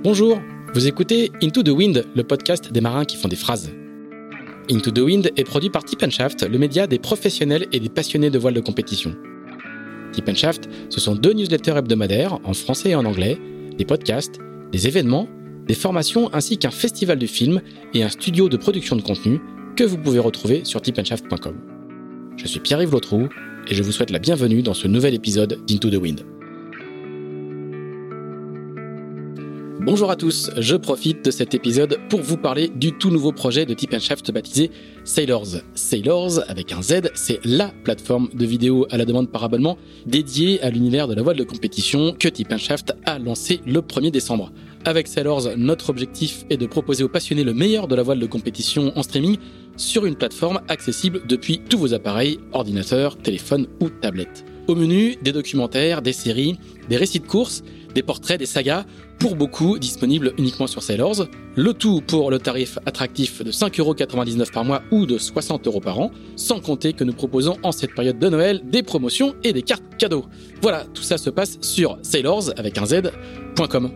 Bonjour, vous écoutez Into the Wind, le podcast des marins qui font des phrases. Into the Wind est produit par Tip & Shaft, le média des professionnels et des passionnés de voile de compétition. Tip & Shaft, ce sont 2 newsletters hebdomadaires, en français et en anglais, des podcasts, des événements, des formations ainsi qu'un festival du film et un studio de production de contenu que vous pouvez retrouver sur tipandshaft.com. Je suis Pierre-Yves Lautroux et je vous souhaite la bienvenue dans ce nouvel épisode d'Into the Wind. Bonjour à tous, je profite de cet épisode pour vous parler du tout nouveau projet de Tip & Shaft baptisé Sailors. Sailors, avec un Z, c'est la plateforme de vidéos à la demande par abonnement dédiée à l'univers de la voile de compétition que Tip & Shaft a lancé le 1er décembre. Avec Sailors, notre objectif est de proposer aux passionnés le meilleur de la voile de compétition en streaming sur une plateforme accessible depuis tous vos appareils, ordinateurs, téléphones ou tablettes. Au menu, des documentaires, des séries, des récits de courses, des portraits, des sagas, pour beaucoup disponibles uniquement sur Sailors. Le tout pour le tarif attractif de 5,99€ par mois ou de 60€ par an, sans compter que nous proposons en cette période de Noël des promotions et des cartes cadeaux. Voilà, tout ça se passe sur sailors avec un z.com.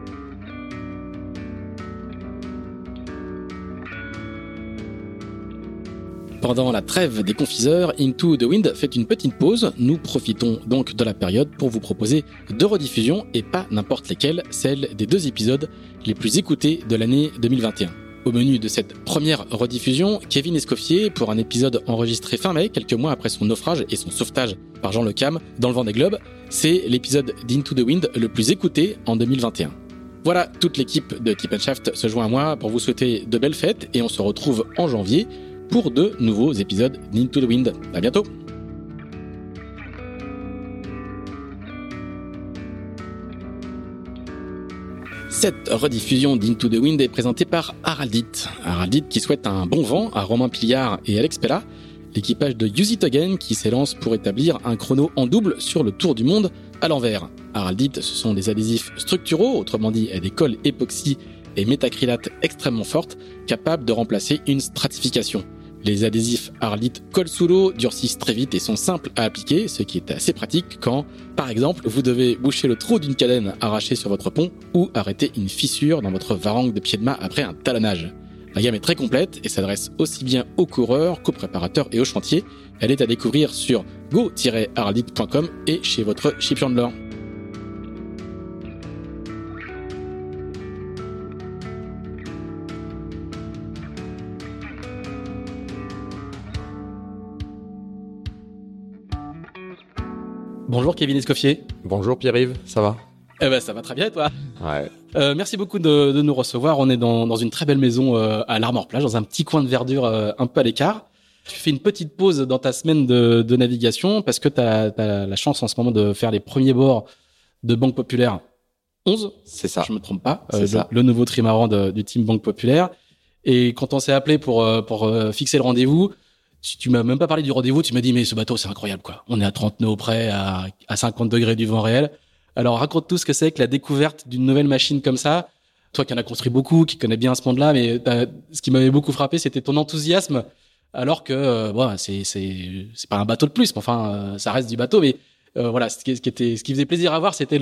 Pendant la trêve des confiseurs, Into the Wind fait une petite pause. Nous profitons donc de la période pour vous proposer 2 rediffusions et pas n'importe lesquelles, celles des 2 épisodes les plus écoutés de l'année 2021. Au menu de cette première rediffusion, Kevin Escoffier pour un épisode enregistré fin mai, quelques mois après son naufrage et son sauvetage par Jean Le Cam dans le Vendée Globe. C'est l'épisode d'Into the Wind le plus écouté en 2021. Voilà, toute l'équipe de Tip & Shaft se joint à moi pour vous souhaiter de belles fêtes et on se retrouve en janvier pour de nouveaux épisodes d'Into the Wind. À bientôt. Cette rediffusion d'Into the Wind est présentée par Araldite. Araldite qui souhaite un bon vent à Romain Pliard et Alex Pella, l'équipage de Use It Again qui s'élance pour établir un chrono en double sur le tour du monde à l'envers. Araldite, ce sont des adhésifs structuraux, autrement dit des colles époxy et métacrylate extrêmement fortes, capables de remplacer une stratification. Les adhésifs Araldite collent sous l'eau, durcissent très vite et sont simples à appliquer, ce qui est assez pratique quand, par exemple, vous devez boucher le trou d'une cadène arrachée sur votre pont ou arrêter une fissure dans votre varangue de pied de mât après un talonnage. La gamme est très complète et s'adresse aussi bien aux coureurs qu'aux préparateurs et aux chantiers. Elle est à découvrir sur go-araldite.com et chez votre shipyard. Bonjour Kevin Escoffier. Bonjour Pierre-Yves, ça va ? Ça va très bien et toi ? Ouais. Merci beaucoup de nous recevoir. On est dans une très belle maison à l'Armor-Plage, dans un petit coin de verdure un peu à l'écart. Tu fais une petite pause dans ta semaine de navigation parce que tu as la chance en ce moment de faire les premiers bords de Banque Populaire 11. C'est ça. Je me trompe pas. Ça. Le nouveau trimaran du team Banque Populaire. Et quand on s'est appelé pour fixer le rendez-vous, tu m'as même pas parlé du rendez-vous, tu m'as dit mais ce bateau c'est incroyable quoi. On est à 30 nœuds près, à 50 degrés du vent réel. Alors raconte-nous ce que c'est que la découverte d'une nouvelle machine comme ça. Toi qui en as construit beaucoup, qui connais bien ce monde-là, mais ce qui m'avait beaucoup frappé c'était ton enthousiasme. Alors que c'est pas un bateau de plus, mais enfin ça reste du bateau. Mais voilà, ce qui faisait plaisir à voir, c'était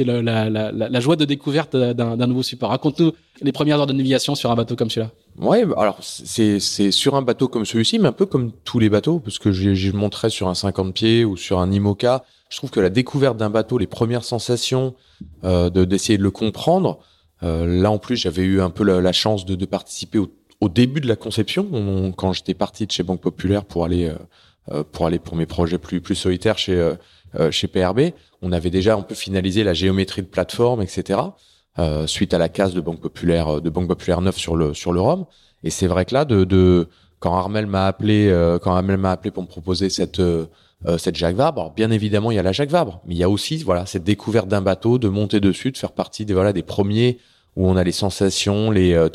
la joie de découverte d'un nouveau support. Raconte-nous les premières heures de navigation sur un bateau comme celui-là. Ouais, alors c'est sur un bateau comme celui-ci, mais un peu comme tous les bateaux, parce que je monterais sur un 50 pieds ou sur un IMOCA. Je trouve que la découverte d'un bateau, les premières sensations, d'essayer de le comprendre. Là en plus, j'avais eu un peu la chance de participer au début de la conception, quand j'étais parti de chez Banque Populaire pour aller pour mes projets plus solitaires chez PRB. On avait déjà un peu finalisé la géométrie de plateforme, etc. Suite à la casse de Banque Populaire 9 sur le Rhum. Et c'est vrai que là, quand Armel m'a appelé pour me proposer cette Jacques Vabre. Alors, bien évidemment, il y a la Jacques Vabre, mais il y a aussi, cette découverte d'un bateau, de monter dessus, de faire partie des premiers où on a les sensations,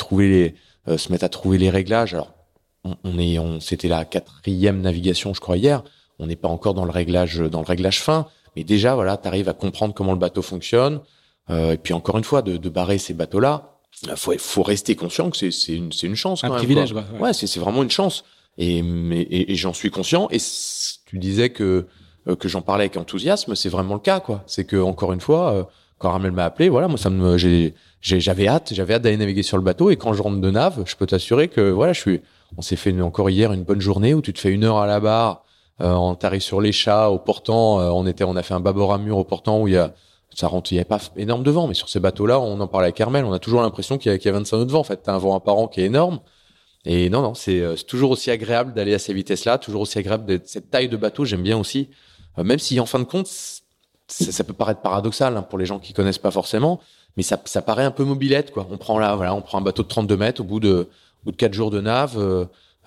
se mettre à trouver les réglages. Alors, c'était la 4e navigation, je crois, hier. On n'est pas encore dans le réglage fin, mais déjà, t'arrives à comprendre comment le bateau fonctionne. Et puis encore une fois, de barrer ces bateaux-là, faut rester conscient que c'est une chance, quand un même. Privilège, quoi. Ouais. Ouais, c'est vraiment une chance. Et j'en suis conscient. Et tu disais que j'en parlais avec enthousiasme, c'est vraiment le cas, quoi. C'est que encore une fois, quand Ramel m'a appelé, voilà, moi j'avais hâte d'aller naviguer sur le bateau. Et quand je rentre de Nave, je peux t'assurer que voilà, on s'est fait encore hier une bonne journée où tu te fais 1 heure à la barre, t'arrives sur les chats au portant, on a fait un bâbord à mur au portant où il y avait pas énorme de vent, mais sur ces bateaux-là, on en parlait avec Carmel, on a toujours l'impression qu'il y a 25 nœuds de vent. En fait, t'as un vent apparent qui est énorme. Et non, c'est toujours aussi agréable d'aller à ces vitesses-là, toujours aussi agréable d'être cette taille de bateau. J'aime bien aussi, même si en fin de compte, ça peut paraître paradoxal pour les gens qui connaissent pas forcément, mais ça paraît un peu mobilette, quoi. On prend un bateau de 32 mètres au bout de 4 jours de Nave.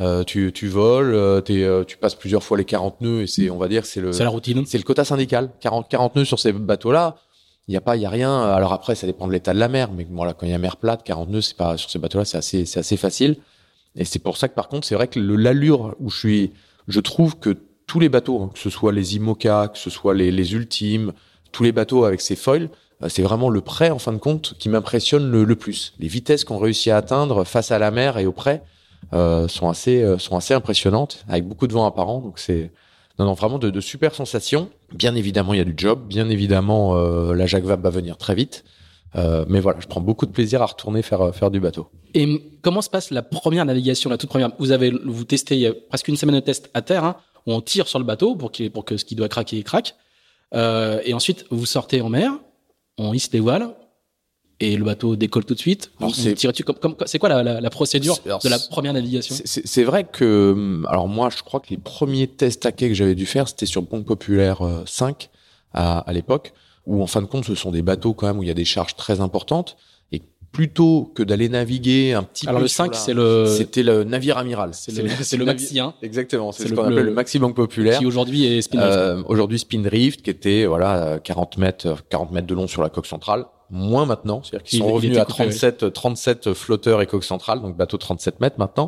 Tu voles, tu passes plusieurs fois les 40 nœuds et on va dire, c'est la routine. C'est le quota syndical. 40 nœuds sur ces bateaux-là. Il y a rien. Alors après, ça dépend de l'état de la mer, mais voilà, quand il y a mer plate, 40 nœuds, c'est pas, sur ces bateaux-là, c'est assez facile. Et c'est pour ça que par contre, c'est vrai que l'allure où je trouve que tous les bateaux, que ce soit les IMOCA, que ce soit les Ultimes, tous les bateaux avec ces foils, c'est vraiment le près, en fin de compte, qui m'impressionne le plus. Les vitesses qu'on réussit à atteindre face à la mer et au près, sont assez impressionnantes, avec beaucoup de vent apparent. Donc c'est vraiment de super sensations. Bien évidemment, il y a du job. Bien évidemment, la Jacques Vabre va venir très vite. Mais voilà, je prends beaucoup de plaisir à retourner faire du bateau. Et comment se passe la première navigation, la toute première? Vous testez, il y a presque une semaine de test à terre, où on tire sur le bateau pour que ce qui doit craquer craque. Et ensuite, vous sortez en mer, on hisse les voiles, et le bateau décolle tout de suite. C'est quoi la procédure de la première navigation? C'est vrai que, alors moi, je crois que les premiers tests à quai que j'avais dû faire, c'était sur Banque Populaire 5 à l'époque, où en fin de compte, ce sont des bateaux quand même où il y a des charges très importantes. Et plutôt que d'aller naviguer un petit peu. Alors le 5, c'était le navire amiral. C'est le Maxi, hein. Exactement. C'est ce qu'on appelle le Maxi Banque Populaire. Qui aujourd'hui est Spindrift. Aujourd'hui Spindrift, qui était, 40 mètres de long sur la coque centrale. Moins maintenant. C'est-à-dire qu'ils sont revenus à 37 flotteurs et coque centrale. Donc bateau de 37 mètres maintenant.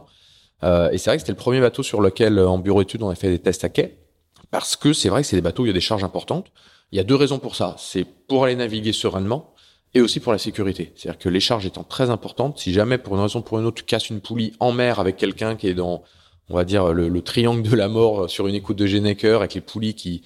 Et c'est vrai que c'était le premier bateau sur lequel, en bureau études, on a fait des tests à quai. Parce que c'est vrai que c'est des bateaux où il y a des charges importantes. Il y a 2 raisons pour ça. C'est pour aller naviguer sereinement et aussi pour la sécurité. C'est-à-dire que les charges étant très importantes, si jamais pour une raison ou pour une autre tu casses une poulie en mer avec quelqu'un qui est dans, on va dire, le triangle de la mort sur une écoute de Gennaker, avec les poulies qui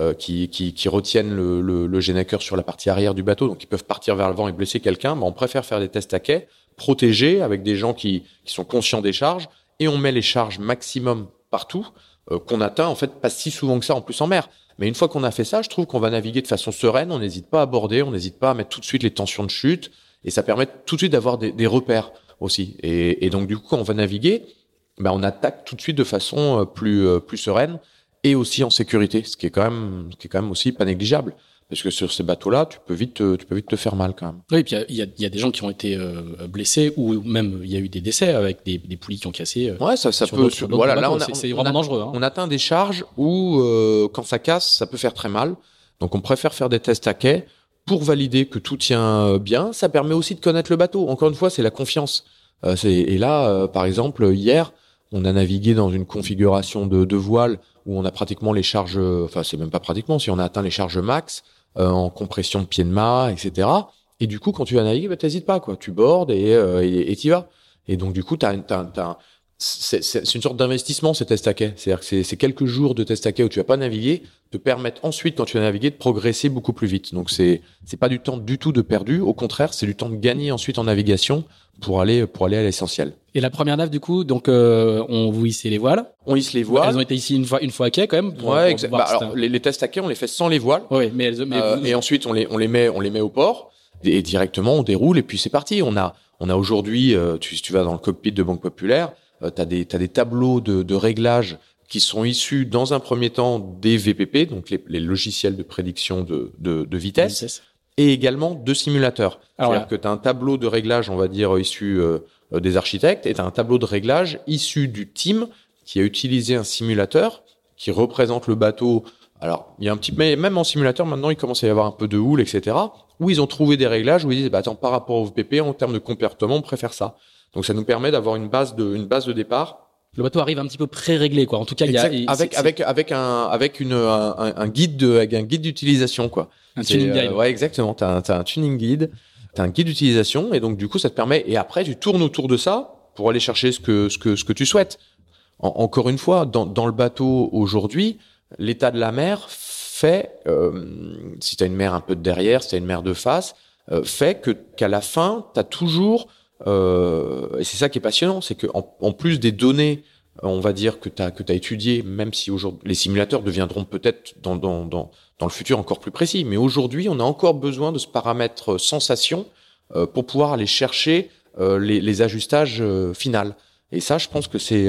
retiennent le Gennaker sur la partie arrière du bateau, donc ils peuvent partir vers le vent et blesser quelqu'un, on préfère faire des tests à quai, protégés, avec des gens qui sont conscients des charges, et on met les charges maximum partout, qu'on atteint en fait pas si souvent que ça en plus en mer. Mais une fois qu'on a fait ça, je trouve qu'on va naviguer de façon sereine, on n'hésite pas à aborder, on n'hésite pas à mettre tout de suite les tensions de chute, et ça permet tout de suite d'avoir des repères aussi. Et donc du coup, quand on va naviguer, on attaque tout de suite de façon plus sereine et aussi en sécurité, ce qui est quand même aussi pas négligeable. Parce que sur ces bateaux-là, tu peux vite te faire mal quand même. Oui, et puis il y a des gens qui ont été blessés ou même il y a eu des décès avec des poulies qui ont cassé. Ouais, ça peut. Voilà, là c'est vraiment dangereux. On atteint des charges où quand ça casse, ça peut faire très mal. Donc on préfère faire des tests à quai pour valider que tout tient bien. Ça permet aussi de connaître le bateau. Encore une fois, c'est la confiance. Et là, par exemple, hier, on a navigué dans une configuration de voile où on a pratiquement les charges. Enfin, c'est même pas pratiquement. Si on a atteint les charges max. En compression de pied de mât, etc. Et du coup, quand tu vas naviguer, t'hésites pas, quoi. Tu bordes et t'y vas. Et donc, du coup, c'est une sorte d'investissement, ces tests à quai. C'est-à-dire que c'est quelques jours de tests à quai où tu vas pas naviguer, te permettent ensuite, quand tu vas naviguer, de progresser beaucoup plus vite. Donc, c'est pas du temps du tout de perdu. Au contraire, c'est du temps de gagner ensuite en navigation pour aller à l'essentiel. Et la première nave, du coup, donc, on vous hissait les voiles. On hisse les voiles. Elles ont été ici une fois à quai, quand même. Alors, les tests à quai, on les fait sans les voiles. Oui, et ensuite, on les met au port. Et directement, on déroule et puis c'est parti. On a aujourd'hui, si tu vas dans le cockpit de Banque Populaire, t'as des tableaux de réglage qui sont issus dans un premier temps des VPP, donc les logiciels de prédiction de vitesse, et également de simulateurs. C'est-à-dire que t'as un tableau de réglage, on va dire, issu des architectes, et t'as un tableau de réglage issu du team qui a utilisé un simulateur qui représente le bateau. Alors, il y a un petit, mais même en simulateur, maintenant, il commence à y avoir un peu de houle, etc., où ils ont trouvé des réglages où ils disent, attends, par rapport au VPP, en termes de comportement, on préfère ça. Donc, ça nous permet d'avoir une base de départ. Le bateau arrive un petit peu pré-réglé, quoi. En tout cas, avec un guide d'utilisation, quoi. Un tuning guide. Ouais, exactement. T'as un tuning guide, t'as un guide d'utilisation, et donc, du coup, ça te permet, et après, tu tournes autour de ça pour aller chercher ce que tu souhaites. Encore une fois, dans le bateau aujourd'hui, l'état de la mer fait, si tu as une mer un peu de derrière, si tu as une mer de face, fait qu'à la fin, tu as toujours, et c'est ça qui est passionnant, c'est qu'en plus des données, on va dire que tu as étudié, même si aujourd'hui les simulateurs deviendront peut-être dans le futur encore plus précis, mais aujourd'hui, on a encore besoin de ce paramètre sensation pour pouvoir aller chercher les ajustages finaux. Et ça, je pense que c'est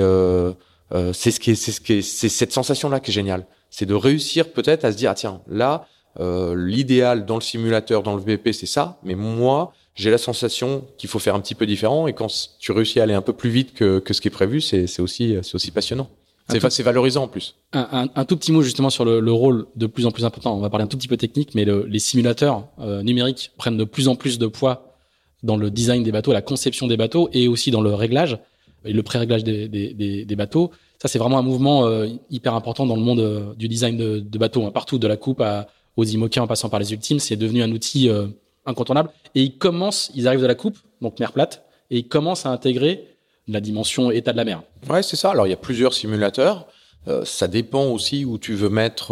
cette sensation-là qui est géniale. C'est de réussir peut-être à se dire, ah tiens, là, l'idéal dans le simulateur, dans le VP, c'est ça, mais moi, j'ai la sensation qu'il faut faire un petit peu différent, et quand tu réussis à aller un peu plus vite que ce qui est prévu, c'est aussi passionnant. C'est valorisant en plus. Un tout petit mot justement sur le rôle de plus en plus important. On va parler un tout petit peu technique, mais les simulateurs numériques prennent de plus en plus de poids dans le design des bateaux, la conception des bateaux, et aussi dans le réglage et le pré-réglage des bateaux. Ça, c'est vraiment un mouvement hyper important dans le monde du design de bateaux. Hein. Partout, de la coupe aux IMOCA en passant par les ultimes, c'est devenu un outil incontournable. Et ils arrivent de la coupe, donc mer plate, et ils commencent à intégrer la dimension état de la mer. Ouais, c'est ça. Alors, il y a plusieurs simulateurs. Ça dépend aussi où tu veux mettre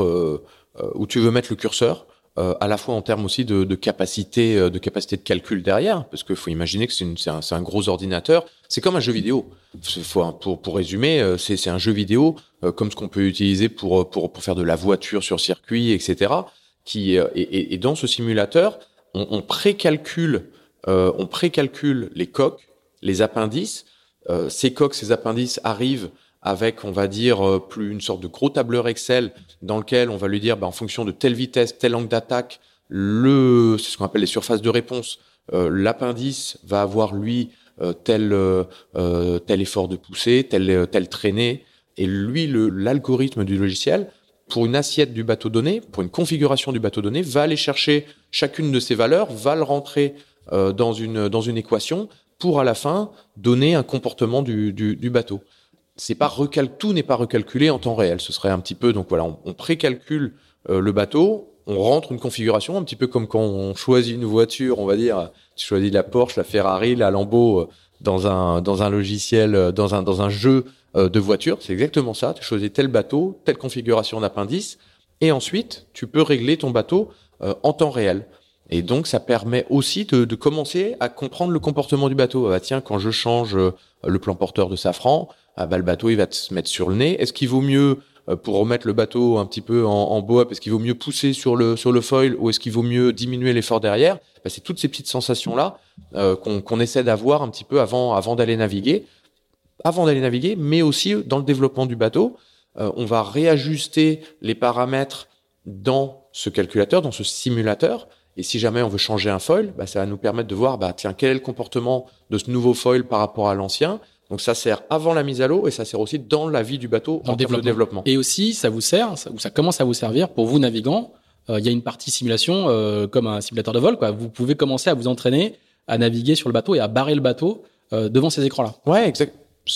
le curseur. À la fois en termes aussi de capacité de calcul derrière, parce qu'il faut imaginer que c'est un gros ordinateur. C'est comme un jeu vidéo. Pour résumer, c'est un jeu vidéo comme ce qu'on peut utiliser pour faire de la voiture sur circuit, etc. Et dans ce simulateur, on précalcule les coques, les appendices. Ces coques, ces appendices arrivent avec, on va dire, plus une sorte de gros tableur Excel dans lequel on va lui dire, en fonction de telle vitesse, tel angle d'attaque, c'est ce qu'on appelle les surfaces de réponse. L'appendice va avoir, lui, tel effort de poussée, telle traînée. Et lui, l'algorithme du logiciel, pour une assiette du bateau donné, pour une configuration du bateau donné, va aller chercher chacune de ces valeurs, va le rentrer dans une équation pour, à la fin, donner un comportement du bateau. Tout n'est pas recalculé en temps réel. Ce serait un petit peu, donc voilà, on précalcule le bateau, on rentre une configuration, un petit peu comme quand on choisit une voiture, on va dire, tu choisis la Porsche, la Ferrari, la Lambo dans un logiciel, dans un jeu de voiture. C'est exactement ça. Tu choisis tel bateau, telle configuration d'appendice, et ensuite tu peux régler ton bateau en temps réel. Et donc ça permet aussi de commencer à comprendre le comportement du bateau. Tiens, quand je change le plan porteur de Safran, le bateau il va se mettre sur le nez. Est-ce qu'il vaut mieux, pour remettre le bateau un petit peu en boa, est-ce qu'il vaut mieux pousser sur le foil, ou est-ce qu'il vaut mieux diminuer l'effort derrière? C'est toutes ces petites sensations là qu'on essaie d'avoir un petit peu avant d'aller naviguer, mais aussi dans le développement du bateau. On va réajuster les paramètres dans ce calculateur, dans ce simulateur. Et si jamais on veut changer un foil, ça va nous permettre de voir, tiens, quel est le comportement de ce nouveau foil par rapport à l'ancien. Donc ça sert avant la mise à l'eau, et ça sert aussi dans la vie du bateau, en termes de développement. Et aussi, ça vous sert, ou ça commence à vous servir pour vous navigants. Il y a une partie simulation comme un simulateur de vol, quoi. Vous pouvez commencer à vous entraîner à naviguer sur le bateau et à barrer le bateau devant ces écrans-là. Ouais, exact.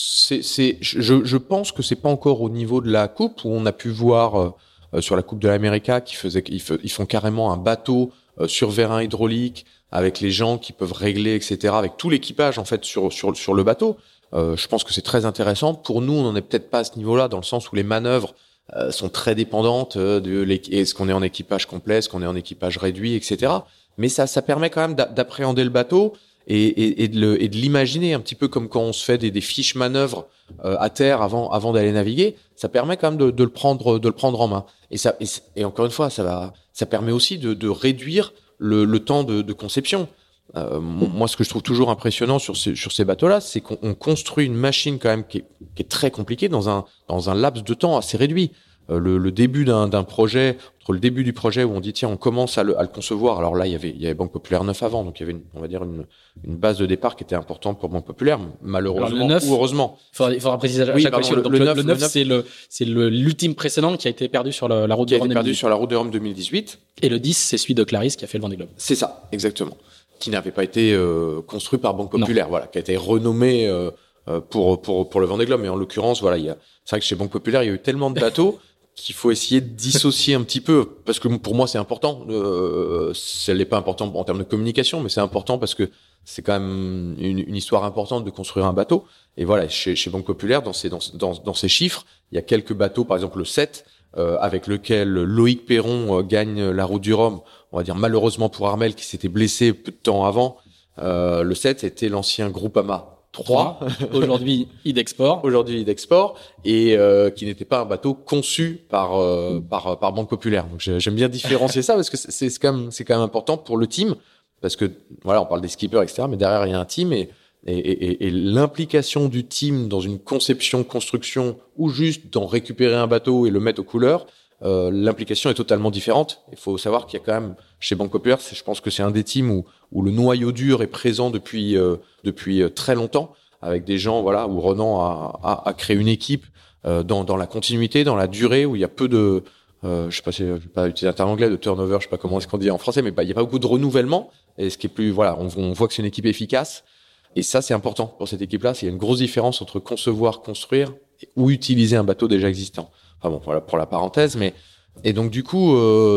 Je pense que c'est pas encore au niveau de la coupe, où on a pu voir sur la coupe de l'America ils font carrément un bateau sur vérin hydraulique avec les gens qui peuvent régler, etc., avec tout l'équipage en fait sur le bateau. Je pense que c'est très intéressant. Pour nous, on n'en est peut-être pas à ce niveau-là, dans le sens où les manœuvres sont très dépendantes est-ce qu'on est en équipage complet, est-ce qu'on est en équipage réduit, etc. Mais ça permet quand même d'appréhender le bateau et de l'imaginer un petit peu comme quand on se fait des fiches manœuvres à terre avant d'aller naviguer. Ça permet quand même de le prendre en main. Et encore une fois, ça permet aussi de réduire le temps de conception. Moi, ce que je trouve toujours impressionnant sur ces bateaux-là, c'est qu'on construit une machine quand même qui est très compliquée dans un laps de temps assez réduit. Le début d'un projet, entre le début du projet où on dit tiens, on commence à le concevoir. Alors là, il y avait Banque Populaire 9 avant, donc il y avait on va dire une base de départ qui était importante pour Banque Populaire, malheureusement ou heureusement. Il faudra préciser à chaque fois. Donc le 9, c'est l'ultime précédent qui a été perdu sur la route de Rome. Qui a été perdu sur la route de Rome 2018. Et le 10, c'est celui de Clarisse qui a fait le Vendée Globe. C'est ça, exactement. Qui n'avait pas été construit par Banque Populaire, voilà, qui a été renommé pour le Vendée Globe. Mais en l'occurrence, voilà, c'est vrai que chez Banque Populaire, il y a eu tellement de bateaux qu'il faut essayer de dissocier un petit peu, parce que pour moi c'est important. Ça n'est pas important en termes de communication, mais c'est important parce que c'est quand même une histoire importante de construire un bateau. Et voilà, chez Banque Populaire, dans ces chiffres, il y a quelques bateaux, par exemple le 7, avec lequel Loïc Perron gagne la Route du Rhum, on va dire malheureusement pour Armel qui s'était blessé peu de temps avant. Le 7 était l'ancien Groupama 3, aujourd'hui Idexport, et qui n'était pas un bateau conçu par Banque Populaire. Donc j'aime bien différencier ça parce que c'est quand même important pour le team, parce que voilà, on parle des skippers, etc., mais derrière il y a un team, et l'implication du team dans une conception, construction, ou juste dans récupérer un bateau et le mettre aux couleurs, l'implication est totalement différente. Il faut savoir qu'il y a quand même, chez Banque Populaire, je pense que c'est un des teams où le noyau dur est présent depuis très longtemps, avec des gens, voilà, où Renan a créé une équipe dans la continuité, dans la durée, où il y a peu de, je sais pas si je vais pas utiliser un terme anglais, de turnover, je sais pas comment est-ce qu'on dit en français, mais il y a pas beaucoup de renouvellement. Et ce qui est plus, voilà, on voit que c'est une équipe efficace. Et ça, c'est important pour cette équipe-là. Il y a une grosse différence entre concevoir, construire ou utiliser un bateau déjà existant. Enfin bon, voilà pour la parenthèse. Et donc du coup,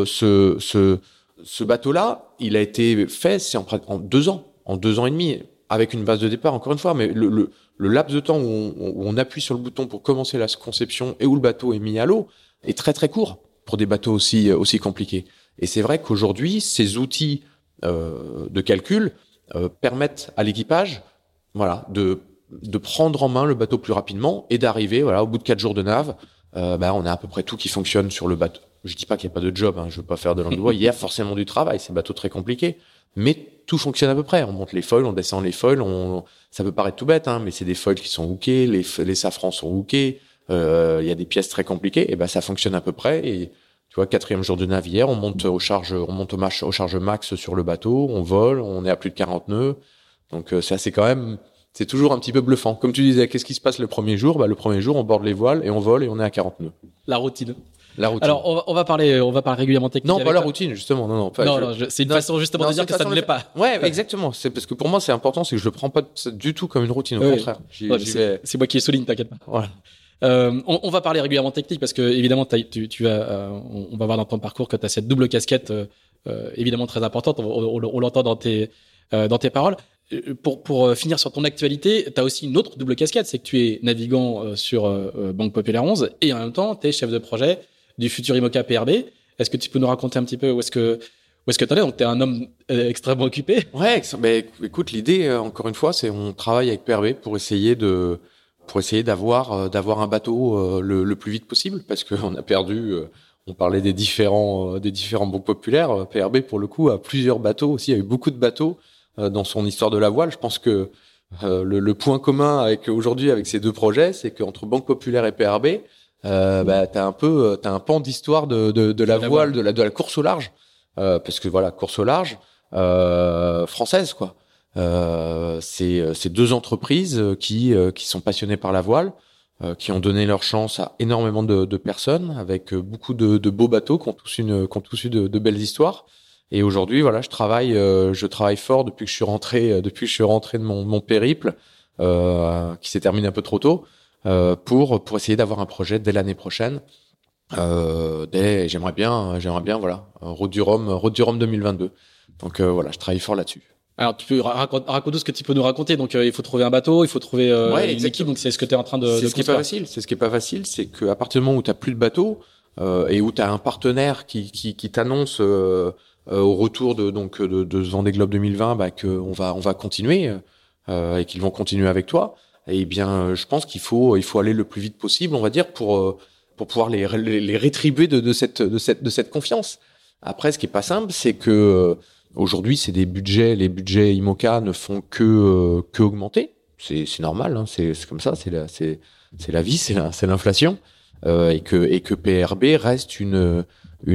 ce bateau-là, il a été fait, c'est en 2 ans, en 2 ans et demi, avec une base de départ, encore une fois. Mais le laps de temps où on appuie sur le bouton pour commencer la conception et où le bateau est mis à l'eau est très très court pour des bateaux aussi compliqués. Et c'est vrai qu'aujourd'hui, ces outils de calcul permettent à l'équipage, voilà, de prendre en main le bateau plus rapidement et d'arriver, voilà, au bout de 4 jours de nave, on a à peu près tout qui fonctionne sur le bateau. Je dis pas qu'il n'y a pas de job, je veux pas faire de langue de bois. Il y a forcément du travail, c'est un bateau très compliqué, mais tout fonctionne à peu près. On monte les foils, on descend les foils, ça peut paraître tout bête, mais c'est des foils qui sont hookés, les safrans sont hookés, il y a des pièces très compliquées, et ça fonctionne à peu près. Et tu vois, 4e jour de nave hier, on monte aux charges max sur le bateau, on vole, on est à plus de 40 nœuds. Donc c'est toujours un petit peu bluffant. Comme tu disais, qu'est-ce qui se passe le premier jour? Le premier jour, on borde les voiles et on vole et on est à 40 nœuds. La routine. Alors, on va parler régulièrement technique. Non, pas la routine, justement. Non, c'est une façon justement de dire que ça ne l'est pas. Ouais, exactement. C'est parce que pour moi, c'est important, c'est que je le prends pas du tout comme une routine, au contraire. C'est moi qui souligne, t'inquiète pas. Voilà. On va parler régulièrement technique parce que évidemment on va voir dans ton parcours que tu as cette double casquette évidemment très importante, on l'entend dans tes paroles. Pour finir sur ton actualité, tu as aussi une autre double casquette, c'est que tu es navigant sur Banque Populaire 11 et en même temps tu es chef de projet du futur IMOCA PRB. Est-ce que tu peux nous raconter un petit peu où est-ce que t'en es? Donc t'es un homme extrêmement occupé. Ouais, mais écoute, l'idée encore une fois, c'est on travaille avec PRB pour essayer d'avoir un bateau le plus vite possible, parce qu'on a perdu. On parlait des différents banques populaires. PRB pour le coup a plusieurs bateaux aussi. Il y a eu beaucoup de bateaux dans son histoire de la voile. Je pense que le point commun aujourd'hui avec ces deux projets, c'est qu'entre Banque Populaire et PRB, t'as un pan d'histoire de la voile, de la course au large, parce que voilà, course au large française quoi. C'est deux entreprises qui sont passionnées par la voile, qui ont donné leur chance à énormément de personnes, avec beaucoup de beaux bateaux qui ont tous eu de belles histoires. Et aujourd'hui, voilà, je travaille fort depuis que je suis rentré de mon périple, qui s'est terminé un peu trop tôt, pour essayer d'avoir un projet dès l'année prochaine. J'aimerais bien, voilà, Route du Rhum 2022. Donc voilà, je travaille fort là-dessus. Alors tu peux raconter ce que tu peux nous raconter. Donc il faut trouver un bateau, il faut trouver une équipe. Donc c'est ce que tu es en train de C'est ce qui est pas facile, c'est qu'à partir du moment où tu as plus de bateau et où tu as un partenaire qui t'annonce au retour de ce Vendée Globe 2020 qu'on va continuer et qu'ils vont continuer avec toi, et bien je pense qu'il faut aller le plus vite possible, on va dire, pour pouvoir les rétribuer de cette confiance. Après, ce qui est pas simple, c'est que aujourd'hui, c'est les budgets IMOCA ne font que augmenter. C'est normal, c'est comme ça, c'est la vie, c'est l'inflation, et que PRB reste une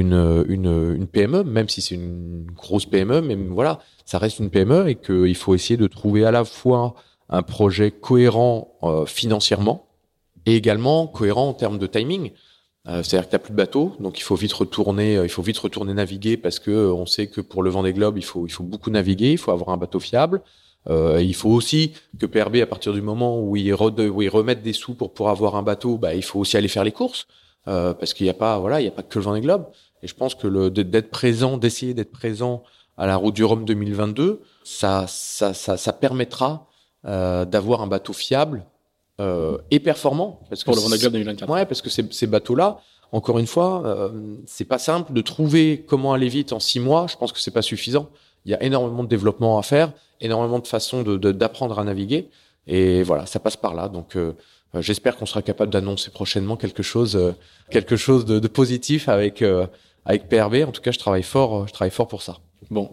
PME, même si c'est une grosse PME, mais voilà, ça reste une PME, et qu'il faut essayer de trouver à la fois un projet cohérent financièrement et également cohérent en termes de timing. C'est-à-dire que t'as plus de bateau, donc il faut vite retourner naviguer, parce que on sait que pour le Vendée Globe, il faut beaucoup naviguer, il faut avoir un bateau fiable. Il faut aussi que PRB, à partir du moment où ils remettent des sous pour avoir un bateau, il faut aussi aller faire les courses, parce qu'il y a pas que le Vendée Globe. Et je pense que d'essayer d'être présent à la Route du Rhum 2022, ça permettra d'avoir un bateau fiable et performant, parce que pour le Vendée Globe 2024. Ouais, parce que ces bateaux-là, encore une fois, c'est pas simple de trouver comment aller vite en 6 mois. Je pense que c'est pas suffisant. Il y a énormément de développement à faire, énormément de façons d'apprendre à naviguer. Et voilà, ça passe par là. Donc, j'espère qu'on sera capable d'annoncer prochainement quelque chose de positif avec PRB. En tout cas, je travaille fort pour ça. Bon,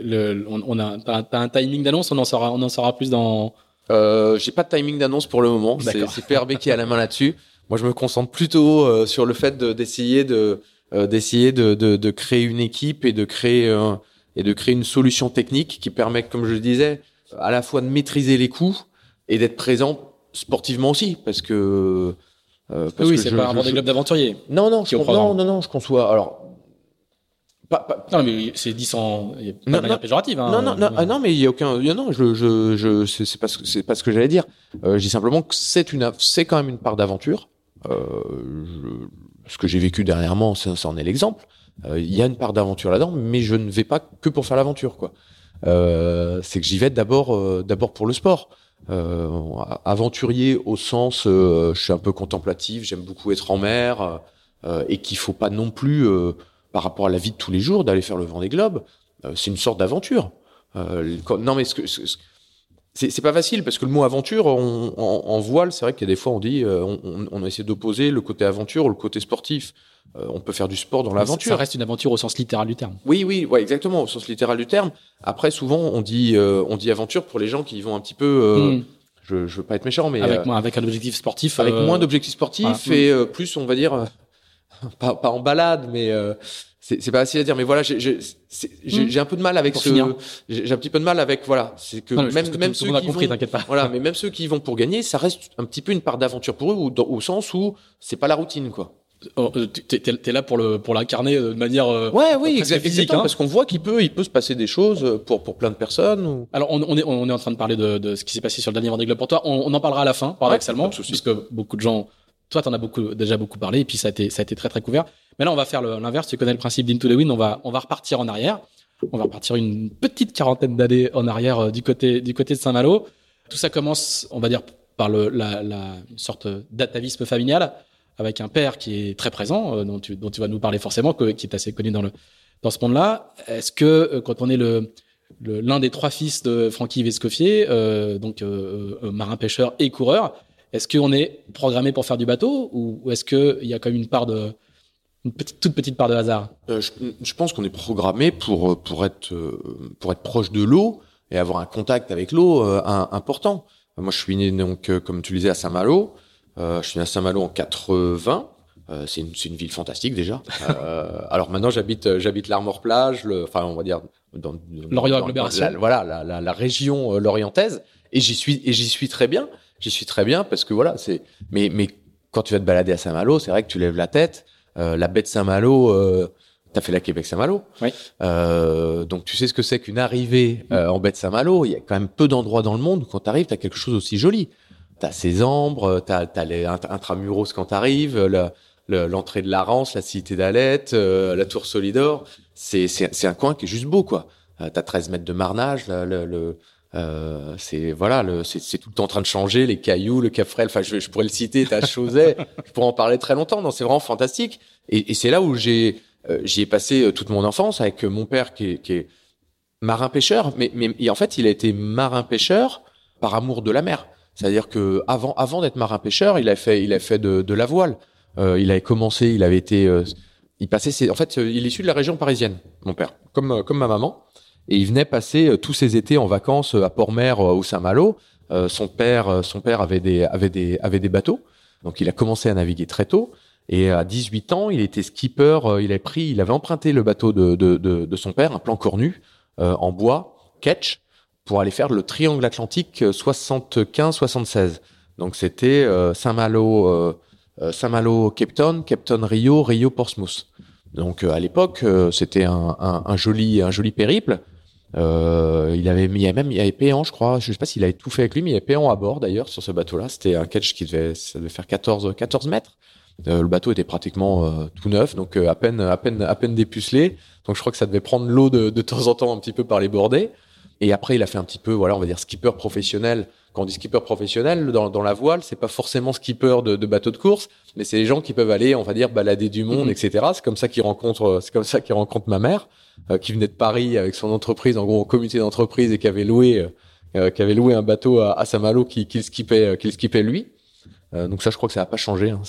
t'as un timing d'annonce, on en saura plus dans... J'ai pas de timing d'annonce pour le moment. C'est PRB qui a la main là-dessus. Moi, je me concentre plutôt sur le fait d'essayer de créer une équipe et de créer une solution technique qui permet, comme je le disais, à la fois de maîtriser les coûts et d'être présent sportivement aussi, parce que c'est pas un Vendée Globe d'aventurier. Non, je conçois. Alors, non, mais c'est dit sans pas de manière péjorative. Hein. Non, mais il y a aucun. Non, c'est pas ce que j'allais dire. Je dis simplement que c'est quand même une part d'aventure. Ce que j'ai vécu dernièrement, ça en est l'exemple. Il y a une part d'aventure là-dedans, mais je ne vais pas que pour faire l'aventure, quoi. C'est que j'y vais d'abord pour le sport. Aventurier au sens, je suis un peu contemplatif, j'aime beaucoup être en mer, et qu'il faut pas non plus, par rapport à la vie de tous les jours, d'aller faire le Vendée Globe. C'est une sorte d'aventure. Non, mais c'est pas facile, parce que le mot aventure, en voile, c'est vrai qu'il y a des fois on dit, on essaie d'opposer le côté aventure ou le côté sportif. On peut faire du sport dans l'aventure. Ça reste une aventure au sens littéral du terme. Oui, ouais, exactement, au sens littéral du terme. Après, souvent, on dit aventure pour les gens qui vont un petit peu, je veux pas être méchant, mais avec un objectif sportif, avec moins d'objectifs sportifs et plus, on va dire, pas en balade, mais c'est pas facile à dire, mais voilà, j'ai un peu de mal avec j'ai un petit peu de mal avec, voilà, c'est que même ceux qui vont, t'inquiète pas. Voilà, mais même ceux qui vont pour gagner, ça reste un petit peu une part d'aventure pour eux, au sens où c'est pas la routine, quoi. T'es là pour l'incarner de manière oui, exactement, parce qu'on voit qu'il peut se passer des choses pour plein de personnes. Alors on est en train de parler de ce qui s'est passé sur le dernier Vendée Globe pour toi. On en parlera à la fin, paradoxalement, puisque beaucoup de gens, toi t'en as déjà beaucoup parlé, et puis ça a été très très couvert. Mais là on va faire l'inverse. Tu connais le principe d'Into the Wind. On va repartir en arrière. On va repartir une petite quarantaine d'années en arrière du côté de Saint-Malo. Tout ça commence, on va dire, par une sorte d'atavisme familial, avec un père qui est très présent, dont tu vas nous parler forcément, qui est assez connu dans ce monde-là. Est-ce que quand on est l'un des 3 fils de Francky Vescoffier, marin pêcheur et coureur, est-ce qu'on est programmé pour faire du bateau, ou est-ce qu'il y a quand même toute petite part de hasard? Je pense qu'on est programmé pour être proche de l'eau et avoir un contact avec l'eau important. Moi, je suis né donc, comme tu le disais, à Saint-Malo. Je suis né à Saint-Malo en 80. C'est une ville fantastique déjà. Alors maintenant, j'habite l'Armor-Plage, on va dire dans Lorient agglomération. La région lorientaise. Et j'y suis très bien. J'y suis très bien parce que voilà, mais quand tu vas te balader à Saint-Malo, c'est vrai que tu lèves la tête. La baie de Saint-Malo, t'as fait la Québec-Saint-Malo. Oui. Donc tu sais ce que c'est qu'une arrivée en baie de Saint-Malo. Il y a quand même peu d'endroits dans le monde où quand t'arrives, t'as quelque chose aussi joli. T'as Cézembre, t'as les intramuros quand t'arrives, l'entrée de la Rance, la cité d'Alette, la tour Solidor. C'est un coin qui est juste beau, quoi. T'as 13 mètres de marnage, c'est tout le temps en train de changer, les cailloux, le Cap Frêle. Enfin, je pourrais le citer, t'as Chauzet. Je pourrais en parler très longtemps. Non, c'est vraiment fantastique. Et c'est là où j'y ai passé toute mon enfance avec mon père qui est marin pêcheur, mais en fait, il a été marin pêcheur par amour de la mer. C'est-à-dire que avant d'être marin pêcheur, il a fait de la voile. Il avait commencé, il avait été, il passait en fait, il est issu de la région parisienne, mon père, comme ma maman. Et il venait passer tous ses étés en vacances à Port-Mer au Saint-Malo. Son père avait des bateaux. Donc il a commencé à naviguer très tôt. Et à 18 ans, il était skipper. Il avait emprunté le bateau de son père, un plan cornu en bois, ketch, pour aller faire le triangle atlantique 75-76. Donc c'était Saint-Malo, Cape Town, Rio, Portsmouth. Donc à l'époque, c'était un joli périple. Il y avait Péan, je crois. Je sais pas s'il avait tout fait avec lui, mais il y avait Péan à bord d'ailleurs sur ce bateau-là. C'était un ketch ça devait faire 14 mètres. Le bateau était pratiquement tout neuf, donc à peine dépucelé. Donc je crois que ça devait prendre l'eau de temps en temps un petit peu par les bordées. Et après, il a fait un petit peu, on va dire skipper professionnel quand on dit skipper professionnel, dans la voile, c'est pas forcément skipper de bateau de course, mais c'est les gens qui peuvent aller, on va dire, balader du monde, etc. C'est comme ça qu'ils rencontrent ma mère, qui venait de Paris avec son entreprise, en gros, en comité d'entreprise, et qui avait loué un bateau à Saint-Malo qu'il skippait lui. Donc ça, je crois que ça n'a pas changé. Hein.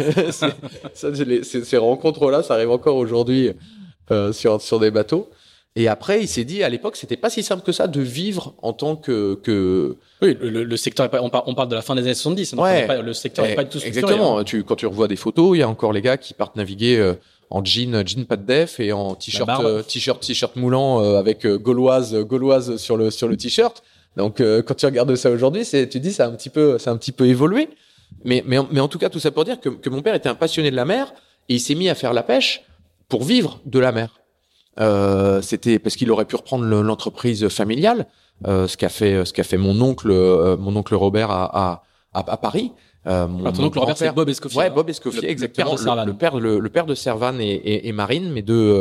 Ces rencontres-là, ça arrive encore aujourd'hui sur des bateaux. Et après, il s'est dit, à l'époque, c'était pas si simple que ça de vivre en tant que... Oui, le secteur, on parle de la fin des années 70. Donc le secteur n'est pas du tout structuré. Exactement. Hein. Quand tu revois des photos, il y a encore les gars qui partent naviguer en jean pas de def et en t-shirt moulant avec gauloise sur le t-shirt. Donc quand tu regardes ça aujourd'hui, tu dis ça a un petit peu évolué. Mais en tout cas, tout ça pour dire que mon père était un passionné de la mer et il s'est mis à faire la pêche pour vivre de la mer. C'était parce qu'il aurait pu reprendre l'entreprise familiale, ce qu'a fait mon oncle Robert à Paris. Ton oncle Robert, c'est Bob Escoffier. Ouais, Bob Escoffier, exactement. Le père de Servan et Marine,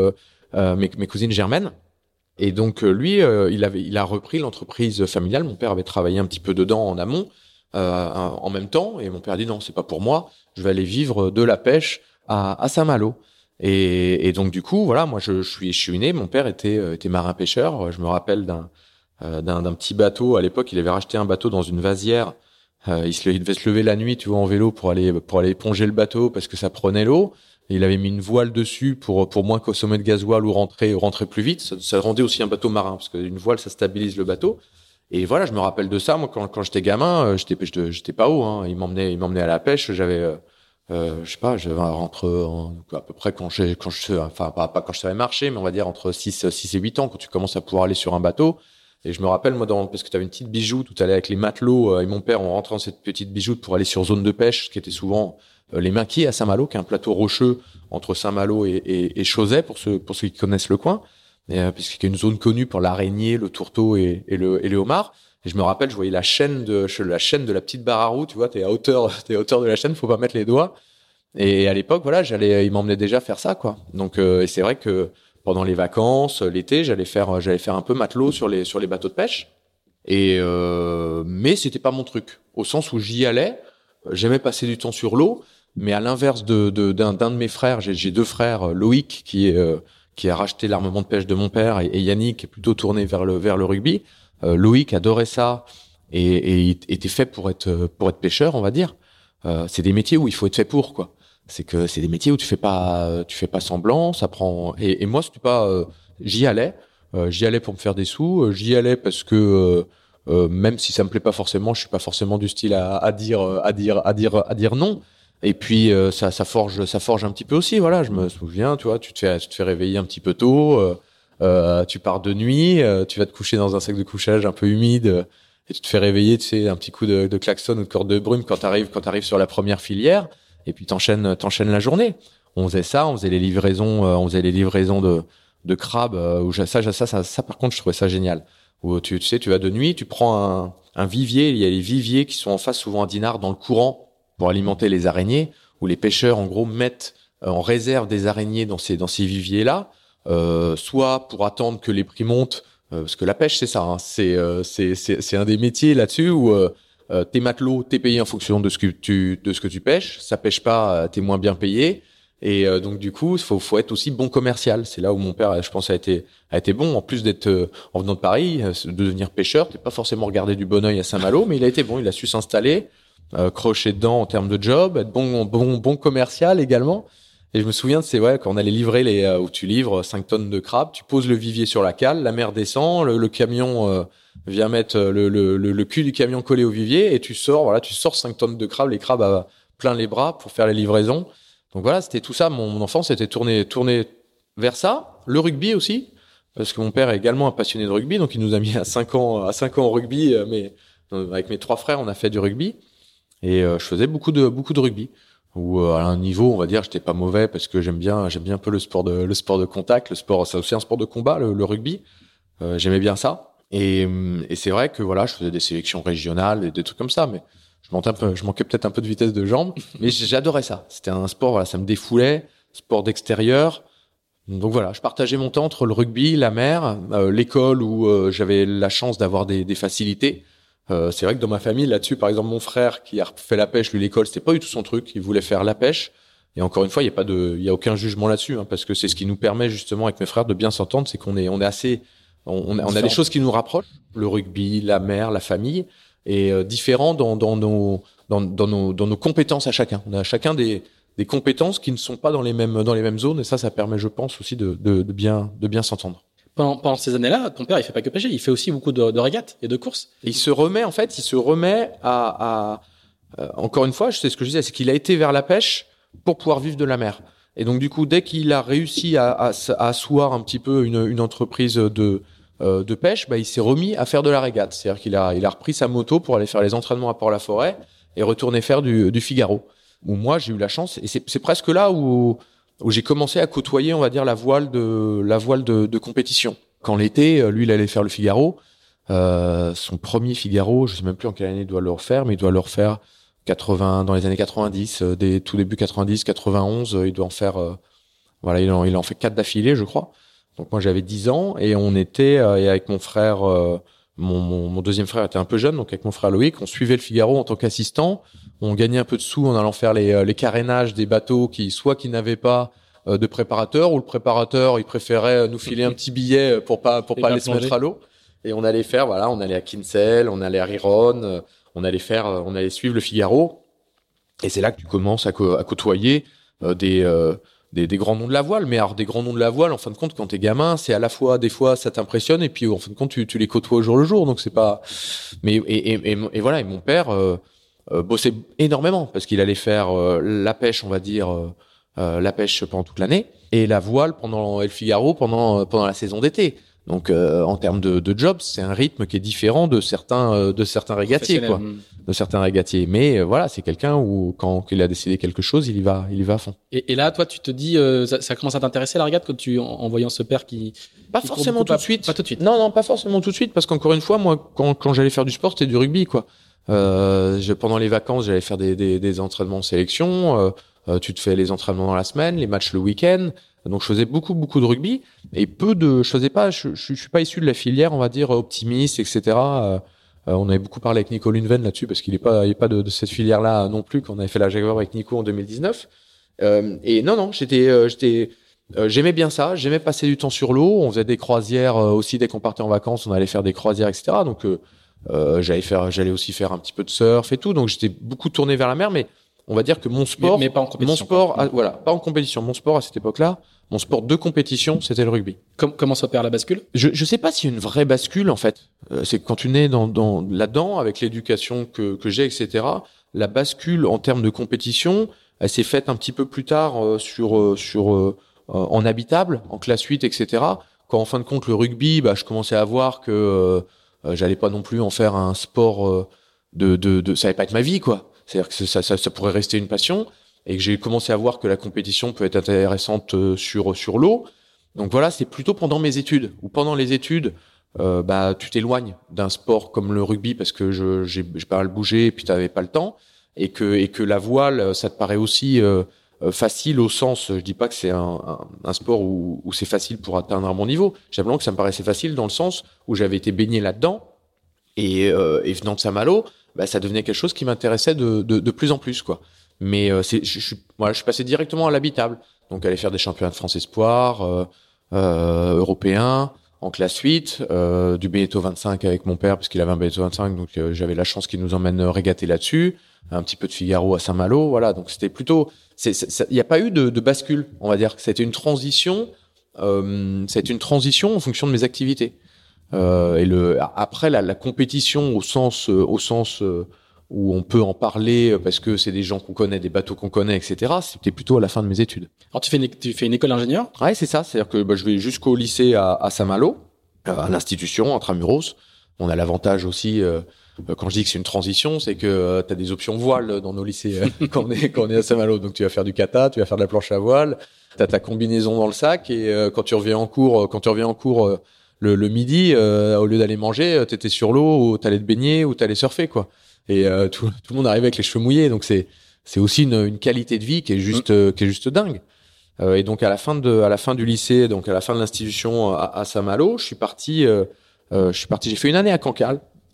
mes cousines germaines. Et donc lui, il a repris l'entreprise familiale. Mon père avait travaillé un petit peu dedans en amont, en même temps. Et mon père a dit non, c'est pas pour moi. Je vais aller vivre de la pêche à Saint-Malo. Et donc du coup, voilà, moi je suis né. Mon père était marin pêcheur. Je me rappelle d'un petit bateau. À l'époque, il avait racheté un bateau dans une vasière. Il devait se lever la nuit, tu vois, en vélo pour aller éponger le bateau parce que ça prenait l'eau. Et il avait mis une voile dessus pour moins consommer de gasoil ou rentrer plus vite. Ça rendait aussi un bateau marin parce qu'une voile ça stabilise le bateau. Et voilà, je me rappelle de ça. Moi, quand j'étais gamin, j'étais pas haut. Hein. Il m'emmenait à la pêche. J'avais je sais pas, j'avais à peu près quand pas quand je savais marcher, mais on va dire entre 6 et 8 ans, quand tu commences à pouvoir aller sur un bateau. Et je me rappelle, moi, parce que tu avais une petite bijoute où tu allais avec les matelots et mon père, on rentrait dans cette petite bijoute pour aller sur zone de pêche, ce qui était souvent les Minquiers à Saint-Malo, qui est un plateau rocheux entre Saint-Malo et Chauzet, pour ceux qui connaissent le coin, puisqu'il y a une zone connue pour l'araignée, le tourteau et le homard. Et je me rappelle, je voyais la chaîne de la petite barre à roue, tu vois, t'es à hauteur de la chaîne, faut pas mettre les doigts. Et à l'époque, voilà, il m'emmenait déjà faire ça, quoi. Donc, et c'est vrai que pendant les vacances, l'été, j'allais faire un peu matelot sur les bateaux de pêche. Mais c'était pas mon truc. Au sens où j'y allais, j'aimais passer du temps sur l'eau, mais à l'inverse d'un de mes frères, j'ai deux frères, Loïc, qui a racheté l'armement de pêche de mon père, et Yannick, qui est plutôt tourné vers le rugby. Loïc adorait ça et il était fait pour être pêcheur, on va dire. C'est des métiers où il faut être fait pour, quoi. C'est des métiers où tu fais pas semblant, ça prend. Et moi, c'était pas. J'y allais pour me faire des sous. J'y allais parce que même si ça me plaît pas forcément, je suis pas forcément du style à dire non. Et puis ça forge un petit peu aussi. Voilà, je me souviens, tu vois, tu te fais réveiller un petit peu tôt. Tu pars de nuit, tu vas te coucher dans un sac de couchage un peu humide et tu te fais réveiller, tu sais, un petit coup de klaxon ou de corde de brume quand t'arrives sur la première filière et puis t'enchaînes la journée. On faisait ça, on faisait les livraisons de crabes où ça par contre je trouvais ça génial. Où tu sais, tu vas de nuit, tu prends un vivier, il y a les viviers qui sont en face souvent à Dinard dans le courant pour alimenter les araignées où les pêcheurs en gros mettent en réserve des araignées dans ces viviers-là. Soit pour attendre que les prix montent, parce que la pêche c'est ça, hein, c'est un des métiers là-dessus où t'es matelot, t'es payé en fonction de ce que tu pêches, ça pêche pas, t'es moins bien payé, et donc du coup faut être aussi bon commercial. C'est là où mon père, je pense, a été bon, en plus d'être en venant de Paris, de devenir pêcheur. T'es pas forcément regardé du bon œil à Saint-Malo, mais il a été bon, il a su s'installer, crocher dedans en termes de job, être bon commercial également. Et je me souviens, quand on allait livrer où tu livres 5 tonnes de crabes, tu poses le vivier sur la cale, la mer descend, le camion vient mettre le cul du camion collé au vivier et tu sors 5 tonnes de crabes, les crabes à plein les bras pour faire les livraisons. Donc voilà, c'était tout ça. Mon enfance était tournée vers ça. Le rugby aussi, parce que mon père est également un passionné de rugby, donc il nous a mis à 5 ans au rugby, mais avec mes 3 frères, on a fait du rugby et je faisais beaucoup de rugby. Ou à un niveau, on va dire, j'étais pas mauvais parce que j'aime bien un peu le sport de contact, c'est aussi un sport de combat, le rugby. J'aimais bien ça. Et c'est vrai que voilà, je faisais des sélections régionales et des trucs comme ça, mais je manquais peut-être un peu de vitesse de jambe, mais j'adorais ça. C'était un sport, voilà, ça me défoulait, sport d'extérieur. Donc voilà, je partageais mon temps entre le rugby, la mer, l'école où j'avais la chance d'avoir des facilités. C'est vrai que dans ma famille, là-dessus, par exemple, mon frère qui a fait la pêche, lui, l'école, c'était pas du tout son truc. Il voulait faire la pêche. Et encore une fois, il y a aucun jugement là-dessus, hein, parce que c'est ce qui nous permet justement avec mes frères de bien s'entendre, c'est qu'on est assez, on a des choses qui nous rapprochent, le rugby, la mer, la famille, et différents dans nos compétences à chacun. On a chacun des compétences qui ne sont pas dans les mêmes zones, et ça permet, je pense, aussi de bien s'entendre. Pendant ces années-là, ton père, il fait pas que pêcher, il fait aussi beaucoup de régates et de courses. Et il se remet à encore une fois, je sais ce que je disais, c'est qu'il a été vers la pêche pour pouvoir vivre de la mer. Et donc, du coup, dès qu'il a réussi à asseoir un petit peu une entreprise de pêche, il s'est remis à faire de la régate. C'est-à-dire qu'il a repris sa moto pour aller faire les entraînements à Port-la-Forêt et retourner faire du Figaro. Où moi, j'ai eu la chance, et c'est presque là où j'ai commencé à côtoyer, on va dire, la voile de compétition. Quand l'été, lui, il allait faire le Figaro. Son premier Figaro, je sais même plus en quelle année il doit le refaire, mais il doit le refaire dans les années 90, tout début 90, 91, il doit en faire, il en fait 4 d'affilée, je crois. Donc moi, j'avais 10 ans, et on était, et avec mon frère, mon deuxième frère était un peu jeune, donc avec mon frère Loïc, on suivait le Figaro en tant qu'assistant. On gagnait un peu de sous en allant faire les carénages des bateaux qui n'avaient pas de préparateur, ou le préparateur, il préférait nous filer un petit billet pour pas aller se mettre à l'eau. Et on allait on allait à Kinsale, on allait à Riron, on allait suivre le Figaro. Et c'est là que tu commences à côtoyer des grands noms de la voile. Mais alors, des grands noms de la voile, en fin de compte, quand t'es gamin, c'est à la fois, des fois, ça t'impressionne, et puis, en fin de compte, tu les côtoies au jour le jour. Donc, c'est pas, mais, et voilà, et mon père, bossait énormément, parce qu'il allait faire, la pêche, on va dire, la pêche pendant toute l'année, et la voile et le Figaro pendant la saison d'été. Donc, en termes de jobs, c'est un rythme qui est différent de certains régatiers, quoi. De certains régatiers. Mais voilà, c'est quelqu'un où, quand il a décidé quelque chose, il y va à fond. Et là, toi, tu te dis, ça commence à t'intéresser la régate en voyant ce père qui pas forcément tout de suite. Pas tout de suite. Non, pas forcément tout de suite, parce qu'encore une fois, moi, quand j'allais faire du sport, c'était du rugby, quoi. Pendant les vacances, j'allais faire des entraînements en sélection. Tu te fais les entraînements dans la semaine, les matchs le week-end. Donc je faisais beaucoup de rugby, et je suis pas issu de la filière, on va dire, optimiste, etc. On avait beaucoup parlé avec Nico Lundven là-dessus, parce qu'il est pas de cette filière-là non plus, quand on avait fait la Jaguar avec Nico en 2019. Et non, j'aimais bien ça, j'aimais passer du temps sur l'eau. On faisait des croisières aussi, dès qu'on partait en vacances, on allait faire des croisières, etc. Donc j'allais aussi faire un petit peu de surf et tout. Donc j'étais beaucoup tourné vers la mer, mais on va dire que mon sport, mais pas en compétition. Pas en compétition. Mon sport à cette époque-là, mon sport de compétition, c'était le rugby. Comment s'opère la bascule? Je sais pas s'il y a une vraie bascule, en fait. C'est quand tu nais là-dedans, avec l'éducation que j'ai, etc. La bascule en termes de compétition, elle s'est faite un petit peu plus tard en habitable, en classe 8, etc. Quand en fin de compte le rugby, je commençais à voir que j'allais pas non plus en faire un sport ça allait pas être ma vie, quoi. C'est-à-dire que ça pourrait rester une passion, et que j'ai commencé à voir que la compétition peut être intéressante sur l'eau. Donc voilà, c'est plutôt pendant mes études, ou pendant les études, tu t'éloignes d'un sport comme le rugby, parce que j'ai pas mal bougé, et puis t'avais pas le temps, et que la voile, ça te paraît aussi facile, au sens, je dis pas que c'est un sport où c'est facile pour atteindre un bon niveau. Simplement que ça me paraissait facile dans le sens où j'avais été baigné là-dedans, et venant de Saint-Malo, ça devenait quelque chose qui m'intéressait de plus en plus, quoi. Mais je suis passé directement à l'habitable. Donc aller faire des championnats de France Espoir, européens, en classe 8, du Beneteau 25 avec mon père, parce qu'il avait un Beneteau 25, donc j'avais la chance qu'il nous emmène régater là-dessus, un petit peu de Figaro à Saint-Malo, voilà. Donc c'était plutôt, il n'y a pas eu de bascule, on va dire. C'était une transition en fonction de mes activités. Après la compétition au sens où on peut en parler parce que c'est des gens qu'on connaît, des bateaux qu'on connaît, etc. C'était plutôt à la fin de mes études. Alors tu fais une école d'ingénieur? Ouais, c'est ça. C'est-à-dire que je vais jusqu'au lycée à Saint-Malo, à l'institution intramuros. On a l'avantage aussi, quand je dis que c'est une transition, c'est que tu as des options voile dans nos lycées quand on est à Saint-Malo. Donc tu vas faire du kata, tu vas faire de la planche à voile, tu as ta combinaison dans le sac, et quand tu reviens en cours, le midi, au lieu d'aller manger, t'étais sur l'eau, ou t'allais te baigner, ou t'allais surfer, quoi. Et tout le monde arrivait avec les cheveux mouillés, donc c'est aussi une qualité de vie qui est juste dingue. Et donc à la fin du lycée, donc à la fin de l'institution à Saint-Malo, j'ai fait une année à Cancale,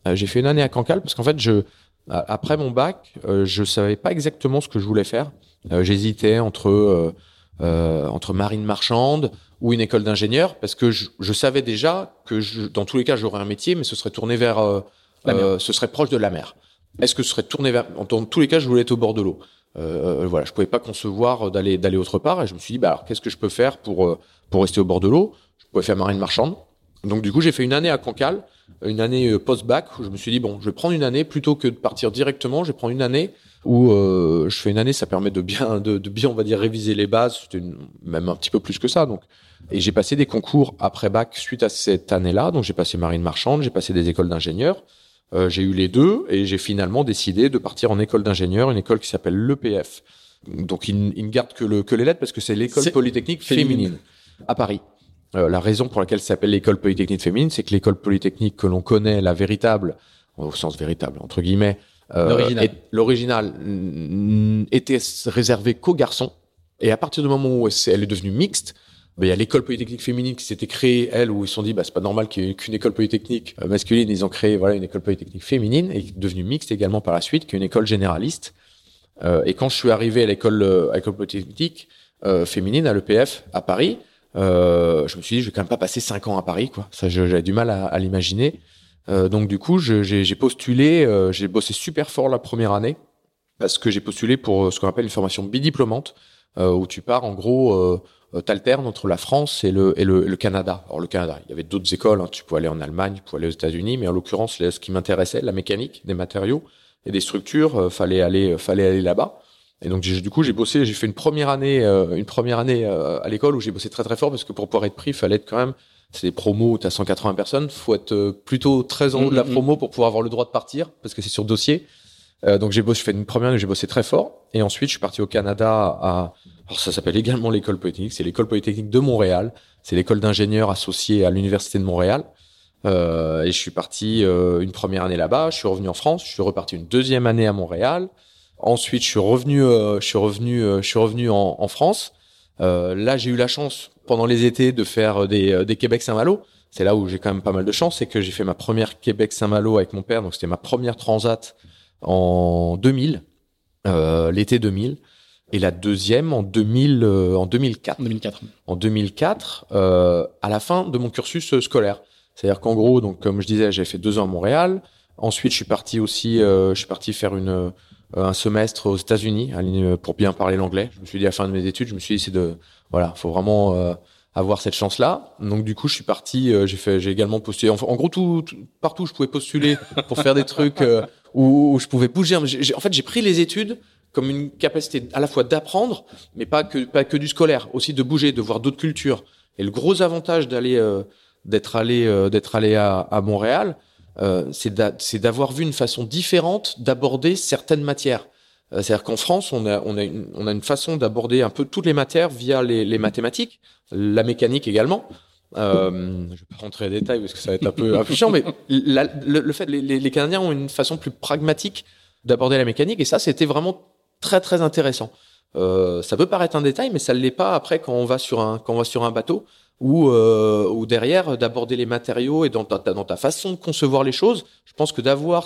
J'ai fait une année à Cancale parce qu'en fait, après mon bac, je savais pas exactement ce que je voulais faire. J'hésitais entre marine marchande ou une école d'ingénieur parce que je savais déjà que dans tous les cas, j'aurais un métier, mais ce serait tourné vers ce serait proche de la mer. Est-ce que ce serait tourné vers... Dans tous les cas, je voulais être au bord de l'eau. Voilà, je pouvais pas concevoir d'aller autre part. Et je me suis dit, bah alors, qu'est-ce que je peux faire pour rester au bord de l'eau? Je pouvais faire marine marchande. Donc, du coup, j'ai fait une année à Cancale, une année post-bac, où je me suis dit, bon, je vais prendre une année plutôt que de partir directement. Je vais prendre une année où je fais une année, ça permet de bien, on va dire, réviser les bases. C'était même un petit peu plus que ça. Donc, et j'ai passé des concours après bac suite à cette année-là. Donc, j'ai passé marine marchande, j'ai passé des écoles d'ingénieurs. J'ai eu les deux et j'ai finalement décidé de partir en école d'ingénieur, une école qui s'appelle l'EPF. Donc, il ne garde que les lettres parce que c'est l'école polytechnique féminine à Paris. La raison pour laquelle ça s'appelle l'école polytechnique féminine, c'est que l'école polytechnique que l'on connaît, la véritable, au sens véritable, entre guillemets, l'original était réservée qu'aux garçons. Et à partir du moment où elle est devenue mixte, il y a l'école polytechnique féminine qui s'était créée, elle, où ils se sont dit, c'est pas normal qu'il y ait qu'une école polytechnique masculine. Ils ont créé, une école polytechnique féminine et qui est devenue mixte également par la suite, qui est une école généraliste. Et quand je suis arrivé à l'école polytechnique féminine, à l'EPF, à Paris, je me suis dit, je vais quand même pas passer 5 ans à Paris, quoi. Ça, j'avais du mal à l'imaginer. Donc, du coup, j'ai postulé, j'ai bossé super fort la première année parce que j'ai postulé pour ce qu'on appelle une formation bidiplômante, où tu pars, en gros, t'alternes entre la France et le Canada. Alors, le Canada, il y avait d'autres écoles, hein. Tu pouvais aller en Allemagne, tu pouvais aller aux États-Unis, mais en l'occurrence, ce qui m'intéressait, la mécanique des matériaux et des structures, fallait aller là-bas. Et donc, du coup, j'ai fait une première année à l'école où j'ai bossé très très fort parce que pour pouvoir être pris, il fallait être quand même, c'est des promos où t'as 180 personnes, faut être plutôt très en haut de la promo pour pouvoir avoir le droit de partir parce que c'est sur dossier. Donc j'ai fait une première année où j'ai bossé très fort et ensuite je suis parti au Canada alors ça s'appelle également l'école polytechnique, c'est l'école polytechnique de Montréal, c'est l'école d'ingénieurs associée à l'université de Montréal. Et je suis parti une première année là-bas, je suis revenu en France, je suis reparti une deuxième année à Montréal. Ensuite, je suis revenu en France. Là, j'ai eu la chance pendant les étés de faire des Québec-Saint-Malo. C'est là où j'ai quand même pas mal de chance, c'est que j'ai fait ma première Québec-Saint-Malo avec mon père, donc c'était ma première transat en 2000, l'été 2000, et la deuxième en 2004. En 2004, à la fin de mon cursus scolaire. C'est-à-dire qu'en gros, donc comme je disais, j'ai fait 2 ans à Montréal. Ensuite, je suis parti faire un semestre aux États-Unis pour bien parler l'anglais. Je me suis dit à la fin de mes études, faut vraiment avoir cette chance-là. Donc du coup, je suis parti. J'ai également postulé. En gros, partout où je pouvais postuler pour faire des trucs où je pouvais bouger. En fait, j'ai pris les études comme une capacité à la fois d'apprendre, mais pas que du scolaire, aussi de bouger, de voir d'autres cultures. Et le gros avantage d'être allé à Montréal, c'est d'avoir vu une façon différente d'aborder certaines matières. C'est-à-dire qu'en France, on a une façon d'aborder un peu toutes les matières via les mathématiques, la mécanique également. Je vais pas rentrer dans les détails parce que ça va être un peu chiant, mais le fait, les Canadiens ont une façon plus pragmatique d'aborder la mécanique et ça, c'était vraiment très très intéressant. Ça peut paraître un détail, mais ça l'est pas après quand on va sur un bateau. Ou derrière d'aborder les matériaux et dans ta façon de concevoir les choses, je pense que d'avoir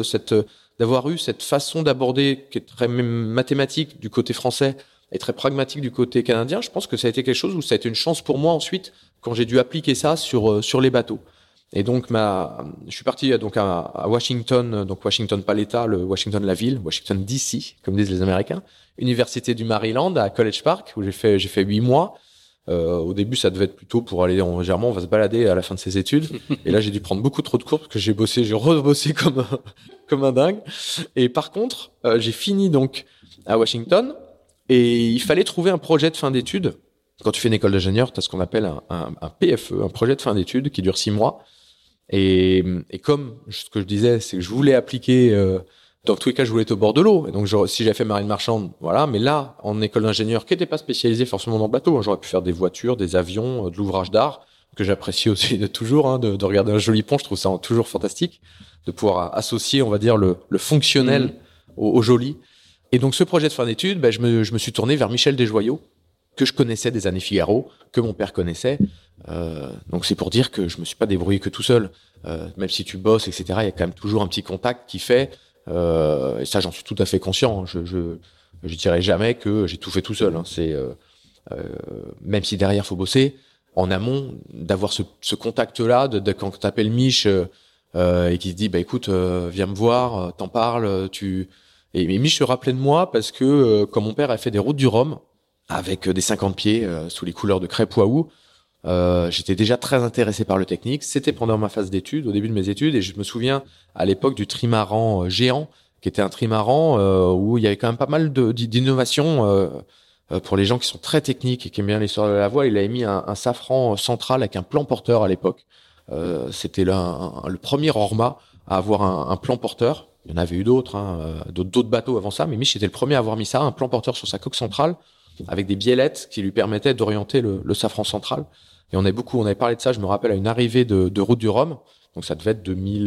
eu cette façon d'aborder qui est très mathématique du côté français et très pragmatique du côté canadien, je pense que ça a été quelque chose où ça a été une chance pour moi ensuite quand j'ai dû appliquer ça sur les bateaux. Et donc je suis parti donc à Washington, donc Washington pas l'État, le Washington la ville, Washington DC comme disent les Américains, Université du Maryland à College Park où j'ai fait 8 mois. Au début, ça devait être plutôt pour aller généralement on va se balader à la fin de ses études. Et là, j'ai dû prendre beaucoup trop de cours parce que j'ai rebossé comme un dingue. Et par contre, j'ai fini donc à Washington et il fallait trouver un projet de fin d'études. Quand tu fais une école d'ingénieur, tu as ce qu'on appelle un PFE, un projet de fin d'études qui dure 6 mois. Et comme ce que je disais, c'est que je voulais appliquer dans tous les cas, je voulais être au bord de l'eau. Et donc, si j'avais fait marine marchande, voilà. Mais là, en école d'ingénieur, qui n'était pas spécialisée forcément dans le bateau, j'aurais pu faire des voitures, des avions, de l'ouvrage d'art, que j'apprécie aussi toujours, de regarder un joli pont. Je trouve ça toujours fantastique, de pouvoir associer, on va dire, le fonctionnel au joli. Et donc, ce projet de fin d'études, je me suis tourné vers Michel Desjoyaux, que je connaissais des années Figaro, que mon père connaissait. Donc c'est pour dire que je me suis pas débrouillé que tout seul. Même si tu bosses, etc., il y a quand même toujours un petit contact qui fait. Et ça, j'en suis tout à fait conscient. Je dirais jamais que j'ai tout fait tout seul. C'est même si derrière faut bosser en amont, d'avoir ce contact-là, de quand t'appelles Mich et qui se dit écoute, viens me voir, t'en parles, et Mich se rappelait de moi parce que quand mon père a fait des routes du Rhum avec des 50 pieds sous les couleurs de crêpe Waouh, j'étais déjà très intéressé par le technique. C'était pendant ma phase d'études, au début de mes études, et je me souviens à l'époque du trimaran géant, qui était un trimaran où il y avait quand même pas mal d'innovations pour les gens qui sont très techniques et qui aiment bien l'histoire de la voile. Il avait mis un safran central avec un plan porteur à l'époque. C'était le premier Orma à avoir un plan porteur. Il y en avait eu d'autres, d'autres bateaux avant ça, mais Mich était le premier à avoir mis ça, un plan porteur sur sa coque centrale, avec des biellettes qui lui permettaient d'orienter le safran central. Et on avait parlé de ça, je me rappelle, à une arrivée de Route du Rhum. Donc ça devait être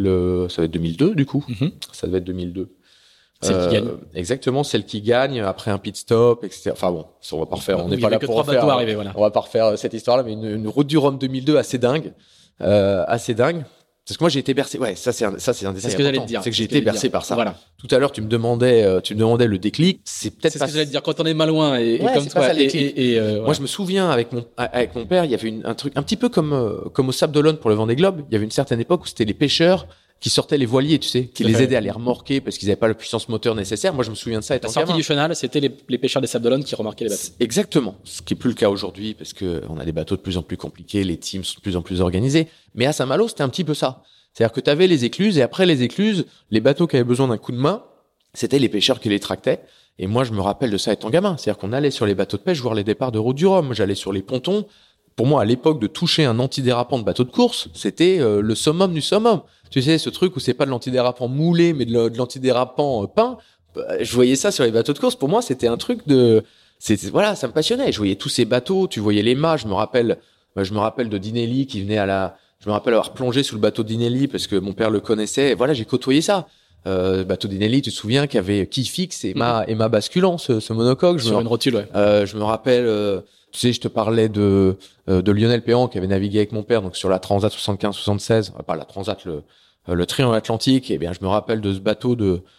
2002 du coup. Mm-hmm. Ça devait être 2002. Celle qui gagne. Exactement, celle qui gagne après un pit stop, etc. Enfin bon, ça, on va pas refaire, on n'est pas là pour refaire. Voilà. On va pas refaire cette histoire-là, mais une Route du Rhum 2002 assez dingue. Parce que moi j'ai été bercé. Ouais, ça c'est un détail important. C'est ce que j'allais te dire. C'est que j'ai été bercé par ça. Voilà. Tout à l'heure tu me demandais le déclic. C'est peut-être ce que j'allais te dire. Quand on est malouin et comme toi. Moi je me souviens avec mon père, il y avait un truc un petit peu comme au Sable d'Olonne pour le Vendée Globe. Il y avait une certaine époque où c'était les pêcheurs qui sortaient les voiliers, tu sais, qui les aidaient à les remorquer parce qu'ils n'avaient pas la puissance moteur nécessaire. Moi, je me souviens de ça étant gamin. La sortie du chenal, c'était les pêcheurs des Sables d'Olonne qui remarquaient les bateaux. Exactement. Ce qui est plus le cas aujourd'hui parce que on a des bateaux de plus en plus compliqués, les teams sont de plus en plus organisés. Mais à Saint-Malo, c'était un petit peu ça. C'est-à-dire que tu avais les écluses et après les écluses, les bateaux qui avaient besoin d'un coup de main, c'était les pêcheurs qui les tractaient. Et moi, je me rappelle de ça étant gamin. C'est-à-dire qu'on allait sur les bateaux de pêche voir les départs de Route du Rhum. J'allais sur les pontons. Pour moi, à l'époque, de toucher un antidérapant de bateau de course, c'était le summum du summum. Tu sais, ce truc où c'est pas de l'antidérapant moulé, mais de l'antidérapant peint. Je voyais ça sur les bateaux de course. Pour moi, c'était un truc voilà, ça me passionnait. Je voyais tous ces bateaux, tu voyais les mâts. Je me rappelle de Dinelli qui venait je me rappelle avoir plongé sous le bateau de Dinelli parce que mon père le connaissait. Et voilà, j'ai côtoyé ça. Bateau Dinelli, tu te souviens, qu'il y avait quille fixe et mât basculant, ce monocoque. Sur une rotule, ouais. Je me rappelle, tu sais, je te parlais de Lionel Péan qui avait navigué avec mon père, donc sur la Transat 75-76, pas la Transat, le Triangle Atlantique. Et bien, je me rappelle de ce bateau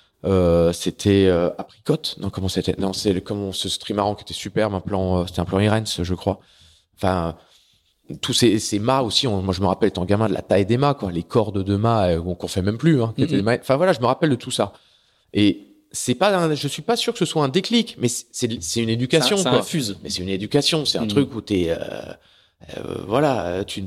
c'était Apricot. Non, comment c'était? Non, c'est ce trimaran qui était superbe, c'était un plan Irens, je crois. Enfin, tous ces mâts aussi. Moi, je me rappelle étant gamin de la taille des mâts, quoi, les cordes de mâts qu'on fait même plus. Qui étaient des mâts. Enfin voilà, je me rappelle de tout ça. Et je suis pas sûr que ce soit un déclic, mais c'est une éducation. Ça quoi. infuse. Mais c'est une éducation. C'est un truc où voilà, tu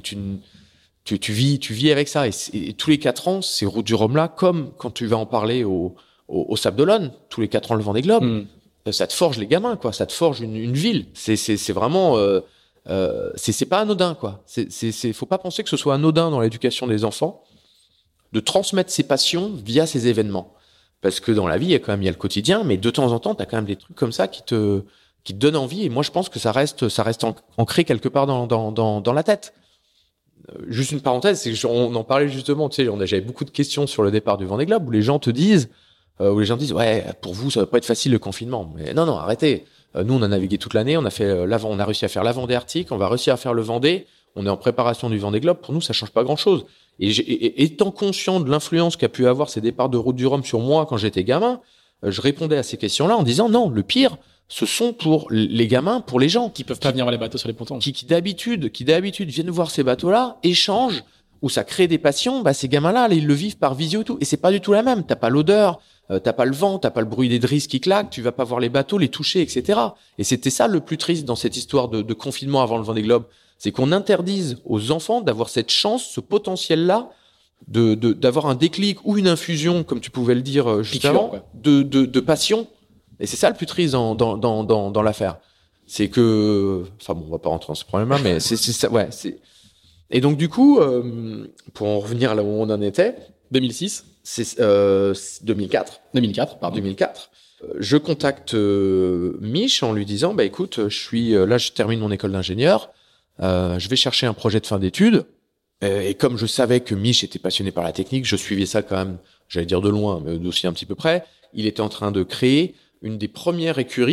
vis avec ça. Et tous les 4 ans, ces routes du Rhum là, comme quand tu vas en parler au Sable d'Olonne, tous les 4 ans le Vendée Globe, ça te forge les gamins, quoi. Ça te forge une ville. C'est vraiment c'est pas anodin, quoi. Faut pas penser que ce soit anodin dans l'éducation des enfants de transmettre ses passions via ces événements. Parce que dans la vie, il y a le quotidien, mais de temps en temps, t'as quand même des trucs comme ça qui te donnent envie. Et moi, je pense que ça reste ancré quelque part dans la tête. Juste une parenthèse, c'est que on en parlait justement, tu sais, j'avais beaucoup de questions sur le départ du Vendée Globe où les gens disent, ouais, pour vous, ça va pas être facile le confinement. Mais non, arrêtez. Nous, on a navigué toute l'année, on a réussi à faire la Vendée Arctique, on va réussir à faire le Vendée. On est en préparation du Vendée Globe. Pour nous, ça change pas grand-chose. Et étant conscient de l'influence qu'a pu avoir ces départs de Route du Rhum sur moi quand j'étais gamin, je répondais à ces questions-là en disant non, le pire, ce sont pour les gamins, pour les gens qui peuvent pas venir voir les bateaux sur les pontons, qui d'habitude viennent voir ces bateaux-là, échangent, où ça crée des passions. Ces gamins-là, ils le vivent par visio et tout, et c'est pas du tout la même. T'as pas l'odeur, t'as pas le vent, t'as pas le bruit des drisses qui claquent, tu vas pas voir les bateaux, les toucher, etc. Et c'était ça le plus triste dans cette histoire de confinement avant le Vendée Globe. C'est qu'on interdise aux enfants d'avoir cette chance, ce potentiel-là, d'avoir un déclic ou une infusion, comme tu pouvais le dire juste avant, de passion. Et c'est ça le plus triste dans l'affaire. C'est que, enfin bon, on va pas rentrer dans ce problème-là, mais c'est ça, ouais, Et donc du coup, pour en revenir là où on en était, 2006, c'est 2004. 2004, pardon. 2004. Je contacte Mich en lui disant, écoute, je termine mon école d'ingénieur. Je vais chercher un projet de fin d'études. Et comme je savais que Mich était passionné par la technique, je suivais ça quand même, j'allais dire de loin, mais aussi un petit peu près. Il était en train de créer une des premières écuries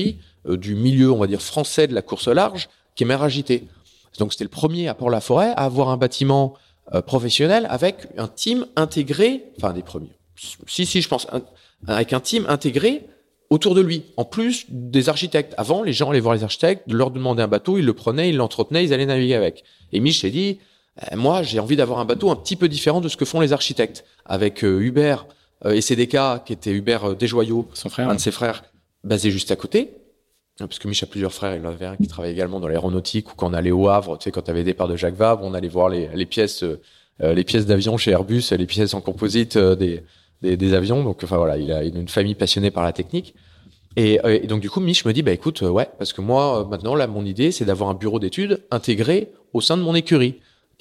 du milieu, on va dire, français de la course au large, qui est mer agitée. Donc, c'était le premier à Port-la-Forêt à avoir un bâtiment professionnel avec un team intégré, enfin, des premiers. Si, je pense, avec un team intégré autour de lui, en plus des architectes. Avant, les gens allaient voir les architectes, leur demandaient un bateau, ils le prenaient, ils l'entretenaient, ils allaient naviguer avec. Et Mich s'est dit, moi, j'ai envie d'avoir un bateau un petit peu différent de ce que font les architectes. Avec Hubert et CDK, qui était Hubert Desjoyaux, son frère, un de ses frères, basé juste à côté. Parce que Mich a plusieurs frères, il en avait un qui travaillait également dans l'aéronautique, ou quand on allait au Havre, tu sais, quand tu avais des départs de Jacques Vabre, on allait voir les pièces d'avion chez Airbus, les pièces en composite des avions. Donc, enfin voilà, il a une famille passionnée par la technique. Et donc du coup, Mich me dit, bah écoute, ouais, parce que moi maintenant là, mon idée, c'est d'avoir un bureau d'études intégré au sein de mon écurie,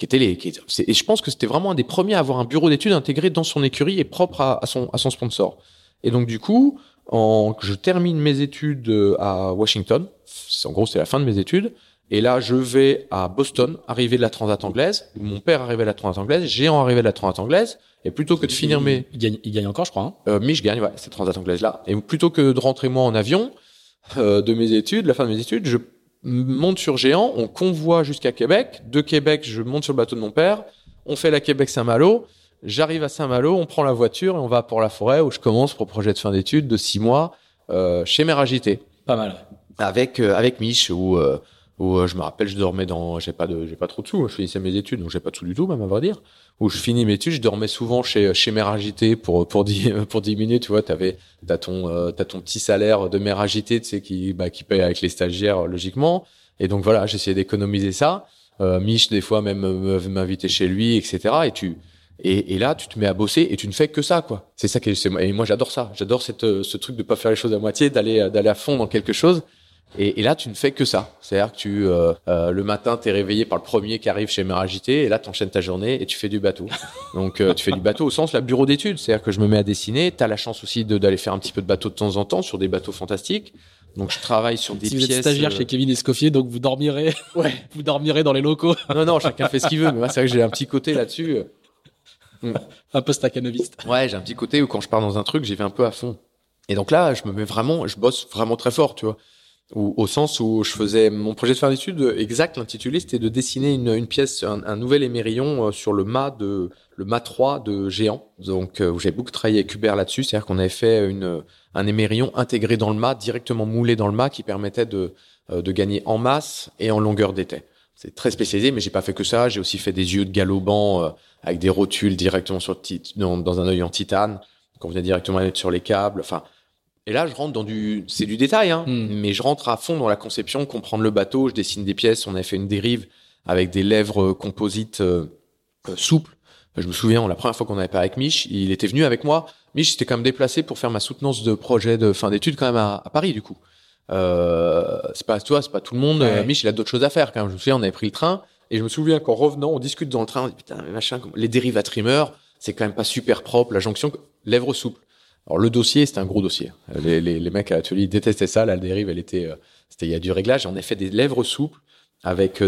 et je pense que c'était vraiment un des premiers à avoir un bureau d'études intégré dans son écurie et propre à son sponsor. Et donc du coup, je termine mes études à Washington. En gros, c'est la fin de mes études. Et là, je vais à Boston, arrivé de la Transat anglaise. Mon père arrivait de la Transat anglaise, Géant arrivé de la Transat anglaise. Et plutôt que de finir il gagne encore, je crois. Mich gagne, ouais, cette Transat anglaise là. Et plutôt que de rentrer moi en avion de mes études, la fin de mes études, je monte sur Géant, on convoie jusqu'à Québec. De Québec, je monte sur le bateau de mon père. On fait la Québec-Saint-Malo. J'arrive à Saint-Malo, on prend la voiture et on va à Port-la-Forêt où je commence pour projet de fin d'études de 6 mois chez Mer Agité. Pas mal. Avec Mich où je me rappelle, je dormais j'ai pas trop de sous, je finissais mes études, donc j'ai pas de sous du tout, même à vrai dire. Où je finis mes études, je dormais souvent chez Mer Agité pour 10 minutes, tu vois, t'as ton petit salaire de Mer Agité, tu sais, qui paye avec les stagiaires, logiquement. Et donc voilà, j'essayais d'économiser ça. Mich, des fois, même, m'invitait chez lui, etc. Et là, tu te mets à bosser et tu ne fais que ça, quoi. C'est ça et moi, j'adore ça. J'adore ce truc de pas faire les choses à moitié, d'aller à fond dans quelque chose. Et là, tu ne fais que ça. C'est-à-dire que le matin, t'es réveillé par le premier qui arrive chez Mer Agité, et là, t'enchaînes ta journée et tu fais du bateau. Donc, tu fais du bateau au sens bureau d'études. C'est-à-dire que je me mets à dessiner. T'as la chance aussi d'aller faire un petit peu de bateau de temps en temps sur des bateaux fantastiques. Donc, je travaille sur des pièces. Vous êtes stagiaire chez Kevin Escoffier, donc vous dormirez. Ouais. Vous dormirez dans les locaux. Non, chacun fait ce qu'il veut. Mais moi, c'est vrai que j'ai un petit côté là-dessus. Un peu staccanoviste. Ouais, j'ai un petit côté où quand je pars dans un truc, j'y vais un peu à fond. Et donc là, je bosse vraiment très fort, tu vois. Au sens où je faisais mon projet de fin d'études exact, l'intitulé, c'était de dessiner une pièce, un nouvel émerillon sur le mât 3 de Géant. Donc, où j'avais beaucoup travaillé avec Hubert là-dessus. C'est-à-dire qu'on avait fait un émerillon intégré dans le mât, directement moulé dans le mât, qui permettait de gagner en masse et en longueur d'étai. C'est très spécialisé, mais j'ai pas fait que ça. J'ai aussi fait des yeux de galopant avec des rotules directement dans un œil en titane, qu'on venait directement mettre sur les câbles. Enfin, et là, je rentre c'est du détail, hein, mais je rentre à fond dans la conception, comprendre le bateau. Je dessine des pièces. On avait fait une dérive avec des lèvres composites souples. Je me souviens, la première fois qu'on avait parlé avec Mich, il était venu avec moi. Mich s'était quand même déplacé pour faire ma soutenance de projet de fin d'études quand même à Paris, du coup. C'est pas tout le monde. Ouais. Mich, il a d'autres choses à faire quand même. Je me souviens, on avait pris le train et je me souviens qu'en revenant, on discute dans le train. On dit, putain, mais machin, les dérives à trimmer, c'est quand même pas super propre. La jonction, lèvres souples. Alors le dossier, c'était un gros dossier. Les mecs à l'atelier détestaient ça. La dérive, il y a du réglage. On a fait des lèvres souples avec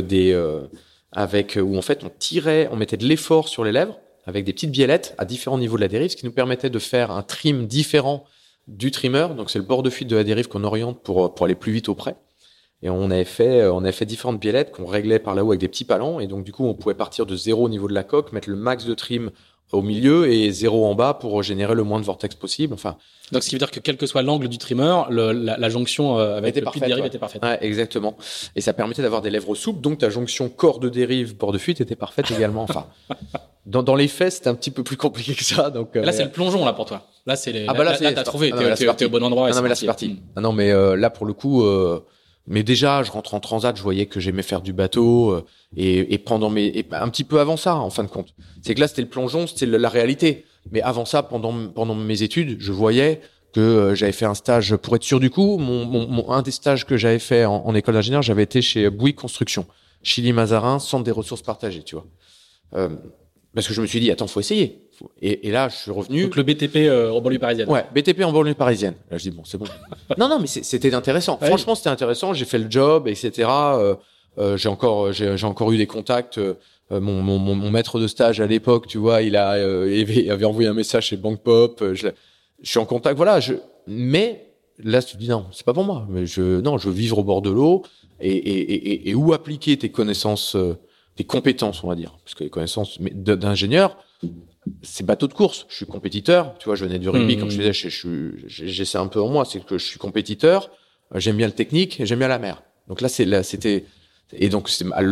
où en fait on mettait de l'effort sur les lèvres avec des petites biellettes à différents niveaux de la dérive, ce qui nous permettait de faire un trim différent du trimmer. Donc c'est le bord de fuite de la dérive qu'on oriente pour aller plus vite au près. Et on avait fait différentes biellettes qu'on réglait par là-haut avec des petits palans. Et donc du coup, on pouvait partir de 0 au niveau de la coque, mettre le max de trim au milieu et 0 en bas pour générer le moins de vortex possible. Enfin. Donc, ce qui veut dire que quel que soit l'angle du trimmer, la jonction avec le puits de dérive était parfaite. Ouais, exactement. Et ça permettait d'avoir des lèvres souples. Donc, ta jonction corps de dérive, bord de fuite était parfaite également. Enfin, dans les faits, c'était un petit peu plus compliqué que ça. Donc, là, c'est le plongeon, là, pour toi. Là, c'est là, t'as trouvé. T'es au bon endroit. Non, mais là, c'est parti. Ah non, mais là, pour le coup, mais déjà, je rentre en transat, je voyais que j'aimais faire du bateau, et un petit peu avant ça, en fin de compte. C'est que là, c'était le plongeon, c'était la réalité. Mais avant ça, pendant mes études, je voyais que j'avais fait un stage pour être sûr du coup. Un des stages que j'avais fait en école d'ingénieur, j'avais été chez Bouygues Construction, Chili Mazarin, centre des ressources partagées, tu vois. Parce que je me suis dit, attends, faut essayer. Et là, je suis revenu. Donc le BTP en banlieue parisienne. Ouais, BTP en banlieue parisienne. Là, je dis bon, c'est bon. non, mais c'était intéressant. Ouais. Franchement, c'était intéressant. J'ai fait le job, etc. J'ai encore eu des contacts. Mon maître de stage à l'époque, tu vois, il avait envoyé un message chez Bank Pop. Je suis en contact. Voilà. Mais là, tu te dis non, c'est pas pour moi. Mais je veux vivre au bord de l'eau et où appliquer tes connaissances, tes compétences, on va dire. Parce que les connaissances d'ingénieur, c'est bateau de course. Je suis compétiteur. Tu vois, je venais du rugby, comme je disais, j'ai ça un peu en moi. C'est que je suis compétiteur. J'aime bien le technique et j'aime bien la mer. Donc là, c'était, et donc,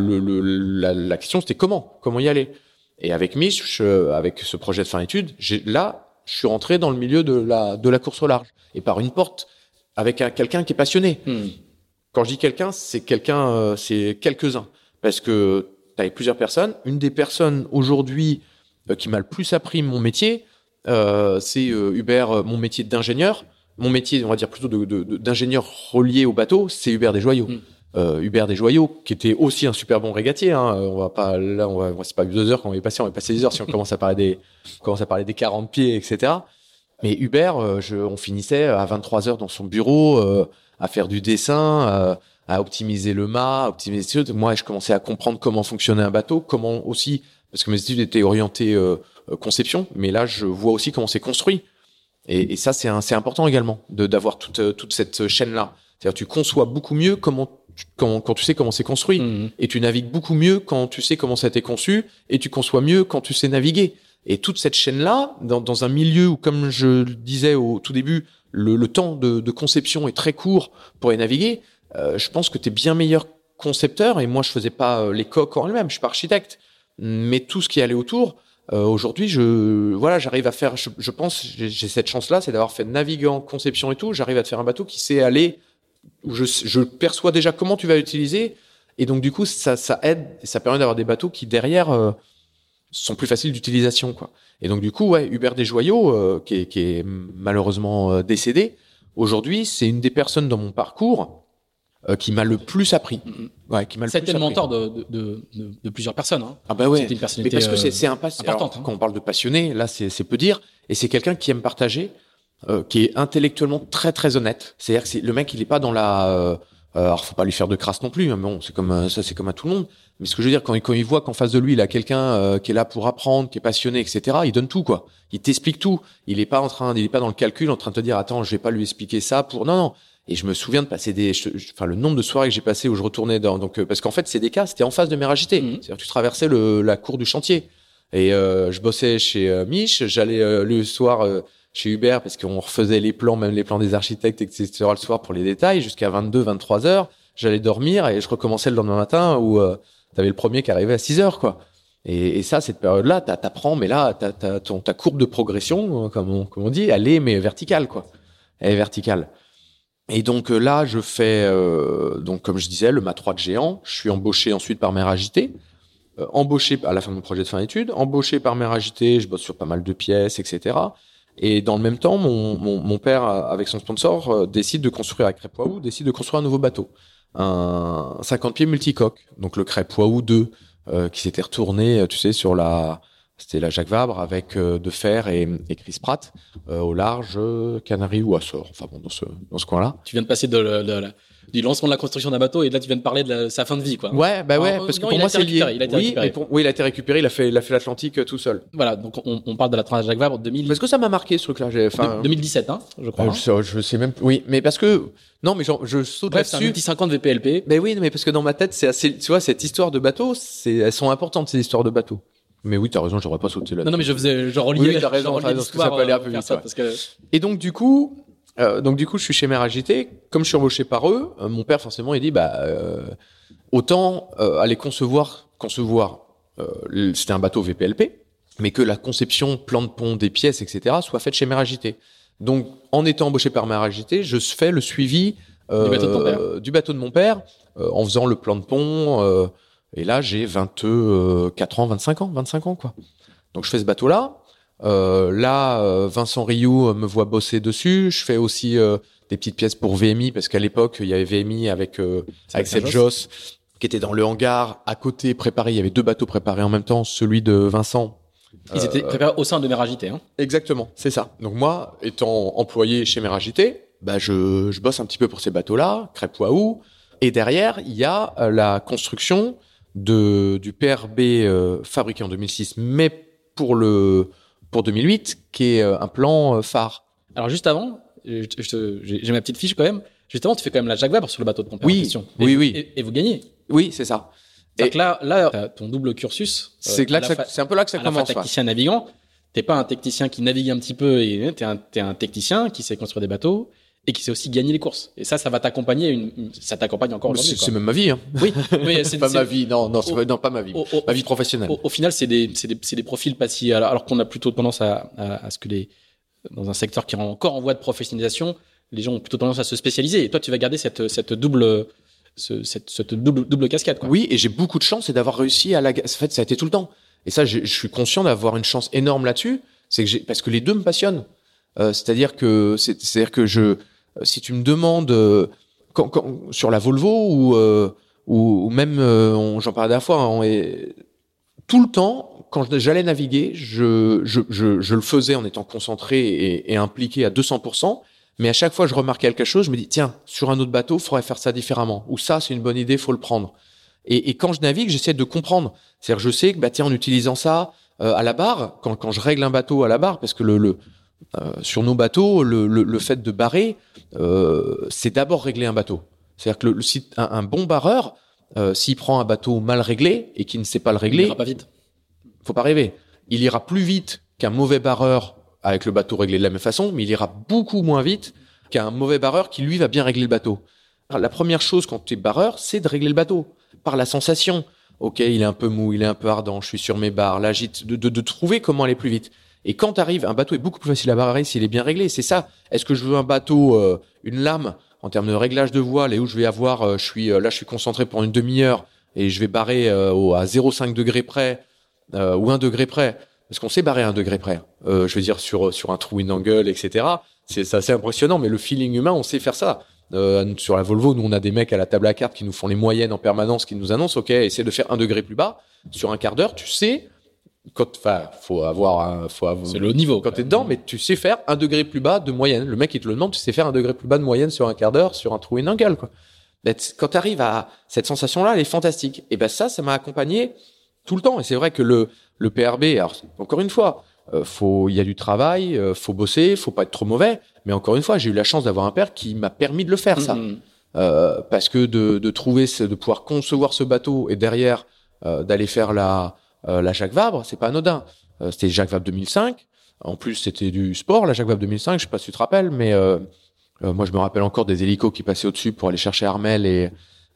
la question, c'était comment y aller? Et avec Mich, avec ce projet de fin d'études, je suis rentré dans le milieu de la course au large. Et par une porte, avec quelqu'un qui est passionné. Quand je dis quelqu'un, c'est quelques-uns. Parce que t'avais plusieurs personnes. Une des personnes aujourd'hui qui m'a le plus appris mon métier, c'est Hubert, mon métier d'ingénieur. Mon métier, on va dire plutôt d'ingénieur relié au bateau, c'est Hubert Desjoyaux. Hubert Desjoyaux, qui était aussi un super bon régatier. On va pas, là, c'est pas 2 heures qu'on va y passer, on va passer des heures si on commence à parler des 40 pieds, etc. Mais Hubert, on finissait à 23 heures dans son bureau, à faire du dessin, à optimiser le mât, à optimiser. Moi, je commençais à comprendre comment fonctionnait un bateau, comment aussi, parce que mes études étaient orientées conception, mais là, je vois aussi comment c'est construit. Et ça, c'est important également d'avoir toute cette chaîne-là. C'est-à-dire, tu conçois beaucoup mieux quand tu sais comment c'est construit, et tu navigues beaucoup mieux quand tu sais comment ça a été conçu, et tu conçois mieux quand tu sais naviguer. Et toute cette chaîne-là, dans un milieu où, comme je le disais au tout début, le temps de conception est très court pour y naviguer, je pense que tu es bien meilleur concepteur. Et moi, je faisais pas les coques en elles-mêmes, je suis pas architecte, mais tout ce qui allait autour. Aujourd'hui, j'arrive à faire. Je pense, j'ai cette chance-là, c'est d'avoir fait navigant, conception et tout. J'arrive à te faire un bateau qui sait aller où je perçois déjà comment tu vas l'utiliser, et donc du coup, ça aide et ça permet d'avoir des bateaux qui derrière sont plus faciles d'utilisation, quoi. Et donc du coup, ouais, Hubert Desjoyaux, qui est malheureusement décédé, aujourd'hui, c'est une des personnes dans mon parcours qui m'a le plus appris. Ouais, qui m'a le plus appris. C'était le mentor de plusieurs personnes. Hein. Ah bah ouais. C'était une personnalité mais parce que c'est important. Alors, quand on parle de passionné, là, c'est peu dire. Et c'est quelqu'un qui aime partager, qui est intellectuellement très très honnête. C'est-à-dire que le mec, il est pas dans la. Alors, faut pas lui faire de crasse non plus. Hein, mais bon, c'est comme ça, c'est comme à tout le monde. Mais ce que je veux dire, quand il voit qu'en face de lui, il a quelqu'un qui est là pour apprendre, qui est passionné, etc. Il donne tout, quoi. Il t'explique tout. Il est pas dans le calcul, en train de te dire, attends, je vais pas lui expliquer ça pour. Non. Et je me souviens de passer le nombre de soirées que j'ai passé où je retournais parce qu'en fait, c'est c'était en face de Méragité. C'est-à-dire que tu traversais la cour du chantier. Et je bossais chez Mich, j'allais le soir chez Hubert parce qu'on refaisait les plans, même les plans des architectes, etc. le soir pour les détails, jusqu'à 22, 23 heures. J'allais dormir et je recommençais le lendemain matin où t'avais le premier qui arrivait à 6 heures, quoi. Et ça, cette période-là, t'apprends, mais là, ta courbe de progression, comme on dit, elle est mais verticale, quoi. Elle est verticale. Et donc là, je fais, donc comme je disais, le mât 3 de géant. Je suis embauché ensuite par Méragité. Embauché à la fin de mon projet de fin d'études. Embauché par Méragité, je bosse sur pas mal de pièces, etc. Et dans le même temps, mon père, avec son sponsor, décide de construire un nouveau bateau. Un 50 pieds multicoque. Donc le Crêpe Waouh 2, qui s'était retourné, tu sais, c'était la Jacques Vabre avec de fer et Chris Pratt au large, Canaries ou Açores. Enfin bon, dans ce coin-là. Tu viens de passer du lancement de la construction d'un bateau et là tu viens de parler de sa fin de vie, quoi. Ouais, bah ouais, parce que pour moi c'est lié. Il a été récupéré. Il a été récupéré. Il a fait l'Atlantique tout seul. Voilà, donc on parle de la tranche Jacques Vabre 2000. Parce que ça m'a marqué ce truc-là. 2017, hein, je crois. Je sais même. Oui, mais parce que non, mais je saute Bref, là-dessus. C'est un petit 50 VPLP. Mais oui, mais parce que dans ma tête c'est assez. Tu vois, cette histoire de bateau, elles sont importantes ces histoires de bateau. Mais oui, t'as raison, j'aurais pas sauté là. Non, mais je reliais. Oui, t'as raison, parce que ça peut aller un peu vite. Parce que... Et donc du coup, je suis chez Méragité. Comme je suis embauché par eux, mon père forcément il dit autant aller concevoir. C'était un bateau VPLP, mais que la conception, plan de pont, des pièces, etc. soit faite chez Méragité. Donc en étant embauché par Méragité, je fais le suivi du bateau de mon père, en faisant le plan de pont. Et là, j'ai 24 ans, 25 ans, quoi. Donc, je fais ce bateau-là. Vincent Rioux me voit bosser dessus. Je fais aussi des petites pièces pour VMI, parce qu'à l'époque, il y avait VMI avec Seb Joss, qui était dans le hangar à côté préparé. Il y avait 2 bateaux préparés en même temps, celui de Vincent. Ils étaient préparés au sein de Méragité, hein. Exactement, c'est ça. Donc moi, étant employé chez Méragité, je bosse un petit peu pour ces bateaux-là, Crêpe Waouh. Et derrière, il y a la construction du PRB fabriqué en 2006, mais pour 2008, qui est un plan phare. Alors juste avant, j'ai ma petite fiche quand même. Justement, tu fais quand même la Jacques Vabre sur le bateau de ton père en question. Oui. Et vous gagnez. Oui, c'est ça. Et là, t'as ton double cursus. C'est un peu là que ça commence. Technicien navigant. T'es pas un technicien qui navigue un petit peu, et t'es un technicien qui sait construire des bateaux et qui sait aussi gagner les courses. Et ça va t'accompagner. Ça t'accompagne encore aujourd'hui. C'est même ma vie. Hein. Oui, c'est pas ma vie. Non, pas ma vie. Ma vie professionnelle. Au final, c'est des profils pas si. Alors qu'on a plutôt tendance à ce que dans un secteur qui est encore en voie de professionnalisation, les gens ont plutôt tendance à se spécialiser. Et toi, tu vas garder cette double casquette, quoi. Oui, et j'ai beaucoup de chance et d'avoir réussi en fait, ça a été tout le temps. Et ça, je suis conscient d'avoir une chance énorme là-dessus. Parce que les deux me passionnent. C'est-à-dire que si tu me demandes quand sur la Volvo ou même j'en parlais la dernière fois, tout le temps quand j'allais naviguer, je le faisais en étant concentré et impliqué à 200%. Mais à chaque fois, je remarquais quelque chose, je me dis tiens, sur un autre bateau, faudrait faire ça différemment. Ou ça, c'est une bonne idée, faut le prendre. Et quand je navigue, j'essaie de comprendre. C'est-à-dire, je sais que en utilisant ça à la barre, quand je règle un bateau à la barre, parce que sur nos bateaux, le fait de barrer, c'est d'abord régler un bateau. C'est-à-dire que un bon barreur, s'il prend un bateau mal réglé et qui ne sait pas le régler, il ira pas vite. Faut pas rêver. Il ira plus vite qu'un mauvais barreur avec le bateau réglé de la même façon, mais il ira beaucoup moins vite qu'un mauvais barreur qui, lui, va bien régler le bateau. Alors, la première chose quand tu es barreur, c'est de régler le bateau par la sensation. Ok, il est un peu mou, il est un peu ardent, je suis sur mes barres, l'agite, de trouver comment aller plus vite. Et quand t'arrives, un bateau est beaucoup plus facile à barrer s'il est bien réglé. C'est ça. Est-ce que je veux un bateau, une lame, en termes de réglage de voile, et où je vais avoir, je suis concentré pour une demi-heure, et je vais barrer à 0,5 degrés près, ou 1 degré près. Parce qu'on sait barrer à 1 degré près. Je veux dire, sur un trou in angle, etc. C'est assez impressionnant, mais le feeling humain, on sait faire ça. Sur la Volvo, nous, on a des mecs à la table à cartes qui nous font les moyennes en permanence, qui nous annoncent, OK, essaie de faire 1 degré plus bas. Sur un quart d'heure, tu sais, faut avoir c'est le haut niveau. Quand t'es dedans, mais tu sais faire 1 degré plus bas de moyenne. Le mec, il te le demande, tu sais faire 1 degré plus bas de moyenne sur un quart d'heure, sur un trou in angle, quoi. Quand t'arrives à cette sensation-là, elle est fantastique. Et ça m'a accompagné tout le temps. Et c'est vrai que le PRB, alors, encore une fois, il y a du travail, faut bosser, faut pas être trop mauvais. Mais encore une fois, j'ai eu la chance d'avoir un père qui m'a permis de le faire, ça. Parce que de pouvoir concevoir ce bateau et derrière, d'aller faire la Jacques Vabre, c'est pas anodin. C'était Jacques Vabre 2005. En plus, c'était du sport, la Jacques Vabre 2005. Je sais pas si tu te rappelles, mais moi, je me rappelle encore des hélicos qui passaient au-dessus pour aller chercher Armel et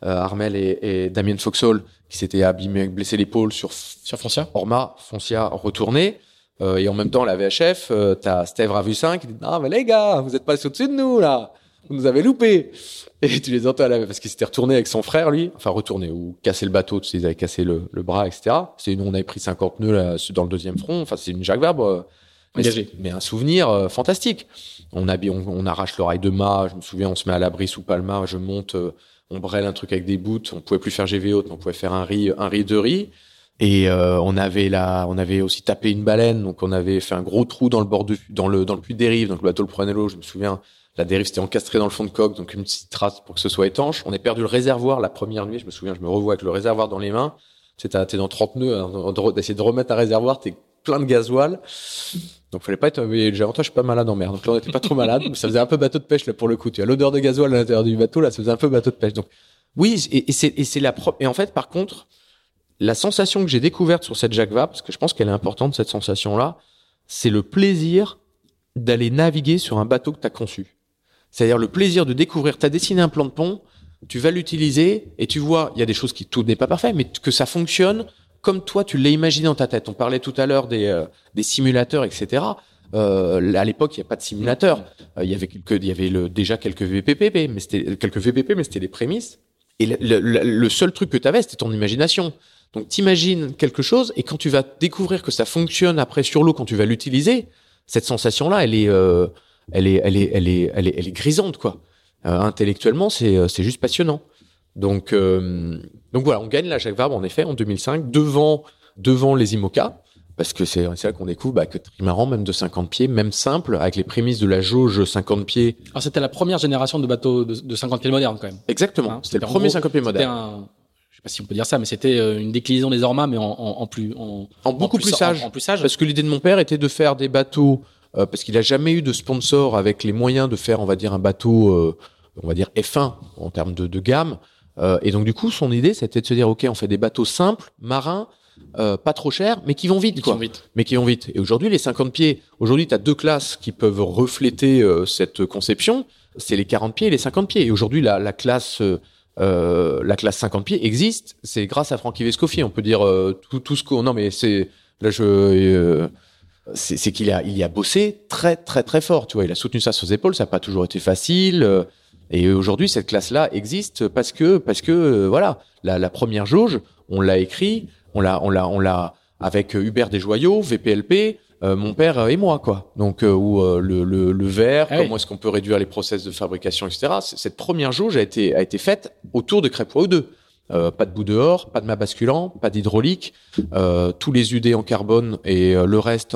Damien Foxhall qui s'était blessé l'épaule sur Foncia. Orma, Foncia retourné. Et en même temps, la VHF, t'as Steve Ravussin qui dit « Ah, mais les gars, vous êtes passés au-dessus de nous, là. Vous nous avez loupé. » Et tu les entends parce qu'il s'était retourné avec son frère, lui. Enfin, retourné ou cassé le bateau, tu sais, ils avaient cassé le bras, etc. Nous, on avait pris 50 nœuds là, dans le deuxième front. Enfin, c'est une Jacques Vabre. Mais un souvenir fantastique. On arrache l'oreille de mât. Je me souviens, on se met à l'abri sous Palma. Je monte, on brêle un truc avec des bouts. On pouvait plus faire GVO, mais on pouvait faire un riz, deux riz. Et on avait aussi tapé une baleine, donc on avait fait un gros trou dans le puits de dérive, donc le bateau le prenait l'eau. Je me souviens, la dérive c'était encastré dans le fond de coque, donc une petite trace pour que ce soit étanche. On a perdu le réservoir la première nuit. Je me souviens, je me revois avec le réservoir dans les mains. T'es dans 30 nœuds, d'essayer de remettre un réservoir, t'es plein de gasoil. Donc fallait pas être. J'ai avantage, je suis pas malade en mer, donc là on était pas trop malade. Ça faisait un peu bateau de pêche là pour le coup. Tu as l'odeur de gasoil à l'intérieur du bateau, là ça faisait un peu bateau de pêche. Donc oui, et en fait par contre. La sensation que j'ai découverte sur cette Jacques Vabre, parce que je pense qu'elle est importante, cette sensation-là, c'est le plaisir d'aller naviguer sur un bateau que tu as conçu. C'est-à-dire le plaisir de découvrir, tu as dessiné un plan de pont, tu vas l'utiliser et tu vois, il y a des choses qui tout n'est pas parfait, mais que ça fonctionne comme toi tu l'as imaginé dans ta tête. On parlait tout à l'heure des simulateurs, etc. À l'époque, il n'y a pas de simulateur. Il y avait déjà quelques VPP, mais c'était les prémices. Et le seul truc que tu avais, c'était ton imagination. Donc, t'imagines quelque chose, et quand tu vas découvrir que ça fonctionne après sur l'eau, quand tu vas l'utiliser, cette sensation-là, elle est grisante, quoi. Intellectuellement, c'est juste passionnant. Donc voilà, on gagne la Jacques Vabre, en effet, en 2005, devant les IMOCA, parce que c'est là qu'on découvre que trimaran, même de 50 pieds, même simple, avec les prémices de la jauge 50 pieds. Alors, c'était la première génération de bateaux de 50 pieds modernes, quand même. Exactement. C'était le premier 50 pieds moderne. Je sais pas si on peut dire ça, mais c'était une déclinaison des Orma, mais en beaucoup plus sage. En plus sage. Parce que l'idée de mon père était de faire des bateaux parce qu'il a jamais eu de sponsor avec les moyens de faire, on va dire, un bateau, on va dire F1 en termes de gamme. Et donc du coup, son idée, c'était de se dire, ok, on fait des bateaux simples, marins, pas trop chers, mais qui vont vite, quoi. Mais qui vont vite. Et aujourd'hui, les 50 pieds, aujourd'hui, tu as 2 classes qui peuvent refléter cette conception. C'est les 40 pieds et les 50 pieds. Et aujourd'hui, la classe 50 pieds existe. C'est grâce à Francky Vescofi. On peut dire tout ce qu'on. Non, mais c'est là, c'est qu'il y a bossé très très très fort. Tu vois, il a soutenu ça sur ses épaules. Ça n'a pas toujours été facile. Et aujourd'hui, cette classe-là existe parce que voilà, la première jauge, on l'a écrit, on l'a avec Hubert Desjoyaux, VPLP, mon père et moi, quoi. Donc le verre, comment est-ce qu'on peut réduire les process de fabrication, etc. Cette première jauge a été faite autour de Crêpois 2. Pas de bout dehors, pas de mât basculant, pas d'hydraulique, tous les UD en carbone et le reste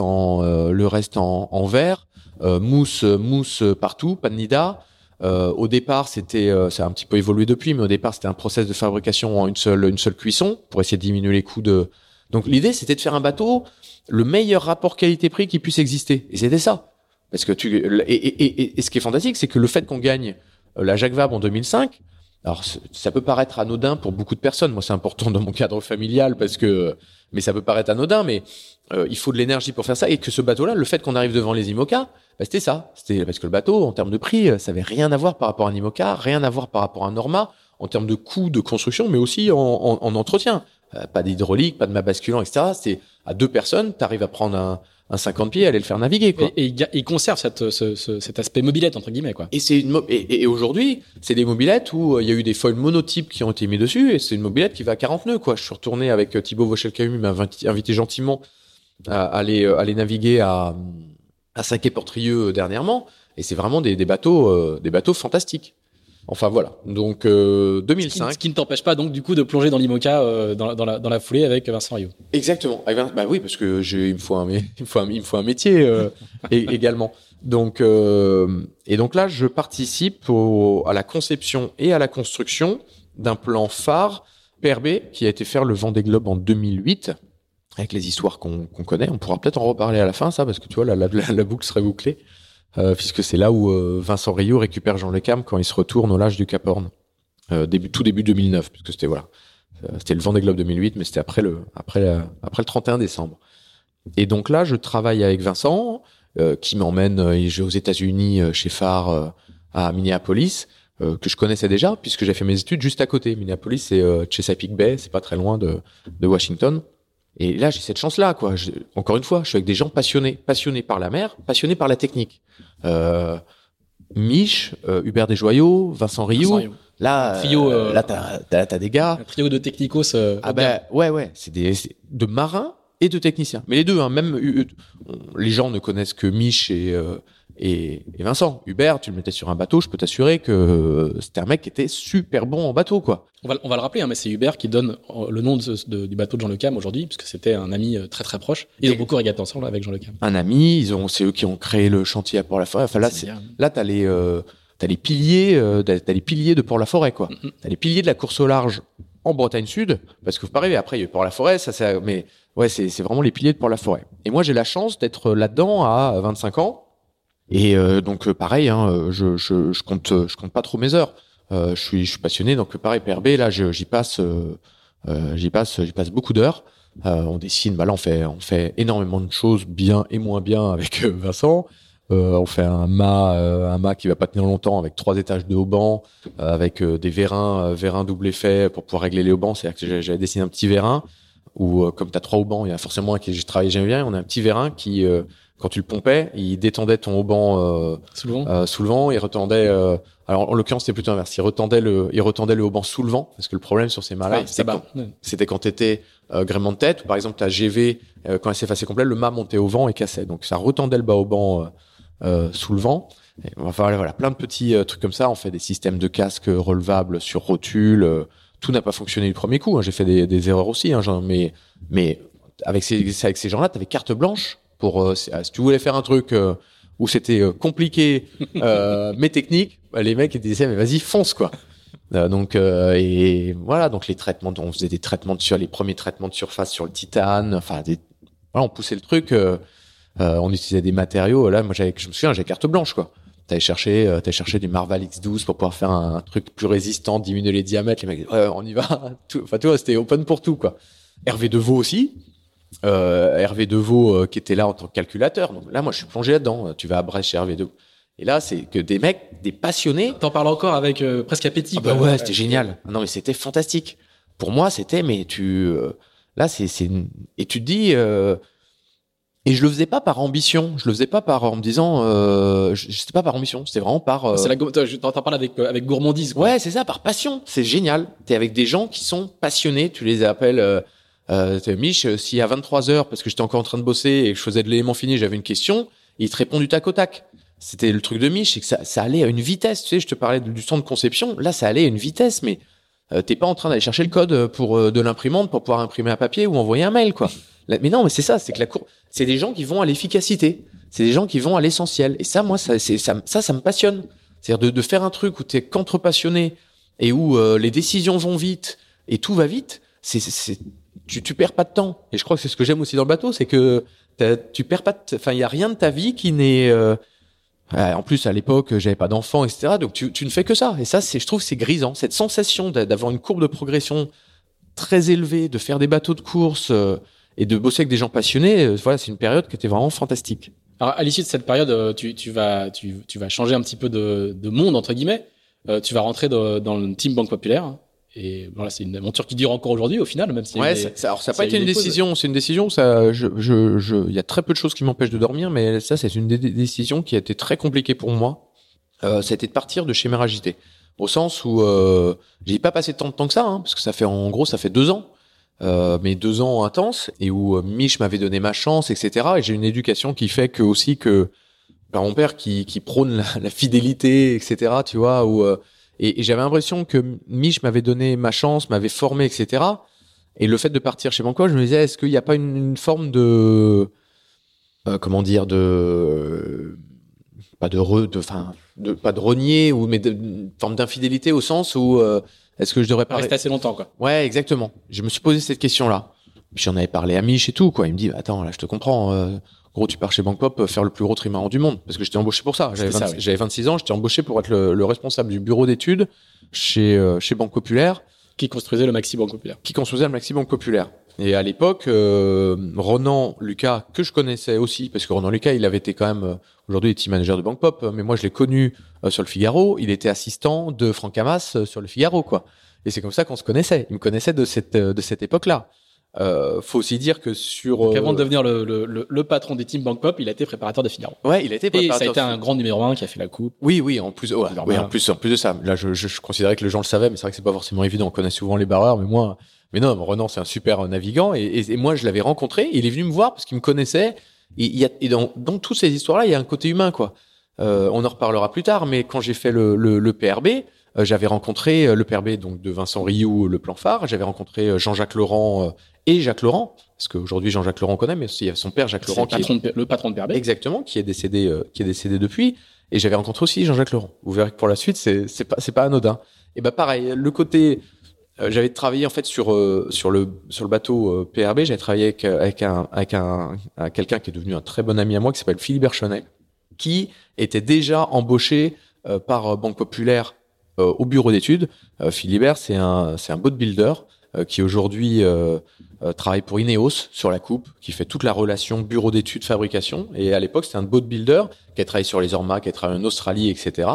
en verre, mousse partout, pas de nida. Au départ, ça a un petit peu évolué depuis, mais au départ, c'était un process de fabrication en une seule cuisson pour essayer de diminuer les coûts de. Donc l'idée, c'était de faire un bateau le meilleur rapport qualité-prix qui puisse exister, et c'était ça. Parce que et ce qui est fantastique, c'est que le fait qu'on gagne la Jacques Vabre en 2005, alors ça peut paraître anodin pour beaucoup de personnes. Moi, c'est important dans mon cadre familial mais ça peut paraître anodin, mais il faut de l'énergie pour faire ça. Et que ce bateau-là, le fait qu'on arrive devant les IMOCA, c'était ça. C'était parce que le bateau, en termes de prix, ça avait rien à voir par rapport à un IMOCA, rien à voir par rapport à un Norma, en termes de coût de construction, mais aussi en entretien. Pas d'hydraulique, pas de mât basculant, etc. C'est à 2 personnes, t'arrives à prendre un 50 pieds, aller le faire naviguer, quoi. Et il conserve cet aspect mobilette, entre guillemets, quoi. Et aujourd'hui, c'est des mobilettes où il y a eu des foils monotypes qui ont été mis dessus, et c'est une mobilette qui va à 40 nœuds, quoi. Je suis retourné avec Thibaut Vauchel-Camus, m'a invité gentiment à aller naviguer à Saint-Quay-Portrieux dernièrement, et c'est vraiment des bateaux fantastiques. Enfin voilà, donc 2005. Ce qui ne t'empêche pas donc du coup de plonger dans l'IMOCA dans la foulée avec Vincent Rioux. Exactement. Bah oui, parce que il me faut un métier également. Donc et donc là, je participe à la conception et à la construction d'un plan phare PRB qui a été faire le Vendée Globe en 2008 avec les histoires qu'on connaît. On pourra peut-être en reparler à la fin, ça, parce que tu vois la boucle serait bouclée. Puisque c'est là où Vincent Rioux récupère Jean Le Cam quand il se retourne au large du Cap Horn, tout début 2009, puisque c'était le Vendée Globe 2008, mais c'était après le 31 décembre. Et donc là, je travaille avec Vincent, qui m'emmène aux États-Unis chez Phare à Minneapolis, que je connaissais déjà puisque j'ai fait mes études juste à côté. Minneapolis, c'est Chesapeake Bay, c'est pas très loin de Washington. Et là, j'ai cette chance-là, quoi. Encore une fois, je suis avec des gens passionnés par la mer, passionnés par la technique. Mich, Hubert Desjoyaux, Vincent Rioux. Là, t'as des gars. Un trio de technicos. Ouais. C'est de marins et de techniciens. Mais les deux, hein, même les gens ne connaissent que Mich et Vincent. Hubert, tu le mettais sur un bateau, je peux t'assurer que c'était un mec qui était super bon en bateau, quoi. On va le rappeler, hein, mais c'est Hubert qui donne le nom du bateau de Jean Le Cam aujourd'hui, puisque c'était un ami très très proche. Ils ont beaucoup régaté ensemble avec Jean Le Cam. Un ami, c'est eux qui ont créé le chantier à Port-la-Forêt. Enfin là, t'as les piliers de Port-la-Forêt, quoi. Mm-hmm. T'as les piliers de la course au large en Bretagne Sud, parce que faut pas rêver. Après, il y a Port-la-Forêt, mais ouais, c'est vraiment les piliers de Port-la-Forêt. Et moi, j'ai la chance d'être là-dedans à 25 ans. Et donc pareil, hein, je compte pas trop mes heures. Je suis passionné, donc pareil, PRB, là j'y passe beaucoup d'heures. On dessine, là on fait énormément de choses bien et moins bien avec Vincent. On fait un mât qui va pas tenir longtemps avec 3 étages de haubans, avec des vérins double effet pour pouvoir régler les haubans. C'est-à-dire que j'avais dessiné un petit vérin où comme t'as 3 haubans, il y a forcément un qui j'ai travaillé jamais bien. On a un petit vérin qui quand tu le pompais, il détendait ton hauban sous le vent, il retendait. Alors en l'occurrence, c'était plutôt inverse. Il retendait le hauban sous le vent, parce que le problème sur ces mâts-là, c'était quand t'étais gréement de tête, ou par exemple ta GV quand elle s'effaçait complète, le mât montait au vent et cassait. Donc ça retendait le bas hauban sous le vent. Et, enfin voilà, plein de petits trucs comme ça. On fait des systèmes de casque relevables sur rotule. Tout n'a pas fonctionné du premier coup. Hein. J'ai fait des erreurs aussi, hein, mais avec ces gens-là, t'avais carte blanche. Pour si tu voulais faire un truc où c'était compliqué mais technique, les mecs ils disaient mais vas-y fonce, quoi. Et voilà, donc les traitements, on faisait des traitements les premiers traitements de surface sur le titane, enfin voilà, on poussait le truc On utilisait des matériaux. Là, moi, je me souviens, j'avais carte blanche, quoi. T'allais chercher du Marval X12 pour pouvoir faire un truc plus résistant, diminuer les diamètres. Les mecs, on y va. Enfin, tu vois, c'était open pour tout, quoi. Hervé Deveau aussi. Hervé Deveau qui était là en tant que calculateur. Donc là, moi, je suis plongé là-dedans. Tu vas à Brest chez Hervé Deveau. Et là, c'est que des mecs, des passionnés. T'en parles encore avec presque appétit. Ah bah ouais, c'était génial. Non, mais c'était fantastique. Pour moi, c'était, mais là, et tu te dis, et je le faisais pas par ambition. Je le faisais pas en me disant, c'était pas par ambition. C'était vraiment par. T'en parles avec gourmandise, quoi. Ouais, c'est ça, par passion. C'est génial. T'es avec des gens qui sont passionnés. Tu les appelles, Mich, si à 23h, parce que j'étais encore en train de bosser et que je faisais de l'élément fini, j'avais une question, il te répond du tac au tac. C'était le truc de Mich, c'est que ça allait à une vitesse. Tu sais, je te parlais du temps de conception. Là, ça allait à une vitesse, mais t'es pas en train d'aller chercher le code pour de l'imprimante pour pouvoir imprimer un papier ou envoyer un mail, quoi. Mais non, mais c'est ça, c'est que c'est des gens qui vont à l'efficacité. C'est des gens qui vont à l'essentiel. Et ça, moi, ça me passionne. C'est-à-dire de faire un truc où t'es qu'entre-passionné et où les décisions vont vite et tout va vite. Tu perds pas de temps. Et je crois que c'est ce que j'aime aussi dans le bateau, c'est que tu perds pas enfin, il y a rien de ta vie qui n'est, en plus, à l'époque, j'avais pas d'enfants, etc. Donc, tu ne fais que ça. Et ça, je trouve, c'est grisant. Cette sensation d'avoir une courbe de progression très élevée, de faire des bateaux de course et de bosser avec des gens passionnés. Voilà, c'est une période qui était vraiment fantastique. Alors, à l'issue de cette période, tu vas changer un petit peu de monde, entre guillemets. Tu vas rentrer dans le team Banque Populaire. Et voilà, c'est une aventure qui dure encore aujourd'hui, au final, même si. Ouais, alors ça n'a pas été une décision. C'est une décision. Ça, il y a très peu de choses qui m'empêchent de dormir, mais ça, c'est une décision qui a été très compliquée pour moi. Ça a été de partir de chez Mer Agité, au sens où j'ai pas passé tant de temps que ça, hein, parce que ça fait 2 ans, mais 2 ans intenses, et où Mich m'avait donné ma chance, etc. Et j'ai une éducation qui fait que aussi que mon père qui prône la fidélité, etc. Tu vois, où et j'avais l'impression que Mich m'avait donné ma chance, m'avait formé, etc. Et le fait de partir chez Banco, je me disais, est-ce qu'il n'y a pas une forme de, comment dire, pas de renier, mais une forme d'infidélité au sens où, est-ce que je devrais pas rester assez longtemps, quoi. Ouais, exactement. Je me suis posé cette question-là. Puis j'en avais parlé à Mich et tout, quoi. Il me dit, attends, là, je te comprends. Gros, tu pars chez Banque Pop faire le plus gros trimaran du monde. Parce que j'étais embauché pour ça. J'avais 26 ans, j'étais embauché pour être le responsable du bureau d'études chez Banque Populaire. Qui construisait le Maxi Banque Populaire. Et à l'époque, Ronan Lucas, que je connaissais aussi, parce que Ronan Lucas, il avait été quand même, aujourd'hui, il est team manager de Banque Pop, mais moi, je l'ai connu sur le Figaro. Il était assistant de Franck Hamas sur le Figaro, quoi. Et c'est comme ça qu'on se connaissait. Il me connaissait de cette époque-là. Faut aussi dire que Donc avant de devenir le patron des teams Banque Pop, il a été préparateur de Figaro. Ouais, il a été préparateur. Et ça a été un grand numéro 1 qui a fait la coupe. Oui, en plus, en plus de ça. Là, je considérais que les gens le savaient, mais c'est vrai que c'est pas forcément évident. On connaît souvent les barreurs, mais non, Renan, c'est un super navigant, et moi, je l'avais rencontré, il est venu me voir parce qu'il me connaissait, et dans toutes ces histoires-là, il y a un côté humain, quoi. On en reparlera plus tard, mais quand j'ai fait le PRB, j'avais rencontré le PRB, donc de Vincent Rioux, le plan phare. J'avais rencontré Jean-Jacques Laurent et Jacques Laurent, parce qu'aujourd'hui Jean-Jacques Laurent connaît, mais aussi il y a son père Jacques Laurent, le patron de PRB. Exactement, qui est décédé depuis. Et j'avais rencontré aussi Jean-Jacques Laurent. Vous verrez que pour la suite, c'est pas anodin. Et bah pareil, le côté, j'avais travaillé en fait sur le bateau PRB. J'avais travaillé avec quelqu'un qui est devenu un très bon ami à moi, qui s'appelle Philibert Chenet, qui était déjà embauché par Banque Populaire au bureau d'études. Philibert, c'est un boat builder qui aujourd'hui travaille pour Ineos sur la coupe, qui fait toute la relation bureau d'études fabrication. Et à l'époque, c'était un boat builder qui a travaillé sur les Orma, qui a travaillé en Australie, etc.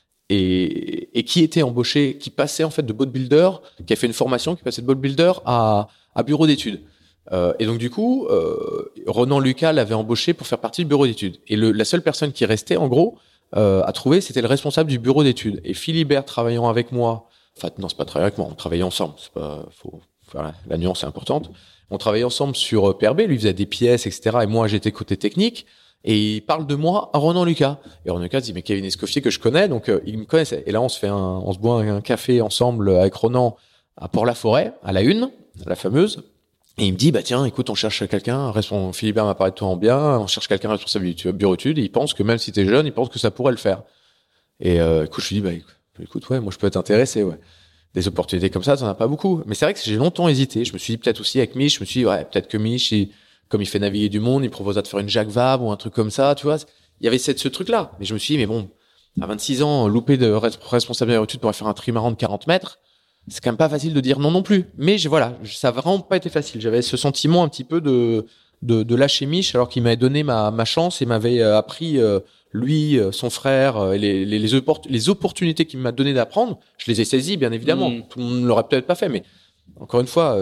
Et qui était embauché, qui passait en fait de boat builder, qui a fait une formation, qui passait de boat builder à bureau d'études. Et donc du coup, Ronan Lucas l'avait embauché pour faire partie du bureau d'études. Et la seule personne qui restait, en gros, à trouver, c'était le responsable du bureau d'études. Et Philibert travaillant avec moi, enfin non, c'est pas travailler avec moi, on travaillait ensemble. C'est pas, la nuance est importante. On travaillait ensemble sur PRB, lui faisait des pièces, etc. Et moi, j'étais côté technique. Et il parle de moi à Ronan Lucas. Et Ronan Lucas dit, mais Kevin Escoffier que je connais, donc il me connaissait. Et là, on se boit un café ensemble avec Ronan à Port-la-Forêt, à la Une, la fameuse. Et il me dit, bah tiens, écoute, on cherche quelqu'un, Philibert m'a parlé de toi en bien, on cherche quelqu'un responsable du bureau d'études, et il pense que même si t'es jeune, il pense que ça pourrait le faire. Et écoute, je lui dis, bah écoute, ouais, moi je peux être intéressé, ouais. Des opportunités comme ça, t'en as pas beaucoup. Mais c'est vrai que j'ai longtemps hésité. Je me suis dit peut-être aussi avec Mich, je me suis dit, ouais, peut-être que Mich, comme il fait naviguer du monde, il proposa de faire une Jacques Vabre ou un truc comme ça, tu vois. Il y avait ce truc-là. Mais je me suis dit, mais bon, à 26 ans, louper de responsable d'aérotude pour faire un trimaran de 40 mètres, c'est quand même pas facile de dire non plus. Mais ça a vraiment pas été facile. J'avais ce sentiment un petit peu de lâcher miche, alors qu'il m'avait donné ma chance et m'avait appris, lui, son frère, les opportunités qu'il m'a donné d'apprendre. Je les ai saisies, bien évidemment. Tout le monde ne l'aurait peut-être pas fait, mais encore une fois,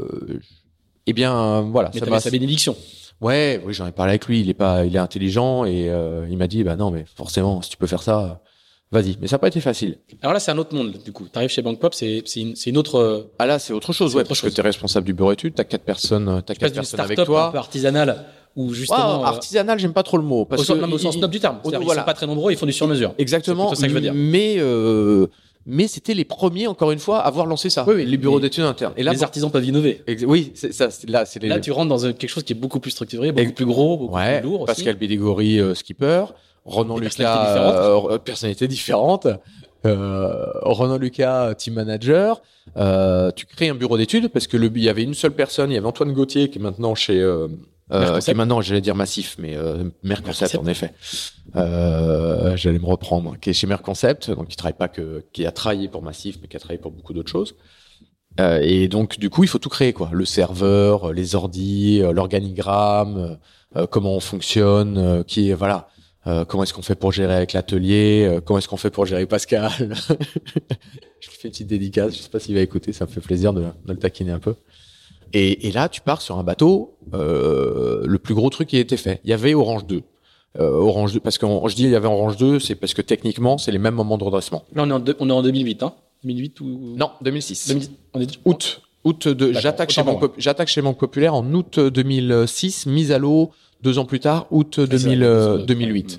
eh bien, voilà. Mais t'avais sa bénédiction. Ouais, oui, j'en ai parlé avec lui. Il est intelligent et il m'a dit, bah non, mais forcément, si tu peux faire ça, vas-y. Mais ça n'a pas été facile. Alors là, c'est un autre monde, du coup. T'arrives chez BankPop, c'est une autre. Ah là, c'est autre chose, ouais, parce que t'es responsable du bureau études, t'as 4 personnes avec toi. Un peu artisanale. Ou justement. Artisanal, j'aime pas trop le mot. Parce au sens noble du terme. Ils sont pas très nombreux, ils font du sur-mesure. Exactement. C'est ça que je veux dire. Mais c'était les premiers, encore une fois, à avoir lancé ça. Oui, les bureaux d'études internes. Et là, les artisans peuvent innover. Oui, c'est ça. Là, tu rentres dans quelque chose qui est beaucoup plus structuré, beaucoup plus gros, beaucoup plus lourd aussi. Pascal Bédégory, skipper. Ronan Lucas, personnalité différente. Ronan Lucas, team manager. Tu crées un bureau d'études parce que il y avait une seule personne. Il y avait Antoine Gauthier qui est maintenant chez qui est maintenant, j'allais dire Massif, mais Merconcept en effet. J'allais me reprendre, qui est chez Merconcept, donc qui a travaillé pour Massif, mais qui a travaillé pour beaucoup d'autres choses. Et donc du coup, il faut tout créer, quoi. Le serveur, les ordis, l'organigramme, comment on fonctionne, comment est-ce qu'on fait pour gérer avec l'atelier, comment est-ce qu'on fait pour gérer Pascal. Je lui fais une petite dédicace, je sais pas s'il va écouter, ça me fait plaisir de le taquiner un peu. Et là, tu pars sur un bateau, le plus gros truc qui a été fait. Il y avait Orange 2. Orange 2, parce que je dis il y avait Orange 2, c'est parce que techniquement, c'est les mêmes moments de redressement. Là, on est en 2008, hein. 2008 ou... Non, 2006. On est... Août j'attaque chez Banque Populaire en août 2006, mise à l'eau 2 ans plus tard, août 2008.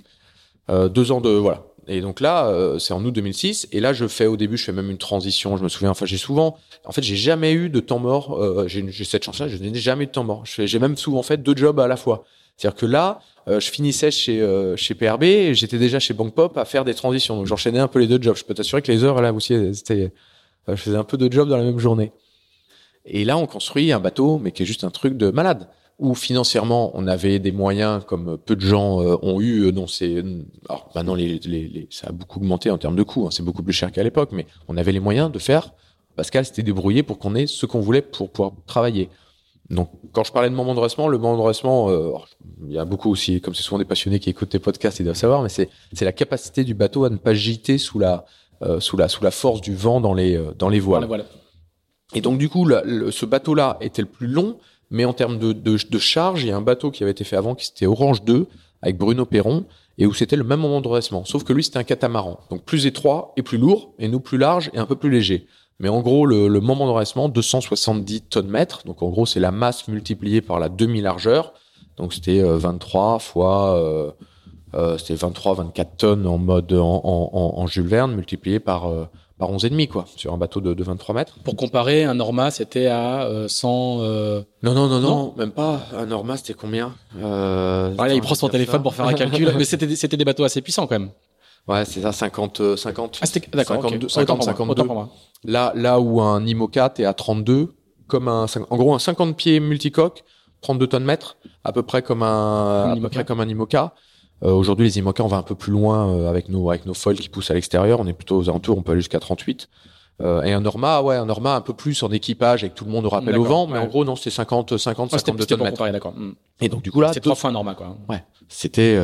2 ans de, voilà. Et donc là, c'est en août 2006. Et là, je fais même une transition. Je me souviens, j'ai jamais eu de temps mort. J'ai cette chance-là, je n'ai jamais eu de temps mort. J'ai même souvent fait 2 jobs à la fois. C'est-à-dire que là, je finissais chez PRB et j'étais déjà chez Banque Pop à faire des transitions. Donc j'enchaînais un peu les 2 jobs. Je peux t'assurer que les heures là aussi, je faisais un peu de jobs dans la même journée. Et là, on construit un bateau, mais qui est juste un truc de malade. Où financièrement, on avait des moyens comme peu de gens ont eu. Alors maintenant, ça a beaucoup augmenté en termes de coûts. Hein, c'est beaucoup plus cher qu'à l'époque, mais on avait les moyens de faire. Pascal s'était débrouillé pour qu'on ait ce qu'on voulait pour pouvoir travailler. Donc, quand je parlais de moment de redressement, le moment de redressement, il y a beaucoup aussi, comme c'est souvent des passionnés qui écoutent tes podcasts, ils doivent savoir, mais c'est la capacité du bateau à ne pas gîter sous la force du vent dans les voiles. Voilà. Et donc, du coup, ce bateau-là était le plus long. Mais en termes de charge, il y a un bateau qui avait été fait avant, qui c'était Orange 2, avec Bruno Perron, et où c'était le même moment de redressement. Sauf que lui, c'était un catamaran. Donc plus étroit et plus lourd, et nous plus large et un peu plus léger. Mais en gros, le moment de redressement, 270 tonnes-mètres. Donc en gros, c'est la masse multipliée par la demi-largeur. Donc c'était 23 fois... c'était 24 tonnes en mode en Jules Verne, multiplié par 11,5, quoi, sur un bateau de 23 mètres. Pour comparer, un Norma, c'était à 100... Non, même pas. Un Norma, c'était combien là, il prend son téléphone pour faire un calcul. Mais c'était des bateaux assez puissants, quand même. Ouais, c'est ça, 50. Ah, c'était, d'accord, 52, okay. 52. Autant pour moi. Là où un IMOCA, t'es à 32, en gros, un 50 pieds multicoque, 32 tonnes mètres, à peu près comme un IMOCA. Aujourd'hui, les IMOCA, on va un peu plus loin avec nos foils qui poussent à l'extérieur. On est plutôt aux alentours, on peut aller jusqu'à 38. Et un Norma un peu plus en équipage avec tout le monde au rappel au vent, mais en gros, non, c'était 52 tonnes mètres. D'accord. Et donc, du coup, là. C'est 3 fois un Norma, quoi. Ouais. C'était,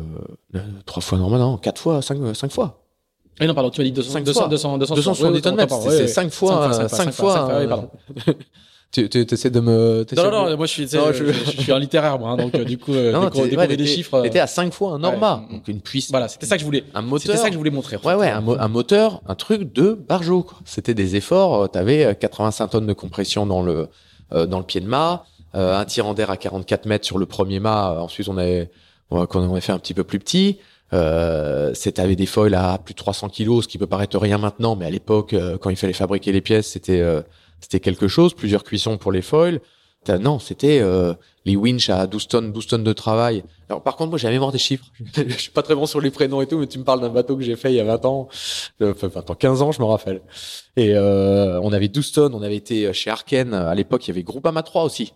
3 fois Norma, non, 4 fois, 5 fois. Oui, non, pardon, tu m'as dit 270 tonnes mètres. C'est 5 fois. Pardon. Tu essaies de me... Non, moi je suis un littéraire, moi, hein, donc du coup, découvrir des chiffres... T'étais à 5 fois un Norma, donc une puissance... Voilà, c'était ça que je voulais. Un moteur... C'était ça que je voulais montrer. Un moteur, un truc de barjo, quoi. C'était des efforts, t'avais 85 tonnes de compression dans le pied de mât, un tirant d'air à 44 mètres sur le premier mât, ensuite on avait fait un petit peu plus petit, t'avais des foils à plus de 300 kilos, ce qui peut paraître rien maintenant, mais à l'époque, quand il fallait fabriquer les pièces, c'était quelque chose, plusieurs cuissons pour les foils. Non, c'était les winches à 12 tonnes de travail. Alors par contre, moi j'ai la mémoire des chiffres. Je suis pas très bon sur les prénoms et tout, mais tu me parles d'un bateau que j'ai fait il y a 20 ans, 15 ans, je me rappelle. Et on avait 12 tonnes, on avait été chez Arken, à l'époque il y avait Groupama 3 aussi.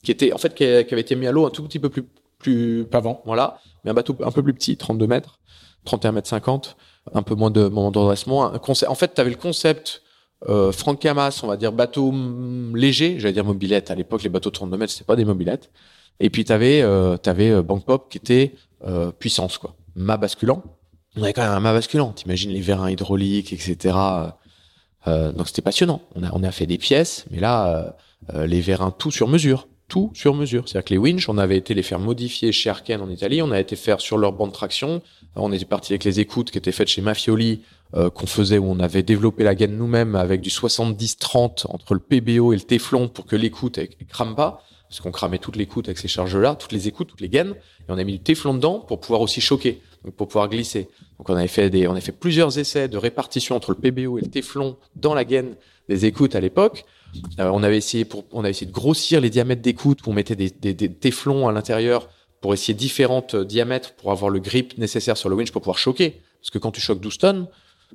qui avait été mis à l'eau un tout petit peu plus avant. Voilà, mais un bateau un peu plus petit, 32 mètres, 31 mètres 50, un peu moins de moment d'endressement. En fait, tu avais le concept Franck Camas, on va dire bateau léger, j'allais dire mobilette. À l'époque, les bateaux de 32 mètres, c'était pas des mobilettes. Et puis t'avais Bank Pop qui était puissance, quoi. Mât basculant. On avait quand même un mât basculant. T'imagines les vérins hydrauliques, etc. Donc c'était passionnant. On a fait des pièces, mais là, les vérins tout sur mesure. Tout sur mesure. C'est-à-dire que les winches, on avait été les faire modifier chez Arken en Italie, on a été faire sur leur banc de traction. On était parti avec les écoutes qui étaient faites chez Mafioli, qu'on faisait, où on avait développé la gaine nous-mêmes avec du 70-30 entre le PBO et le Téflon pour que l'écoute elle crame pas. Parce qu'on cramait toutes les écoutes avec ces charges-là, toutes les écoutes, toutes les gaines, et on a mis du Téflon dedans pour pouvoir aussi choquer, donc pour pouvoir glisser. Donc on a fait plusieurs essais de répartition entre le PBO et le Téflon dans la gaine des écoutes à l'époque. On avait essayé de grossir les diamètres d'écoute, où on mettait des téflons à l'intérieur pour essayer différents diamètres pour avoir le grip nécessaire sur le winch pour pouvoir choquer. Parce que quand tu choques 12 tonnes,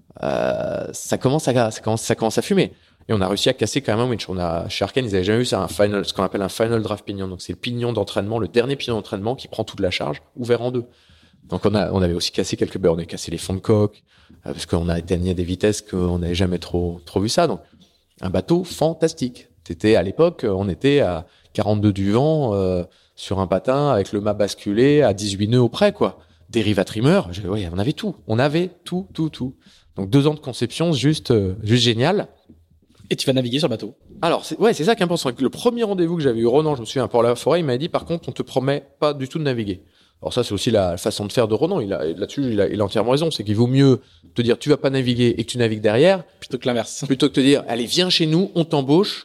ça commence à fumer. Et on a réussi à casser quand même un winch. Chez Arken, ils avaient jamais eu ça, ce qu'on appelle un final draft pinion. Donc c'est le pignon d'entraînement, le dernier pignon d'entraînement qui prend toute la charge, ouvert en deux. Donc on avait aussi cassé quelques beurres. On a cassé les fonds de coque, parce qu'on a atteigné des vitesses qu'on n'avait jamais trop vu ça. Donc un bateau fantastique. À l'époque, on était à 42 du vent sur un patin avec le mât basculé à 18 nœuds auprès, quoi. Dérive à trimmer, on avait tout. On avait tout. Donc 2 ans de conception, juste génial. Et tu vas naviguer sur le bateau. Alors, c'est ça qui est important. Le premier rendez-vous que j'avais eu, Ronan, je me souviens, pour la forêt, il m'a dit, par contre, on te promet pas du tout de naviguer. Alors ça, c'est aussi la façon de faire de Ronan. Il a entièrement raison. C'est qu'il vaut mieux te dire, tu vas pas naviguer et que tu navigues derrière. Plutôt que l'inverse. Plutôt que te dire, allez, viens chez nous, on t'embauche.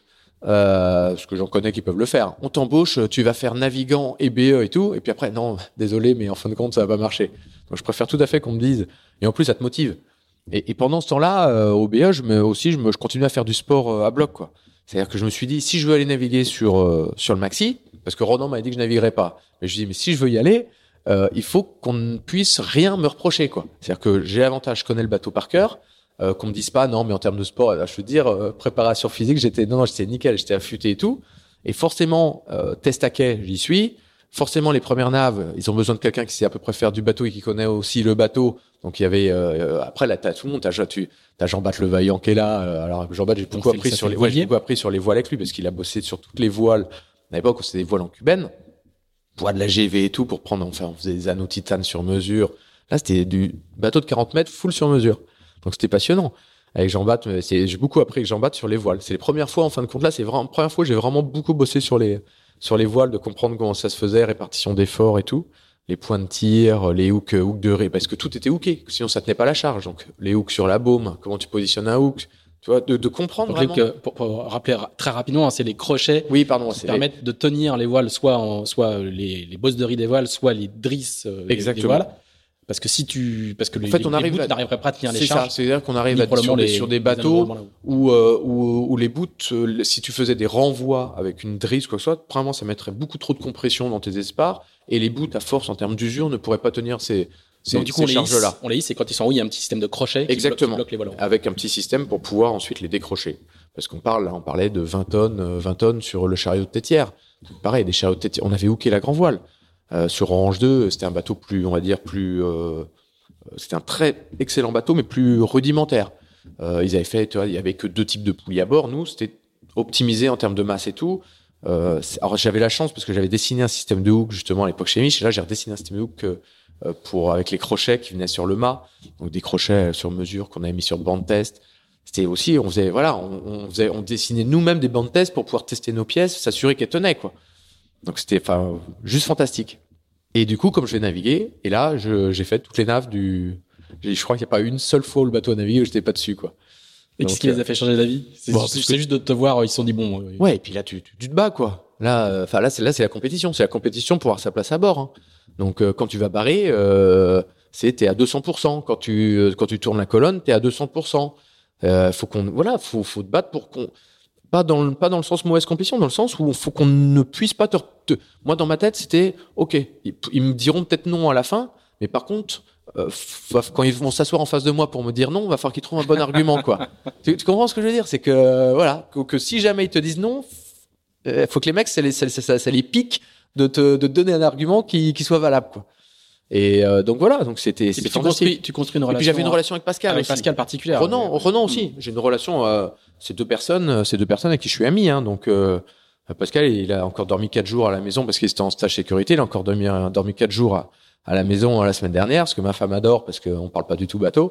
Parce que j'en connais qui peuvent le faire. On t'embauche, tu vas faire navigant et BE et tout. Et puis après, non, désolé, mais en fin de compte, ça va pas marcher. Donc je préfère tout à fait qu'on me dise. Et en plus, ça te motive. Et pendant ce temps-là, au BE, je continue à faire du sport à bloc, quoi. C'est-à-dire que je me suis dit, si je veux aller naviguer sur le Maxi, parce que Ronan m'a dit que je naviguerais pas. Mais je dis, mais si je veux y aller, il faut qu'on ne puisse rien me reprocher, quoi. C'est-à-dire que j'ai l'avantage, je connais le bateau par cœur, qu'on me dise pas, non, mais en termes de sport, là, je veux dire, préparation physique, j'étais nickel, j'étais affûté et tout. Et forcément, test à quai, j'y suis. Forcément, les premières naves, ils ont besoin de quelqu'un qui sait à peu près faire du bateau et qui connaît aussi le bateau. Donc il y avait après là, t'as tout le monde, t'as Jean-Baptiste Le Vaillant qui est là. Alors Jean-Baptiste, j'ai beaucoup appris sur les voiles avec lui parce qu'il a bossé sur toutes les voiles. À l'époque, c'était des voiles en cubaine, bois de la GV et tout pour prendre. Enfin, on faisait des anneaux titane sur mesure. Là, c'était du bateau de 40 mètres full sur mesure. Donc c'était passionnant. Avec Jean-Baptiste, j'ai beaucoup appris avec Jean-Baptiste sur les voiles. C'est les premières fois, en fin de compte, là, c'est vraiment la première fois que j'ai vraiment beaucoup bossé sur les voiles, de comprendre comment ça se faisait, répartition d'efforts et tout. Les points de tir, les hooks de ré, parce que tout était hooké, sinon ça tenait pas la charge. Donc les hooks sur la baume, comment tu positionnes un hook, tu vois, de comprendre vraiment. Pour rappeler très rapidement, c'est les crochets qui permettent de tenir les voiles, soit les bosses de riz des voiles, soit les drisses des voiles. Parce que les bouts n'arriveraient pas à tenir les charges. C'est-à-dire qu'on arrive sur des bateaux où les bouts, si tu faisais des renvois avec une drisse, quoi que ce soit, probablement ça mettrait beaucoup trop de compression dans tes espars, et les bouts, à force, en termes d'usure, ne pourraient pas tenir ces charges-là. On les hisse, et quand ils sont en haut, il y a un petit système de crochet qui bloque les voiles. Avec un petit système pour pouvoir ensuite les décrocher. Parce on parlait de 20 tonnes sur le chariot de tétière. Pareil, des chariots de tétière. On avait hooké la grand voile. Sur Orange 2, c'était un bateau c'était un très excellent bateau, mais plus rudimentaire. Ils avaient fait, il y avait que 2 types de poulies à bord. Nous, c'était optimisé en termes de masse et tout. Alors j'avais la chance parce que j'avais dessiné un système de hook justement à l'époque chez Mich. Et là, j'ai redessiné un système de hook avec les crochets qui venaient sur le mât, donc des crochets sur mesure qu'on avait mis sur le banc de test. C'était aussi, on dessinait nous-mêmes des bancs de test pour pouvoir tester nos pièces, s'assurer qu'elles tenaient, quoi. Donc c'était juste fantastique. Et du coup, comme je vais naviguer, et là, j'ai fait toutes les naves je crois qu'il n'y a pas une seule fois où le bateau a navigué où j'étais pas dessus, quoi. Et qu'est-ce qui les a fait changer d'avis? C'est juste de te voir, ils se sont dit bon. Ouais, et puis là, tu te bats, quoi. Là, c'est la compétition. C'est la compétition pour avoir sa place à bord, hein. Donc, quand tu vas barrer, t'es à 200%. Quand tu tournes la colonne, t'es à 200%. Faut te battre pour qu'on, pas dans le sens mauvaise compétition, dans le sens où il faut qu'on ne puisse pas moi, dans ma tête, c'était, OK, ils me diront peut-être non à la fin, mais par contre, quand ils vont s'asseoir en face de moi pour me dire non, il va falloir qu'ils trouvent un bon argument, quoi. Tu comprends ce que je veux dire? C'est que, voilà, que si jamais ils te disent non, faut que les mecs, ça les pique de te donner un argument qui soit valable, quoi. Et donc voilà, donc c'était fantastique. Tu construis une relation. Et puis j'avais une relation avec Pascal. Avec aussi. Pascal particulière. Renan aussi. J'ai une relation. Ces deux personnes avec qui je suis ami. Hein, donc Pascal, il a encore dormi 4 jours à la maison parce qu'il était en stage sécurité. Il a encore dormi 4 jours à la maison la semaine dernière parce que ma femme adore parce qu'on parle pas du tout bateau.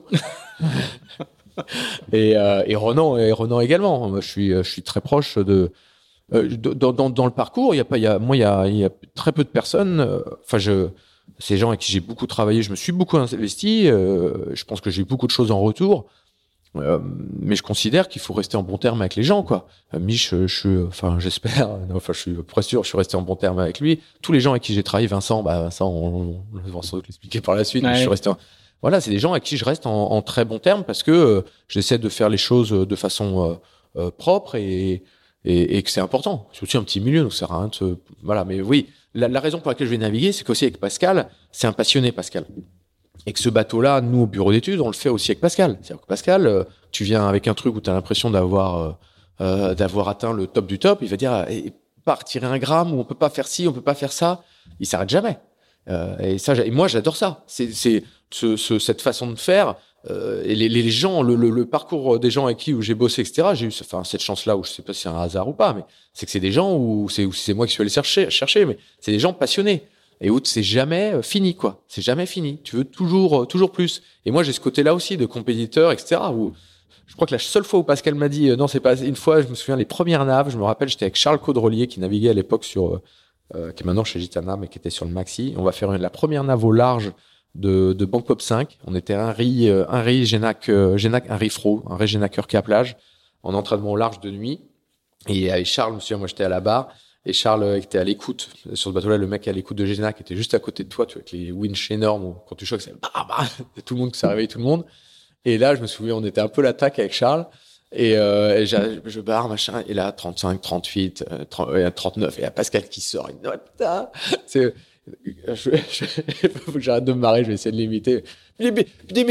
et Renan également. Moi, je suis très proche de. Dans le parcours, il y a très peu de personnes. Ces gens avec qui j'ai beaucoup travaillé, je me suis beaucoup investi. Je pense que j'ai eu beaucoup de choses en retour. Mais je considère qu'il faut rester en bon terme avec les gens, quoi. Mich, j'espère. Je suis presque sûr, je suis resté en bon terme avec lui. Tous les gens avec qui j'ai travaillé, Vincent, on va sans doute l'expliquer par la suite. Ouais. Mais je suis resté. Voilà, c'est des gens avec qui je reste en très bon terme parce que j'essaie de faire les choses de façon propre et que c'est important. C'est aussi un petit milieu, donc ça sert à rien de voilà. Mais oui, la raison pour laquelle je vais naviguer, c'est qu'aussi avec Pascal, c'est un passionné, Pascal. Et que ce bateau-là, nous, au bureau d'études, on le fait aussi avec Pascal. C'est-à-dire que Pascal, tu viens avec un truc où tu as l'impression d'avoir atteint le top du top, il va dire, pas retirer un gramme, ou on peut pas faire ci, on peut pas faire ça. Il s'arrête jamais. Et moi, j'adore ça. C'est cette façon de faire. Et les gens, le parcours des gens avec qui où j'ai bossé, etc. J'ai eu cette chance-là où je sais pas si c'est un hasard ou pas, mais c'est que c'est des gens où c'est moi qui suis allé chercher, mais c'est des gens passionnés. Et où c'est jamais fini, quoi. C'est jamais fini. Tu veux toujours plus. Et moi, j'ai ce côté-là aussi de compétiteur, etc. Où je crois que la seule fois où Pascal m'a dit non, c'est pas une fois. Je me souviens les premières naves. Je me rappelle, j'étais avec Charles Caudrelier qui naviguait à l'époque sur, qui est maintenant chez Gitana, mais qui était sur le Maxi. On va faire la première nave au large de Bank Pop 5. On était un riz Génac, un riz fro, un riz Génac à plage, en entraînement au large de nuit. Et avec Charles, monsieur, moi j'étais à la barre. Et Charles était à l'écoute sur ce bateau-là, le mec à l'écoute de Génac était juste à côté de toi, tu vois, avec les winches énormes. Quand tu choques, c'est tout le monde, ça réveille tout le monde. Et là, je me souviens, on était un peu l'attaque avec Charles. Et je barre, machin. Et là, 35, 38, 39. Et là, Pascal qui sort. Il dit, ouais, putain. Faut que j'arrête de me marrer, je vais essayer de l'imiter. Mais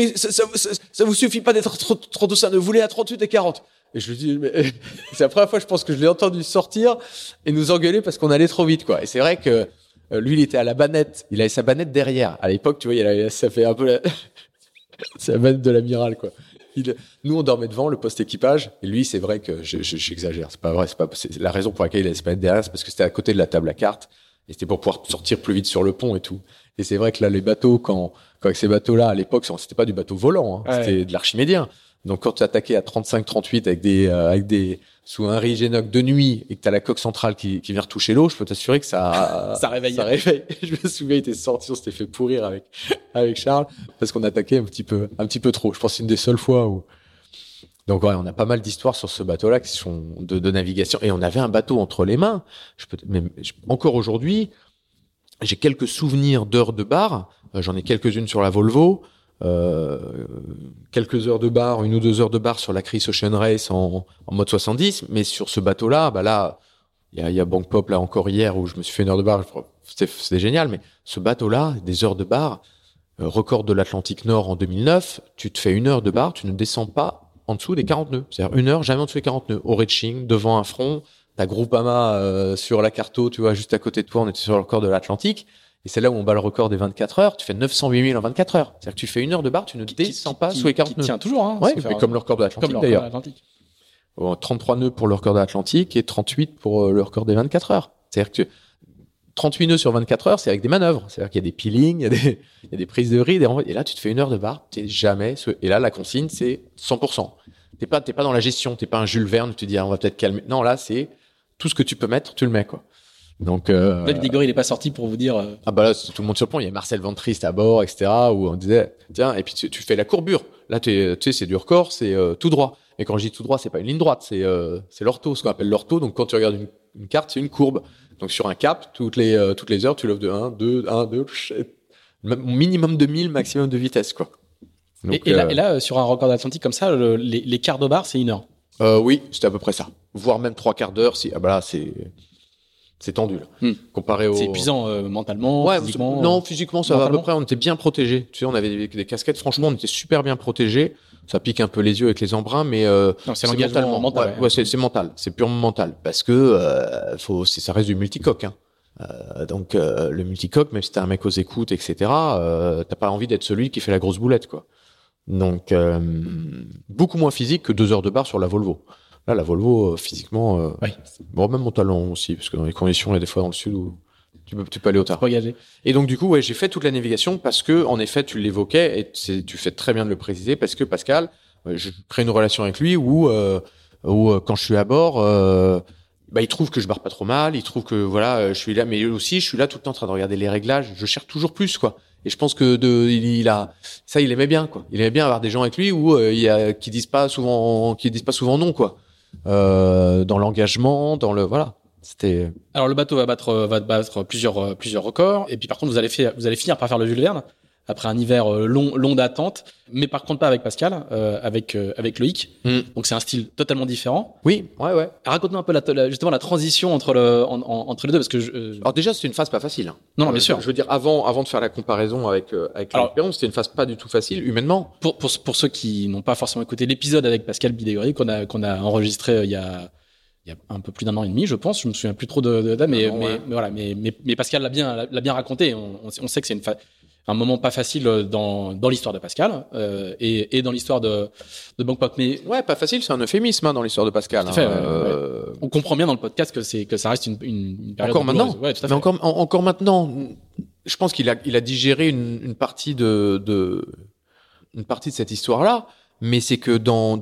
ça vous suffit pas d'être trop douce, ne voulez à 38 et 40. Et je lui dis, mais c'est la première fois, je pense que je l'ai entendu sortir et nous engueuler parce qu'on allait trop vite, quoi. Et c'est vrai que lui, il était à la bannette. Il avait sa bannette derrière. À l'époque, tu vois, ça fait un peu c'est la bannette de l'amiral, quoi. Nous, on dormait devant le poste équipage. Et lui, c'est vrai que j'exagère. C'est pas vrai. C'est la raison pour laquelle il avait sa bannette derrière, c'est parce que c'était à côté de la table à cartes. Et c'était pour pouvoir sortir plus vite sur le pont et tout. Et c'est vrai que là, les bateaux, quand avec ces bateaux-là, à l'époque, c'était pas du bateau volant, hein. Ouais. C'était de l'archimédien. Donc, quand tu attaquais à 35, 38 avec sous un riz Génoc de nuit et que t'as la coque centrale qui vient retoucher l'eau, je peux t'assurer que ça réveille. Je me souviens, il était sorti, on s'était fait pourrir avec Charles parce qu'on attaquait un petit peu trop. Je pense que c'est une des seules fois où. Donc, ouais, on a pas mal d'histoires sur ce bateau-là qui sont de navigation. Et on avait un bateau entre les mains. Encore aujourd'hui, j'ai quelques souvenirs d'heures de bar. J'en ai quelques-unes sur la Volvo. Quelques heures de bar, 1 ou 2 heures de bar sur la Chris Ocean Race en mode 70, mais sur ce bateau-là, là, il y a Bank Pop là encore hier où je me suis fait 1 heure de bar, c'était génial, mais ce bateau-là, des heures de bar, record de l'Atlantique Nord en 2009, tu te fais 1 heure de bar, tu ne descends pas en dessous des 40 nœuds, c'est-à-dire 1 heure jamais en dessous des 40 nœuds, au reaching, devant un front, t'as Groupama sur la Carto, tu vois, juste à côté de toi, on était sur le record de l'Atlantique. Et c'est là où on bat le record des 24 heures. Tu fais 908 000 en 24 heures. C'est-à-dire que tu fais 1 heure de bar, tu ne descends pas sous les 40 nœuds. Tiens toujours, hein. Ouais, mais comme le record de l'Atlantique, d'ailleurs. 33 nœuds pour le record de l'Atlantique et 38 pour le record des 24 heures. C'est-à-dire que 38 nœuds sur 24 heures, c'est avec des manœuvres. C'est-à-dire qu'il y a des peelings, il y a des prises de riz, et là, tu te fais 1 heure de bar, t'es jamais, et là, la consigne, c'est 100%. T'es pas dans la gestion, t'es pas un Jules Verne, tu te dis, on va peut-être calmer. Non, là, c'est tout ce que tu peux mettre, tu le mets, quoi. Donc, David Diggory, il est pas sorti pour vous dire. Ah bah là, tout le monde sur le pont. Il y a Marcel Van Trist à bord, etc. Où on disait, tiens, et puis tu fais la courbure. Là, tu sais, c'est du record, c'est tout droit. Et quand je dis tout droit, c'est pas une ligne droite, c'est l'ortho, ce qu'on appelle l'ortho. Donc quand tu regardes une carte, c'est une courbe. Donc sur un cap, toutes les heures, tu lèves de 1, 2, minimum de 1000, maximum de vitesse, quoi. Donc, et là, sur un record d'Atlantique comme ça, les quarts de bar, c'est 1 heure. Oui, c'était à peu près ça. Voire même 3 quarts d'heure. Ah bah là, C'est tendu là. Comparé au. C'est épuisant mentalement, physiquement. Non, physiquement ça va à peu près. On était bien protégés. Tu sais, on avait des casquettes. Franchement, on était super bien protégés. Ça pique un peu les yeux avec les embruns, mais non, c'est l'engagement mental. Ouais, c'est mental. C'est purement mental parce que ça reste du multicoque. Hein. Donc le multicoque, même si t'es un mec aux écoutes, etc. T'as pas envie d'être celui qui fait la grosse boulette, quoi. Donc beaucoup moins physique que 2 heures de barre sur la Volvo. Là, la Volvo, physiquement, bon, même mentalement aussi, parce que dans les conditions, il y a des fois dans le sud où tu peux aller au tard. Et donc, du coup, j'ai fait toute la navigation parce que, en effet, tu l'évoquais et tu fais très bien de le préciser parce que Pascal, je crée une relation avec lui où quand je suis à bord, il trouve que je barre pas trop mal, il trouve que, voilà, je suis là, mais aussi, je suis là tout le temps en train de regarder les réglages, je cherche toujours plus, quoi. Et je pense que il aimait bien, quoi. Il aimait bien avoir des gens avec lui qui disent pas souvent non, quoi. Dans l'engagement, voilà. C'était. Alors le bateau va battre plusieurs records, et puis par contre vous allez finir par faire le Jules Verne après un hiver long d'attente, mais par contre pas avec Pascal, avec Loïc. Donc c'est un style totalement différent. Oui, ouais. Raconte-nous un peu justement la transition entre les deux, parce que alors déjà c'est une phase pas facile. Hein. Non, bien sûr. Je veux dire avant de faire la comparaison avec Loïc Perron, c'était une phase pas du tout facile humainement. Pour ceux qui n'ont pas forcément écouté l'épisode avec Pascal Bidégory qu'on a enregistré il y a un peu plus d'1 an et demi, je pense. Je me souviens plus trop de date, mais voilà. Mais Pascal l'a bien raconté. On sait que c'est un moment pas facile dans l'histoire de Pascal et dans l'histoire de Bank Pop. Mais ouais, pas facile, c'est un euphémisme dans l'histoire de Pascal. Tout à fait, On comprend bien dans le podcast que ça reste une période encore maintenant. Ouais, tout à fait. Mais encore maintenant, je pense qu'il a digéré une partie de cette histoire-là. Mais c'est que dans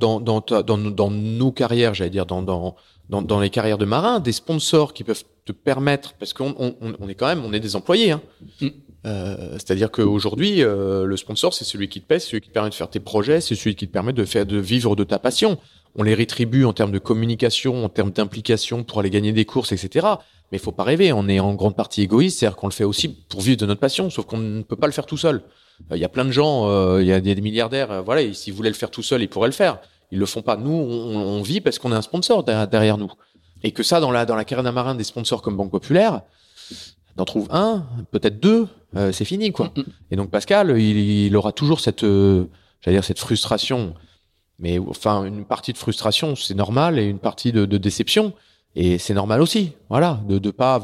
nos carrières, j'allais dire dans les carrières de marins, des sponsors qui peuvent te permettre, parce qu'on est des employés, hein. C'est-à-dire qu'aujourd'hui, le sponsor, c'est celui qui te paie, c'est celui qui te permet de faire tes projets, c'est celui qui te permet de vivre de ta passion. On les rétribue en termes de communication, en termes d'implication pour aller gagner des courses, etc. Mais il faut pas rêver, on est en grande partie égoïste, c'est-à-dire qu'on le fait aussi pour vivre de notre passion, sauf qu'on ne peut pas le faire tout seul. Il y a plein de gens, il y a des milliardaires, voilà, et s'ils voulaient le faire tout seul, ils pourraient le faire. Ils le font pas. Nous, on vit parce qu'on a un sponsor derrière nous. Et que ça, dans la carrière d'un marin, des sponsors comme Banque Populaire, t'en trouves un, peut-être 2, c'est fini, quoi. Et donc Pascal, il aura toujours cette frustration. Mais enfin, une partie de frustration, c'est normal, et une partie de déception, et c'est normal aussi. Voilà, de pas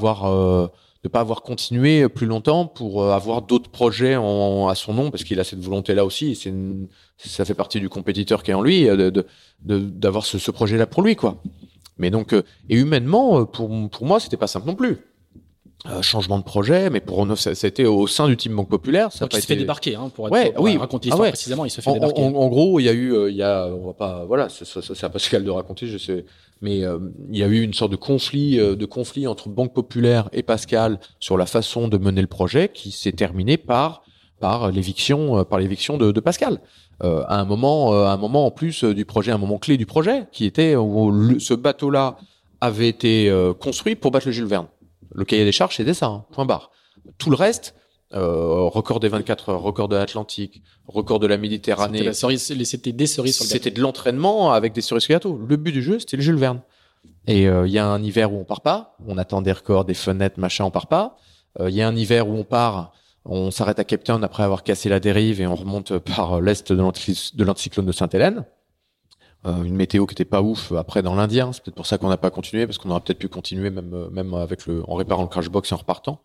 avoir continué plus longtemps pour avoir d'autres projets à son nom, parce qu'il a cette volonté-là aussi. Et ça fait partie du compétiteur qui est en lui, d'avoir ce projet-là pour lui, quoi. Mais donc, et humainement, pour moi, c'était pas simple non plus. Changement de projet, mais pour ça a été au sein du team Banque Populaire. Ça donc il se fait débarquer, hein, pour raconter l'histoire précisément. Il se fait débarquer. En gros, il y a, on va pas, voilà, c'est à Pascal de raconter, je sais, mais il y a eu une sorte de conflit entre Banque Populaire et Pascal sur la façon de mener le projet, qui s'est terminé par l'éviction de Pascal. À un moment en plus du projet, un moment clé du projet, qui était où ce bateau-là avait été construit pour battre le Jules Verne. Le cahier des charges, c'était ça, hein, point barre. Tout le reste, record des 24 heures, record de l'Atlantique, record de la Méditerranée. C'était des cerises sur le gâteau. C'était de l'entraînement avec des cerises sur le gâteau. Le but du jeu, c'était le Jules Verne. Et il y a un hiver où on part pas, on attend des records, des fenêtres, machin, on part pas. Il y a un hiver où on part, on s'arrête à Cape Town après avoir cassé la dérive et on remonte par l'est de l'anticyclone de Sainte-Hélène. Une météo qui était pas ouf après dans l'Indien, c'est peut-être pour ça qu'on n'a pas continué, parce qu'on aurait peut-être pu continuer même avec en réparant le crash box et en repartant,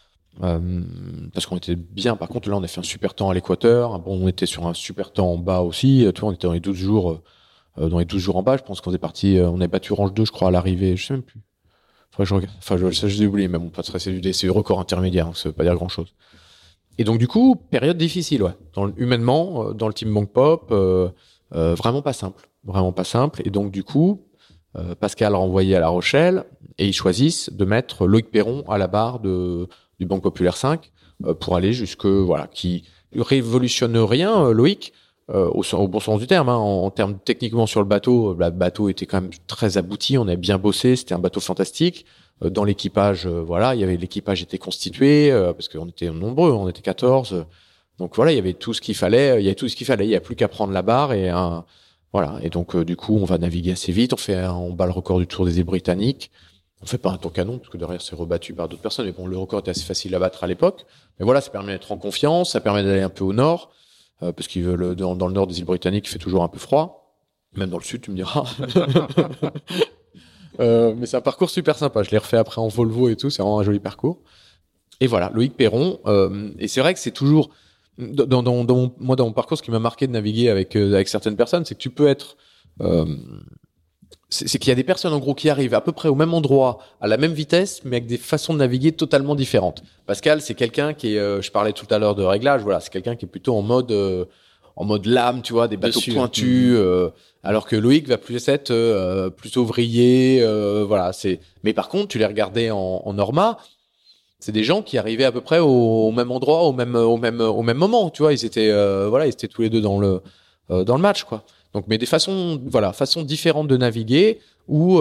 parce qu'on était bien. Par contre là on a fait un super temps à l'équateur, bon on était sur un super temps en bas aussi, tu vois, on était dans les 12 jours en bas. Je pense qu'on est parti, on avait battu Orange 2 je crois à l'arrivée, je sais même plus, faudrait que je regarde, enfin j'ai oublié, mais bon, pas très, c'est du record intermédiaire, donc ça veut pas dire grand chose. Et donc du coup période difficile, ouais, humainement, dans le team Bank Pop, vraiment pas simple. Et donc du coup, Pascal a renvoyé à La Rochelle et ils choisissent de mettre Loïc Perron à la barre du Banque Populaire 5 pour aller qui révolutionne rien, Loïc, au bon sens du terme, hein, en termes techniquement sur le bateau était quand même très abouti, on avait bien bossé, c'était un bateau fantastique. Dans l'équipage, l'équipage était constitué parce qu'on était nombreux, on était 14. Donc voilà, il y avait tout ce qu'il fallait, il y a plus qu'à prendre la barre et donc du coup, on va naviguer assez vite, on bat le record du Tour des îles Britanniques On fait pas un tour canon, parce que derrière, c'est rebattu par d'autres personnes. Mais bon, le record était assez facile à battre à l'époque. Mais voilà, ça permet d'être en confiance, ça permet d'aller un peu au nord, parce qu'ils veulent, dans le nord des îles Britanniques, il fait toujours un peu froid. Même dans le sud, tu me diras. Mais c'est un parcours super sympa. Je l'ai refait après en Volvo et tout. C'est vraiment un joli parcours. Et voilà, Loïc Perron. Et c'est vrai que c'est toujours, dans mon parcours, ce qui m'a marqué de naviguer avec certaines personnes, c'est que tu peux être, c'est qu'il y a des personnes en gros qui arrivent à peu près au même endroit, à la même vitesse, mais avec des façons de naviguer totalement différentes. Pascal, c'est quelqu'un qui est, je parlais tout à l'heure de réglage, voilà, c'est quelqu'un qui est plutôt en mode lame, tu vois, des bateaux pointus, alors que Loïc va plus être plus ouvrier, voilà. Mais par contre, tu les regardais en Norma, c'est des gens qui arrivaient à peu près au même endroit, au même moment, tu vois. Ils étaient tous les deux dans le match, quoi. Donc, mais des façons différentes de naviguer. Où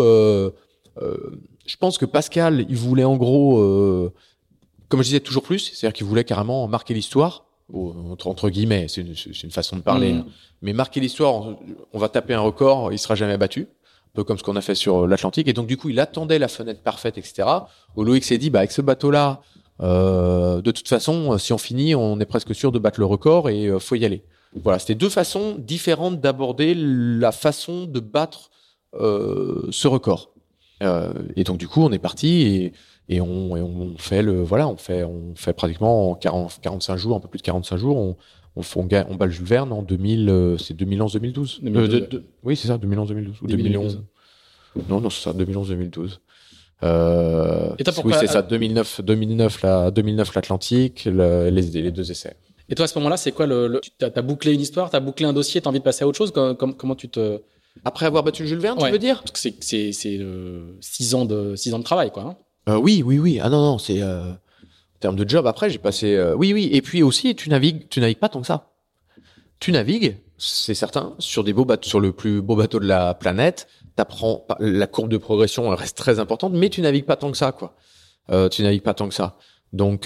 je pense que Pascal, il voulait en gros, comme je disais, toujours plus. C'est-à-dire qu'il voulait carrément marquer l'histoire, entre guillemets. C'est une façon de parler. Hein. Mais marquer l'histoire, on va taper un record, il sera jamais battu. Un peu comme ce qu'on a fait sur l'Atlantique. Et donc, du coup, il attendait la fenêtre parfaite, etc. Où Loïc s'est dit, avec ce bateau-là, de toute façon, si on finit, on est presque sûr de battre le record et faut y aller. Voilà, c'était deux façons différentes d'aborder la façon de battre ce record. Et donc, du coup, on est parti et on fait on fait pratiquement en 45 jours, un peu plus de 45 jours, on bat le Jules Verne en 2011-2012. Oui, c'est ça, 2011-2012. Ou 2011. Non, c'est ça, 2011-2012. Oui, c'est ça, 2009 l'Atlantique, les deux essais. Et toi, à ce moment-là, c'est quoi t'as bouclé une histoire, t'as bouclé un dossier, t'as envie de passer à autre chose? Comment tu te... Après avoir battu le Jules Verne, tu veux dire? Parce que c'est 6 ans de travail, quoi. Hein. Oui. Ah non, c'est en termes de job. Après, j'ai passé. Oui. Et puis aussi, tu navigues pas tant que ça. Tu navigues, c'est certain, sur des beaux bateaux, sur le plus beau bateau de la planète. T'apprends la courbe de progression, elle reste très importante, mais tu navigues pas tant que ça, quoi. Tu navigues pas tant que ça. Donc.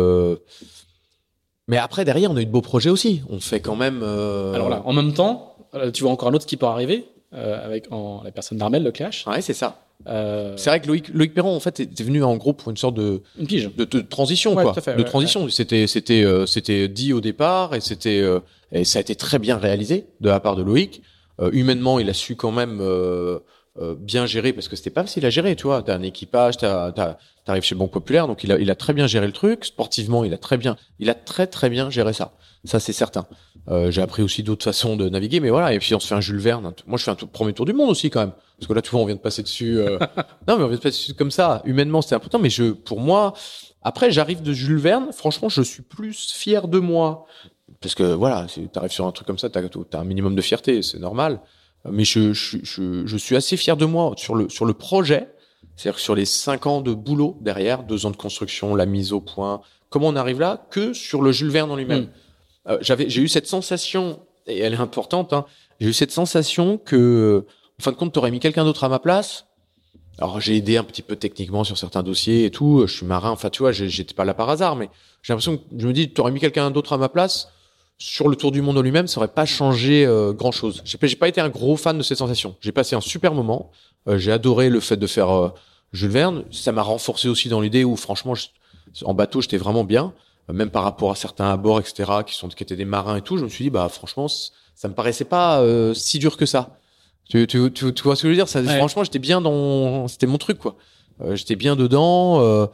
Mais après, derrière, on a eu de beaux projets aussi. On fait quand même. Alors là, en même temps, tu vois encore un autre qui peut arriver avec la personne d'Armel, le Clash. Ouais, c'est ça. C'est vrai que Loïc Perron, en fait, était venu en gros pour une sorte de transition, quoi. Tout à fait, de transition. Ouais. C'était dit au départ et et ça a été très bien réalisé de la part de Loïc. Humainement, il a su quand même bien gérer parce que c'était pas facile à gérer, tu vois. T'as un équipage, t'arrives chez Banque Populaire, donc il a très bien géré le truc. Sportivement, il a très très bien géré ça. Ça, c'est certain. J'ai appris aussi d'autres façons de naviguer, mais voilà. Et puis on se fait un Jules Verne. Moi, je fais un premier tour du monde aussi quand même, parce que là, tu vois, on vient de passer dessus. Non, mais on vient de passer dessus comme ça. Humainement, c'était important, mais pour moi, après, j'arrive de Jules Verne. Franchement, je suis plus fier de moi, parce que voilà, t'arrives sur un truc comme ça, t'as un minimum de fierté, c'est normal. Mais je suis assez fier de moi sur le projet. C'est-à-dire que sur les 5 ans de boulot derrière, 2 ans de construction, la mise au point, comment on arrive là, que sur le Jules Verne en lui-même. J'ai eu cette sensation, et elle est importante, hein, j'ai eu cette sensation que, en fin de compte, t'aurais mis quelqu'un d'autre à ma place. Alors, j'ai aidé un petit peu techniquement sur certains dossiers et tout, je suis marin, enfin, tu vois, j'étais pas là par hasard, mais j'ai l'impression que je me dis, t'aurais mis quelqu'un d'autre à ma place, sur le tour du monde en lui-même, ça aurait pas changé grand-chose. J'ai pas été un gros fan de cette sensation. J'ai passé un super moment. J'ai adoré le fait de faire Jules Verne. Ça m'a renforcé aussi dans l'idée où, franchement, en bateau, j'étais vraiment bien. Même par rapport à certains à bord, etc., qui étaient des marins et tout, je me suis dit, franchement, ça me paraissait pas si dur que ça. Tu vois ce que je veux dire? Ouais. Franchement, j'étais bien c'était mon truc, quoi. J'étais bien dedans.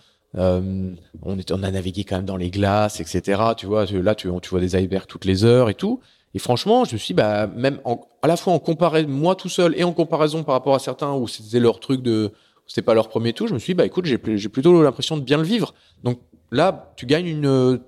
On a navigué quand même dans les glaces, etc. Tu vois, là, tu vois des icebergs toutes les heures et tout. Et franchement, je me suis même à la fois en comparaison, moi tout seul, et en comparaison par rapport à certains où c'était leur truc c'était pas leur premier tour, je me suis dit, écoute, j'ai plutôt l'impression de bien le vivre. Donc là, tu gagnes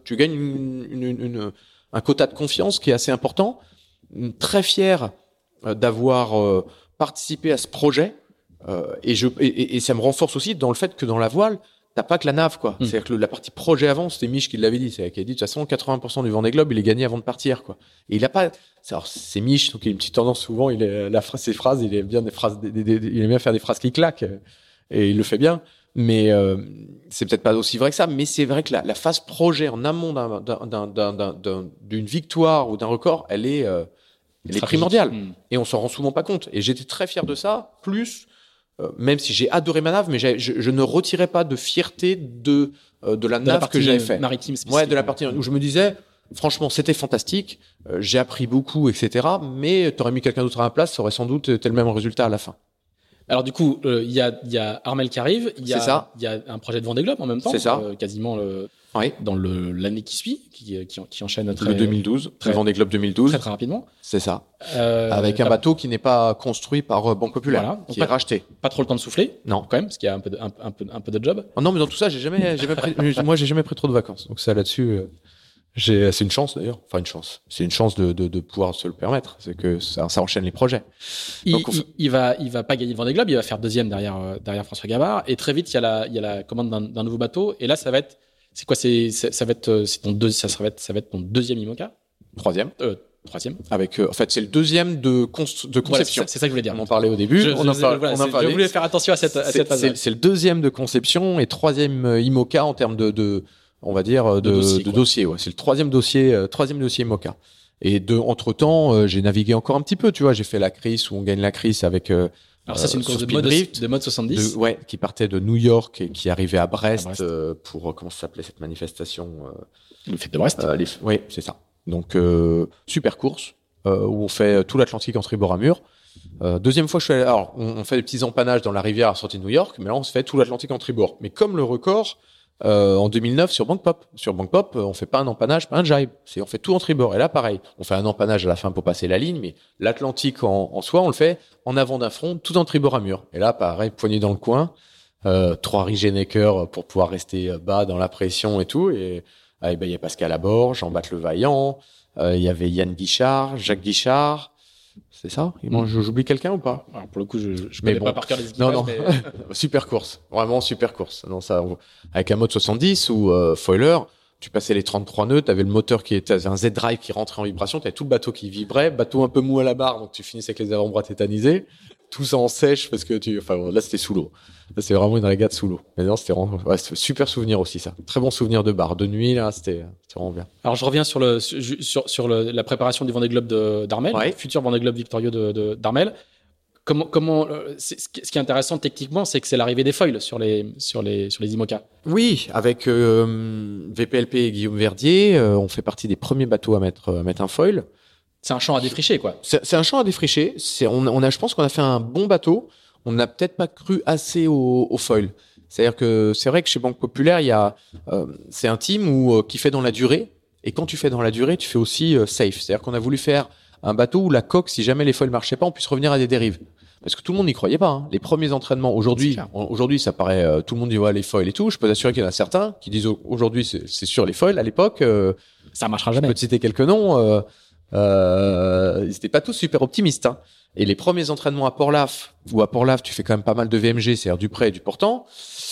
un quota de confiance qui est assez important. Très fier d'avoir participé à ce projet. Et ça me renforce aussi dans le fait que dans la voile, t'as pas que la nave, quoi. C'est-à-dire que la partie projet avant, c'était Mich qui l'avait dit. C'est-à-dire qu'il a dit, de toute façon, 80% du Vendée Globe, il est gagné avant de partir, quoi. Et il a pas, alors, c'est Mich, donc il a une petite tendance souvent, ses phrases, il aime bien il aime bien faire des phrases qui claquent. Et il le fait bien. Mais, c'est peut-être pas aussi vrai que ça, mais c'est vrai que la phase projet en amont d'une victoire ou d'un record, elle est primordiale. Et on s'en rend souvent pas compte. Et j'étais très fier de ça, plus même si j'ai adoré ma nave, mais je ne retirais pas de fierté de la nave que j'avais fait. Maritime spécifique. Ouais, de la partie où je me disais, franchement, c'était fantastique, j'ai appris beaucoup, etc. Mais t'aurais mis quelqu'un d'autre à la place, ça aurait sans doute été le même résultat à la fin. Alors du coup, il y a Armel qui arrive, il y a un projet de Vendée Globe en même temps, c'est ça. Quasiment dans l'année qui suit, qui enchaîne le 2012, le Vendée Globe 2012, très rapidement. C'est ça. Avec un bateau qui n'est pas construit par Banque Populaire, voilà, qui est racheté. Pas trop le temps de souffler. Non, quand même, parce qu'il y a un peu de job. Oh non, mais dans tout ça, j'ai jamais pris trop de vacances. Donc ça là-dessus. C'est une chance d'ailleurs, enfin une chance. C'est une chance de pouvoir se le permettre. C'est que ça enchaîne les projets. Il va pas gagner le Vendée Globe, il va faire deuxième derrière François Gabard. Et très vite, il y a la commande d'un nouveau bateau. Et là, ça va être ton deuxième IMOCA. Troisième. Avec, en fait, c'est le deuxième de conception. Voilà, c'est ça que je voulais dire. On en parlait au début. Je voulais faire attention à cette phase. C'est le deuxième de conception et troisième IMOCA en termes on va dire de dossier. Ouais, c'est le troisième dossier IMOCA. Et entre temps, j'ai navigué encore un petit peu. Tu vois, j'ai fait la Cris où on gagne la Cris avec. Alors ça, c'est une course de mode 70. Qui partait de New York et qui arrivait à Brest. Pour comment ça s'appelait cette manifestation Le Fête de Brest. Oui, c'est ça. Donc super course où on fait tout l'Atlantique en tribord à mur. Deuxième fois, je suis allé. Alors, on fait des petits empannages dans la rivière à sortie de New York, mais là, on se fait tout l'Atlantique en tribord. Mais comme le record. En 2009 sur Bank Pop. Sur Bank Pop, on fait pas un empannage, pas un jibe. On fait tout en tribord. Et là, pareil, on fait un empannage à la fin pour passer la ligne, mais l'Atlantique en soi, on le fait en avant d'un front, tout en tribord à mur. Et là, pareil, poignée dans le coin, 3 Rigenecker pour pouvoir rester bas dans la pression et tout. Et il y a Pascal Laborde, Jean-Baptiste Levaillant, il y avait Yann Guichard, Jacques Guichard. C'est ça? J'oublie quelqu'un ou pas? Alors pour le coup, je connais pas par cœur les équipages. Non. Mais... super course. Vraiment super course. Non, ça, avec un mode 70 ou foiler, tu passais les 33 nœuds, t'avais le moteur t'avais un Z-Drive qui rentrait en vibration, t'avais tout le bateau qui vibrait, bateau un peu mou à la barre, donc tu finissais avec les avant-bras tétanisés. Tout ça en sèche parce que là, c'était sous l'eau. Là, c'est vraiment une régate sous l'eau. Mais non, c'était vraiment, super souvenir aussi, ça. Très bon souvenir de bar. De nuit, là, c'était vraiment bien. Alors, je reviens sur la préparation du Vendée Globe d'Armel, futur Vendée Globe victorieux d'Armel. Ce qui est intéressant techniquement, c'est que c'est l'arrivée des foils sur les IMOCA. Oui, avec VPLP et Guillaume Verdier, on fait partie des premiers bateaux à mettre un foil. C'est un champ à défricher, quoi. C'est un champ à défricher. Je pense qu'on a fait un bon bateau. On n'a peut-être pas cru assez au foil. C'est-à-dire que c'est vrai que chez Banque Populaire, c'est un team qui fait dans la durée. Et quand tu fais dans la durée, tu fais aussi safe. C'est-à-dire qu'on a voulu faire un bateau où la coque, si jamais les foils marchaient pas, on puisse revenir à des dérives. Parce que tout le monde n'y croyait pas. Hein. Les premiers entraînements, aujourd'hui, ça paraît, tout le monde dit ouais les foils et tout. Je peux t'assurer qu'il y en a certains qui disent aujourd'hui c'est sûr les foils. À l'époque, ça marchera jamais. Je peux te citer quelques noms. Ils étaient pas tous super optimistes. Hein. Et les premiers entraînements à Port-Laf, où à Port-Laf tu fais quand même pas mal de VMG, c'est-à-dire du prêt et du portant,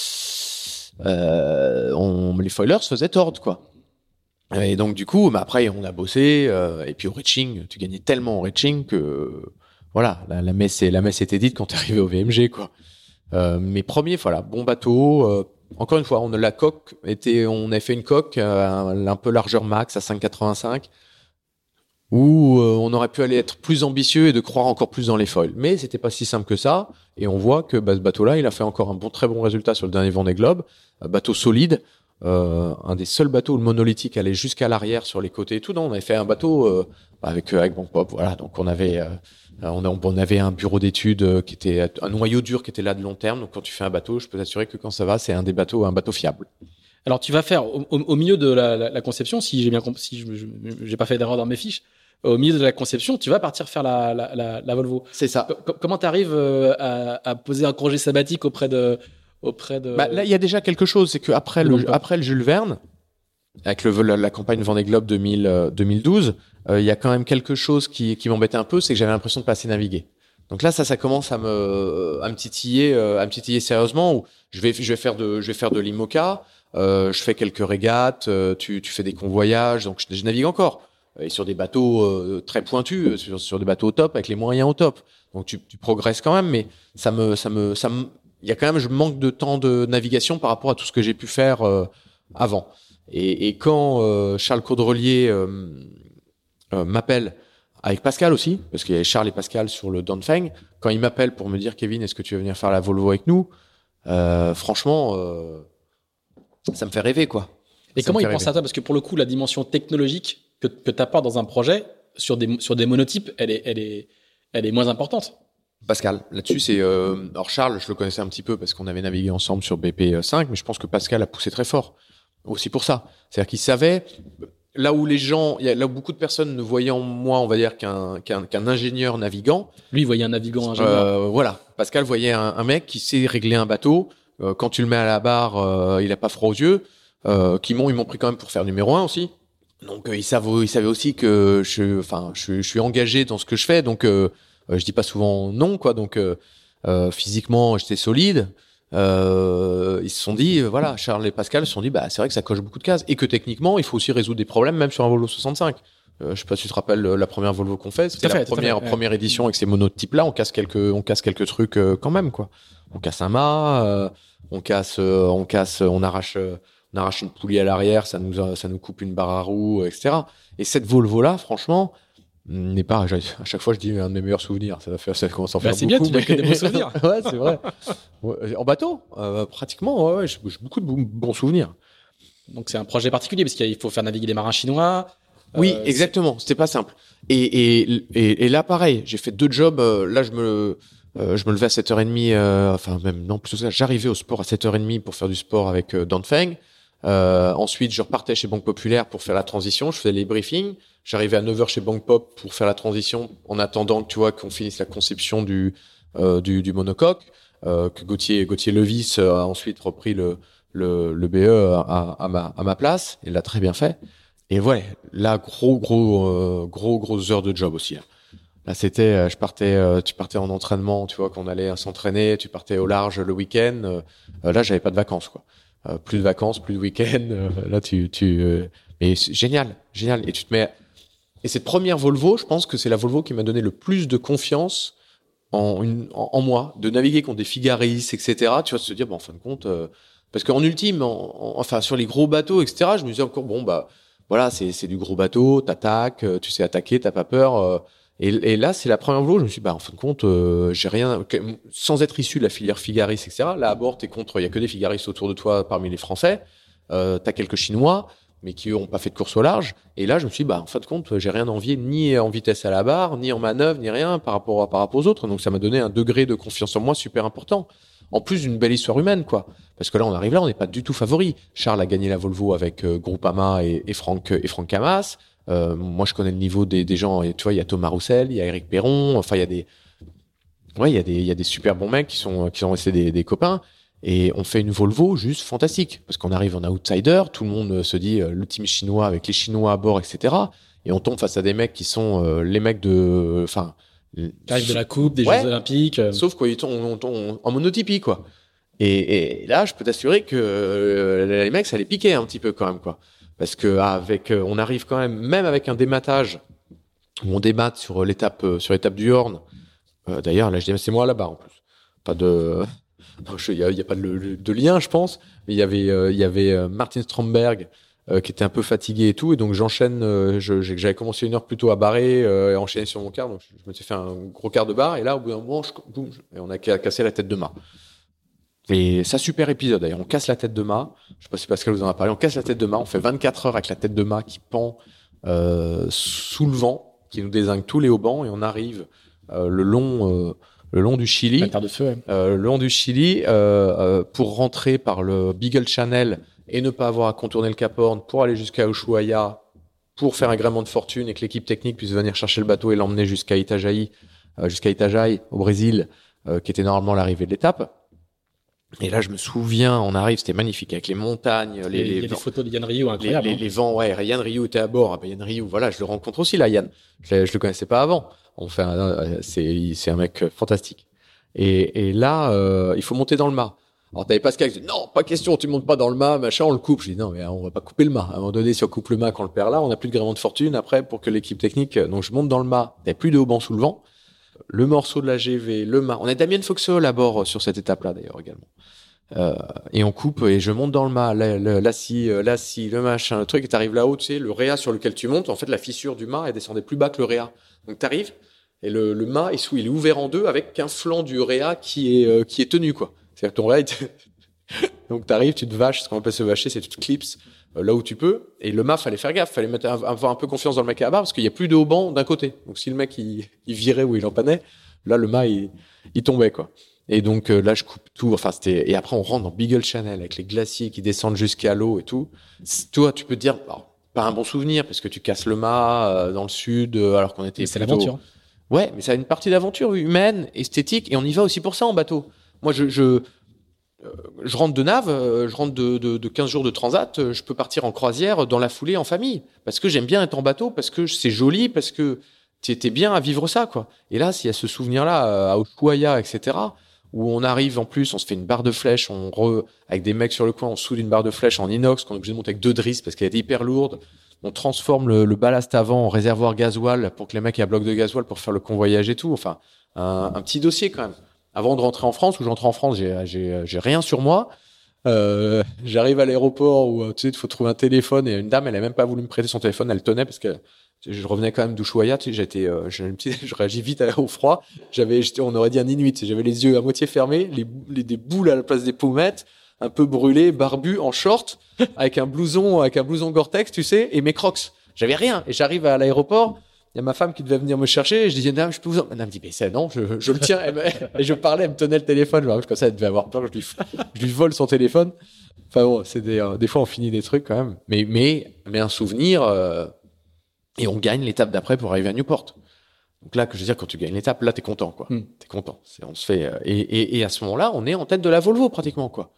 les foilers se faisaient tordre quoi. Et donc du coup, après on a bossé et puis au reaching, tu gagnais tellement au reaching que voilà, la messe était dite quand t'es arrivé au VMG quoi. Mes premiers bon bateau. Encore une fois, on a fait une coque un peu largeur max à 5,85 où on aurait pu aller être plus ambitieux et de croire encore plus dans les foils. Mais c'était pas si simple que ça. Et on voit que ce bateau-là, il a fait encore un très bon résultat sur le dernier Vendée Globe. Bateau solide. Un des seuls bateaux où le monolithique allait jusqu'à l'arrière sur les côtés et tout. Non, on avait fait un bateau avec Banque Pop. Voilà, donc on avait un bureau d'études qui était un noyau dur qui était là de long terme. Donc quand tu fais un bateau, je peux t'assurer que quand ça va, c'est un bateau fiable. Alors tu vas faire au milieu de la conception, si j'ai bien compris, si j'ai pas fait d'erreur dans mes fiches, au milieu de la conception, tu vas partir faire la Volvo. C'est ça. Comment t'arrives à poser un congé sabbatique auprès de... là, il y a déjà quelque chose, c'est que après le Jules Verne, avec la campagne Vendée Globe 2012, il y a quand même quelque chose qui m'embêtait un peu, c'est que j'avais l'impression de pas assez naviguer. Donc là, ça commence à me titiller sérieusement. Où je vais faire de l'IMOCA, je fais quelques régates, tu fais des convoyages, donc je navigue encore. Et sur des bateaux très pointus, sur des bateaux au top, avec les moyens au top. Donc tu progresses quand même, mais il y a quand même, je manque de temps de navigation par rapport à tout ce que j'ai pu faire avant. Et quand Charles Caudrelier m'appelle avec Pascal aussi, parce qu'il y avait Charles et Pascal sur le Dongfeng. Quand ils m'appellent pour me dire, Kevin, est-ce que tu veux venir faire la Volvo avec nous? Franchement, ça me fait rêver, quoi. Et comment ils pensent à ça? Parce que pour le coup, la dimension technologique que tu apportes dans un projet sur des monotypes, elle est moins importante. Pascal, là-dessus, c'est... alors Charles, je le connaissais un petit peu parce qu'on avait navigué ensemble sur BP5, mais je pense que Pascal a poussé très fort aussi pour ça. C'est-à-dire qu'il savait, là où beaucoup de personnes ne voyaient en moi, on va dire, qu'un ingénieur navigant. Lui, il voyait un navigant ingénieur. Voilà, Pascal voyait un mec qui sait régler un bateau. Quand tu le mets à la barre, il a pas froid aux yeux. Ils m'ont pris quand même pour faire numéro 1 aussi. Donc ils savaient aussi que je suis engagé dans ce que je fais. Donc je dis pas souvent non, quoi. Donc physiquement, j'étais solide. Ils se sont dit, voilà, Charles et Pascal se sont dit, c'est vrai que ça coche beaucoup de cases et que techniquement, il faut aussi résoudre des problèmes, même sur un Volvo 65. Je sais pas si tu te rappelles la première Volvo qu'on fait, c'était la première édition avec ces monotypes-là. On casse quelques trucs quand même, quoi. On casse un mât, on arrache une poulie à l'arrière, ça nous coupe une barre à roue, etc. Et cette Volvo-là, franchement, n'est pas, à chaque fois je dis un de mes meilleurs souvenirs, ça commence à en faire beaucoup. C'est bien, tu n'as que des bons souvenirs. Ouais, c'est vrai. En bateau, pratiquement, ouais, j'ai beaucoup de bons souvenirs. Donc c'est un projet particulier parce qu'il faut faire naviguer des marins chinois. Oui, exactement, c'était pas simple. Et là pareil, j'ai fait 2 jobs, là je me levais à 7h30, plutôt ça, j'arrivais au sport à 7h30 pour faire du sport avec Dongfeng. Ensuite, je repartais chez Banque Populaire pour faire la transition. Je faisais les briefings. J'arrivais à 9h chez Banque Pop pour faire la transition en attendant qu'on finisse la conception du monocoque, que Gauthier Levis a ensuite repris le BE à ma place. Il l'a très bien fait. Et voilà, là, grosses heures de job aussi. Là, c'était, tu partais en entraînement, tu vois, qu'on allait s'entraîner, tu partais au large le week-end. Là, j'avais pas de vacances, quoi. Plus de vacances, plus de week-end. Là, mais c'est génial. Et tu te mets. Et cette première Volvo, je pense que c'est la Volvo qui m'a donné le plus de confiance en moi, de naviguer contre des Figaris, etc. Tu vois, se dire, en fin de compte, parce qu'en ultime, sur les gros bateaux, etc. Je me disais encore, voilà, c'est du gros bateau, t'attaques, tu sais attaquer, t'as pas peur. Et là, c'est la première Volvo. Je me suis dit, en fin de compte, j'ai rien, sans être issu de la filière Figaris, etc. Là, à bord, il y a que des Figaris autour de toi parmi les Français. T'as quelques Chinois, mais qui ont pas fait de course au large. Et là, je me suis dit, en fin de compte, j'ai rien envié, ni en vitesse à la barre, ni en manœuvre, ni rien par rapport aux autres. Donc, ça m'a donné un degré de confiance en moi super important. En plus d'une belle histoire humaine, quoi. Parce que là, on n'est pas du tout favori. Charles a gagné la Volvo avec Groupama et Franck Camas. Moi, je connais le niveau des gens. Et, tu vois, il y a Thomas Roussel, il y a Eric Perron. Enfin, il y a des super bons mecs qui sont restés des copains. Et on fait une Volvo juste fantastique. Parce qu'on arrive en outsider. Tout le monde se dit le team chinois avec les Chinois à bord, etc. Et on tombe face à des mecs qui sont les mecs de, T'arrives de la coupe, des Jeux Olympiques. Sauf quoi, ils tombent en monotypie, quoi. Et là, je peux t'assurer que les mecs, ça les piquait un petit peu quand même, quoi. Parce que on arrive quand même avec un dématage où on démate sur l'étape du Horn. D'ailleurs, là, je dis, c'est moi là-bas en plus. Pas de, il y a pas de lien, je pense. Mais il y avait Martin Stromberg qui était un peu fatigué et tout, et donc j'enchaîne. J'avais commencé 1 heure plus tôt à barrer et enchaîner sur mon quart, donc je me suis fait un gros quart de barre. Et là, au bout d'un moment, et on a cassé la tête de mât. Et ça, super épisode d'ailleurs. On casse la tête de mât. Je sais pas si Pascal vous en a parlé. On casse la tête de mât. On fait 24 heures avec la tête de mât qui pend sous le vent, qui nous dézingue tous les haubans, et on arrive le long du Chili. La terre de feu. Ouais. Le long du Chili pour rentrer par le Beagle Channel et ne pas avoir à contourner le Cap Horn pour aller jusqu'à Ushuaia pour faire un gréement de fortune et que l'équipe technique puisse venir chercher le bateau et l'emmener jusqu'à Itajaí au Brésil, qui était normalement l'arrivée de l'étape. Et là, je me souviens, on arrive, c'était magnifique, avec les montagnes, il y a des photos de Yann Ryu incroyables. Les vents, ouais, Yann Ryu était à bord. Yann Ryu, voilà, je le rencontre aussi là, Yann. Je le connaissais pas avant. C'est un mec fantastique. Et là, il faut monter dans le mât. Alors t'avais Pascal qui dit non, pas question, tu montes pas dans le mât, machin, on le coupe. Je dis non, mais on va pas couper le mât. À un moment donné, si on coupe le mât, quand on le perd là, on n'a plus de gréement de fortune après pour que l'équipe technique. Donc je monte dans le mât. T'avais plus de haubans sous le vent. Le morceau de la GV, le mât. On a Damien Foxhall à bord sur cette étape-là d'ailleurs également. Et on coupe et je monte dans le mât, la scie, le machin, le truc, et t'arrives là-haut, tu sais, le réa sur lequel tu montes, en fait, la fissure du mât, elle descendait plus bas que le réa. Donc t'arrives, et le mât, il est ouvert en deux avec qu'un flanc du réa qui est tenu, quoi. C'est-à-dire que ton réa, donc t'arrives, tu te vaches, ce qu'on appelle se vacher, c'est tu te clipses là où tu peux. Et le mât, fallait faire gaffe, fallait avoir un peu confiance dans le mec à la barre, parce qu'il y a plus de haut banc d'un côté. Donc si le mec, il virait ou il empannait, là, le mât, il tombait, quoi. Et donc là, je coupe tout. Enfin, et après, on rentre dans Beagle Channel avec les glaciers qui descendent jusqu'à l'eau et tout. Toi, tu peux te dire, pas un bon souvenir parce que tu casses le mât dans le sud, alors qu'on était. Mais c'est l'aventure. Ouais, mais ça a une partie d'aventure humaine, esthétique, et on y va aussi pour ça en bateau. Moi, je rentre de Nave, je rentre de 15 jours de transat, je peux partir en croisière dans la foulée en famille parce que j'aime bien être en bateau, parce que c'est joli, parce que tu étais bien à vivre ça, quoi. Et là, s'il y a ce souvenir-là à Ushuaia, etc. où on arrive en plus, on se fait une barre de flèche, avec des mecs sur le coin, on soude une barre de flèche en inox qu'on est obligé de monter avec 2 drisses parce qu'elle était hyper lourde. On transforme le ballast avant en réservoir gasoil pour que les mecs aient un bloc de gasoil pour faire le convoyage et tout. Enfin, un petit dossier quand même. Avant de rentrer en France, où j'entre en France, j'ai rien sur moi. J'arrive à l'aéroport où tu sais, il faut trouver un téléphone et une dame, elle a même pas voulu me prêter son téléphone, elle tenait parce que je revenais quand même d'Ushuaia, tu sais, je réagis vite au froid. On aurait dit un Inuit. J'avais les yeux à moitié fermés, des boules à la place des pommettes, un peu brûlé, barbu, en short, avec un blouson Gore-Tex, tu sais, et mes Crocs. J'avais rien. Et j'arrive à l'aéroport. Il y a ma femme qui devait venir me chercher. Et je disais, dame, je peux vous elle me dit, mais c'est non, je le tiens. Et je parlais, elle me tenait le téléphone. Je me rappelle comme ça, elle devait avoir peur. Je lui vole son téléphone. Enfin bon, c'est des fois on finit des trucs quand même. Mais un souvenir. Et on gagne l'étape d'après pour arriver à Newport. Donc là, que je veux dire, quand tu gagnes l'étape, là, t'es content, quoi. T'es content. On se fait, et à ce moment-là, on est en tête de la Volvo, pratiquement, quoi.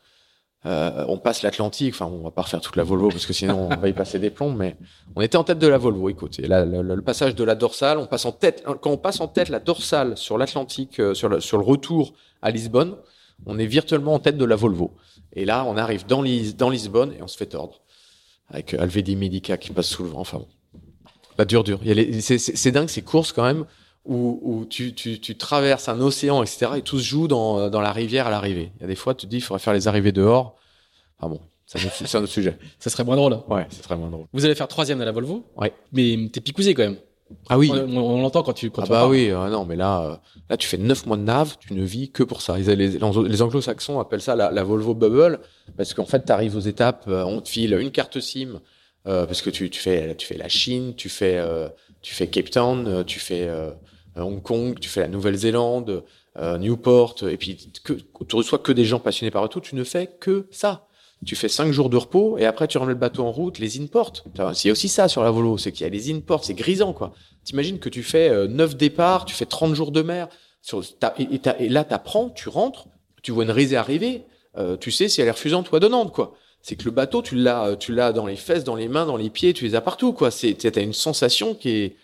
On passe l'Atlantique. Enfin, on va pas refaire toute la Volvo parce que sinon, on va y passer des plombs, mais on était en tête de la Volvo. Écoute, et là, le passage de la dorsale, on passe en tête, quand on passe en tête la dorsale sur l'Atlantique, sur le retour à Lisbonne, on est virtuellement en tête de la Volvo. Et là, on arrive dans Lisbonne et on se fait tordre. Avec Alvedi Medica qui passe sous le vent. Enfin bon. Bah, dur. C'est dingue ces courses quand même où tu traverses un océan, etc. et tout se joue dans la rivière à l'arrivée. Il y a des fois, tu te dis, il faudrait faire les arrivées dehors. Ah bon, c'est un autre sujet. Ça serait moins drôle. Ouais, ça serait moins drôle. Vous allez faire 3e de la Volvo. Ouais. Mais t'es picousé quand même. Ah oui. On l'entend quand tu bah parles. Oui, non, mais là, tu fais 9 mois de Nave, tu ne vis que pour ça. Les anglo-saxons appellent ça la Volvo Bubble parce qu'en fait, t'arrives aux étapes, on te file une carte SIM. Parce que tu fais la Chine, tu fais Cape Town, tu fais Hong Kong, tu fais la Nouvelle-Zélande, Newport, et puis autour de soi que des gens passionnés par le tout, tu ne fais que ça. Tu fais 5 jours de repos et après tu remets le bateau en route, les imports. Il y a aussi ça sur la Volvo, c'est qu'il y a les imports, c'est grisant quoi. T'imagines que tu fais 9 départs, tu fais 30 jours de mer, et là t'apprends, tu rentres, tu vois une risée arriver, tu sais si elle est refusante ou adonnante quoi. C'est que le bateau, tu l'as dans les fesses, dans les mains, dans les pieds, tu les as partout, quoi. T'as une sensation qui est,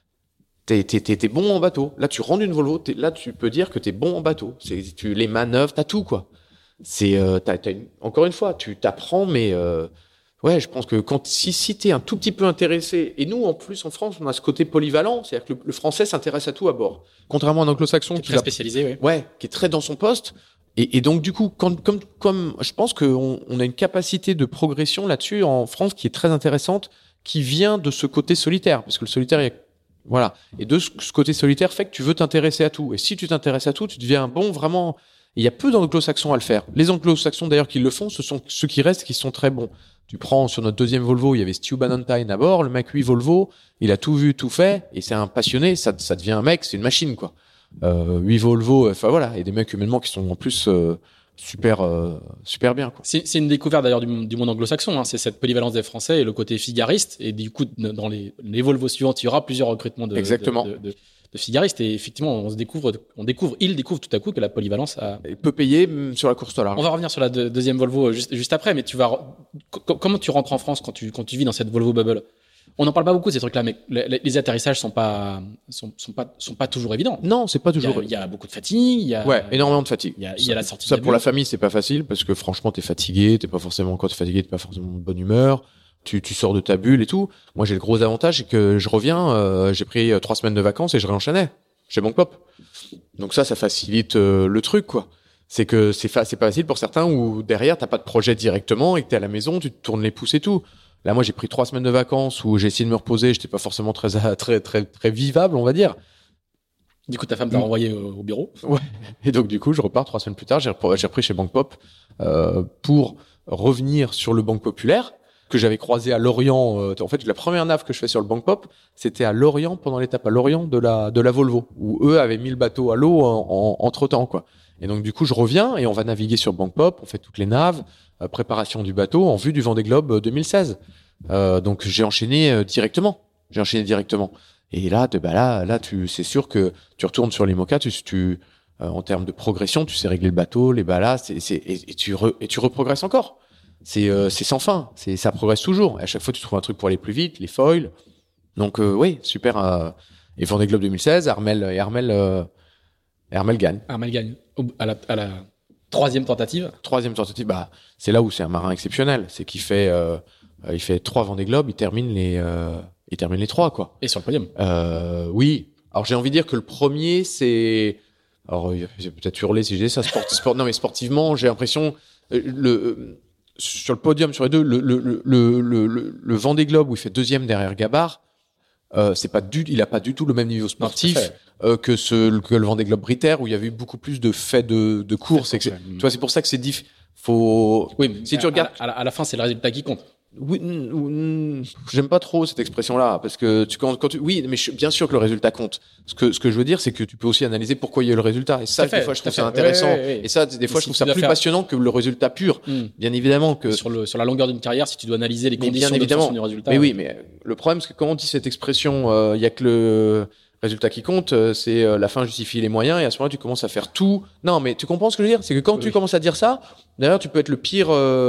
t'es bon en bateau. Là, tu rentres une Volvo, là, tu peux dire que t'es bon en bateau. Les manœuvres, t'as tout, quoi. Encore une fois, tu t'apprends, mais, ouais, je pense que si t'es un tout petit peu intéressé, et nous, en plus, en France, on a ce côté polyvalent, c'est-à-dire que le français s'intéresse à tout à bord. Contrairement à un anglo-saxon qui est très spécialisé, oui. Ouais, qui est très dans son poste. Et donc du coup, comme je pense qu'on a une capacité de progression là-dessus en France qui est très intéressante, qui vient de ce côté solitaire, parce que le solitaire, voilà, et de ce côté solitaire fait que tu veux t'intéresser à tout. Et si tu t'intéresses à tout, tu deviens bon vraiment. Il y a peu d'anglo-saxons à le faire. Les anglo-saxons d'ailleurs qui le font, ce sont ceux qui restent qui sont très bons. Tu prends sur notre 2e Volvo, il y avait Stu Bannatyne à bord, le mec 8 Volvo, il a tout vu, tout fait, et c'est un passionné, ça devient un mec, c'est une machine quoi. 8 Volvo, enfin voilà, et des mecs humainement qui sont en plus super bien quoi. C'est une découverte d'ailleurs du monde anglo-saxon, hein, c'est cette polyvalence des Français et le côté figariste, et du coup dans les Volvo suivantes il y aura plusieurs recrutements de figaristes, et effectivement ils découvrent tout à coup que la polyvalence peut payer sur la course au large. On va revenir sur la 2e Volvo juste après, mais comment tu rentres en France quand tu vis dans cette Volvo bubble? On n'en parle pas beaucoup de ces trucs-là, mais les atterrissages sont pas toujours évidents. Non, c'est pas toujours. Il y a beaucoup de fatigue. Ouais, énormément de fatigue. Il y a la sortie. Ça pour la famille, c'est pas facile parce que franchement, t'es fatigué, quand t'es fatigué, t'es pas forcément de bonne humeur. Tu sors de ta bulle et tout. Moi, j'ai le gros avantage, c'est que je reviens, j'ai pris 3 semaines de vacances et je réenchaînais chez Bank Pop. Donc ça facilite le truc, quoi. C'est que c'est pas facile pour certains où derrière t'as pas de projet directement et que t'es à la maison, tu te tournes les pouces et tout. Là, moi, j'ai pris 3 semaines de vacances où j'ai essayé de me reposer. J'étais pas forcément très vivable, on va dire. Du coup, ta femme t'a renvoyé au bureau. Ouais. Et donc, du coup, je repars 3 semaines plus tard. J'ai repris chez Banque Pop pour revenir sur le Banque Populaire que j'avais croisé à Lorient. En fait, la première nave que je fais sur le Banque Pop, c'était à Lorient, pendant l'étape à Lorient de la Volvo, où eux avaient mis le bateau à l'eau entre-temps, quoi. Et donc, du coup, je reviens et on va naviguer sur Banque Pop. On fait toutes les naves, préparation du bateau en vue du Vendée Globe 2016. Donc, j'ai enchaîné directement. Et là, c'est sûr que tu retournes sur l'IMOCA, en termes de progression, tu sais régler le bateau, les ballasts, et tu reprogresses encore. C'est sans fin. Ça progresse toujours. Et à chaque fois, tu trouves un truc pour aller plus vite, les foils. Donc, oui, super. Et Vendée Globe 2016, Armel gagne. Armel gagne. À la troisième tentative. Bah, c'est là où c'est un marin exceptionnel. C'est qu'il fait 3 Vendée Globe, il termine les 3, quoi. Et sur le podium. Oui. Alors, j'ai envie de dire que le premier, c'est, alors, j'ai peut-être hurlé si j'ai dit ça, non, mais sportivement, j'ai l'impression, sur le podium, sur les deux, le Vendée Globe où il fait 2e derrière Gabard, il a pas du tout le même niveau sportif que le Vendée Globe Britair où il y avait eu beaucoup plus de faits de course. Tu vois, c'est pour ça que c'est Oui, mais si tu regardes à la fin, c'est le résultat qui compte. Oui, j'aime pas trop cette expression-là parce que oui, mais bien sûr que le résultat compte. Ce que je veux dire, c'est que tu peux aussi analyser pourquoi il y a eu le résultat. Et ça, des fois, je trouve ça intéressant. Ouais. Et ça, des fois, je trouve ça plus passionnant que le résultat pur. Bien évidemment que sur la longueur d'une carrière, si tu dois analyser les conditions d'obtention du résultat. Mais oui, mais le problème, c'est que quand on dit cette expression, il y a que le résultat qui compte, c'est la fin justifie les moyens, et à ce moment-là, tu commences à faire tout. Non, mais tu comprends ce que je veux dire? C'est que quand tu commences à dire ça, d'ailleurs, tu peux être le pire.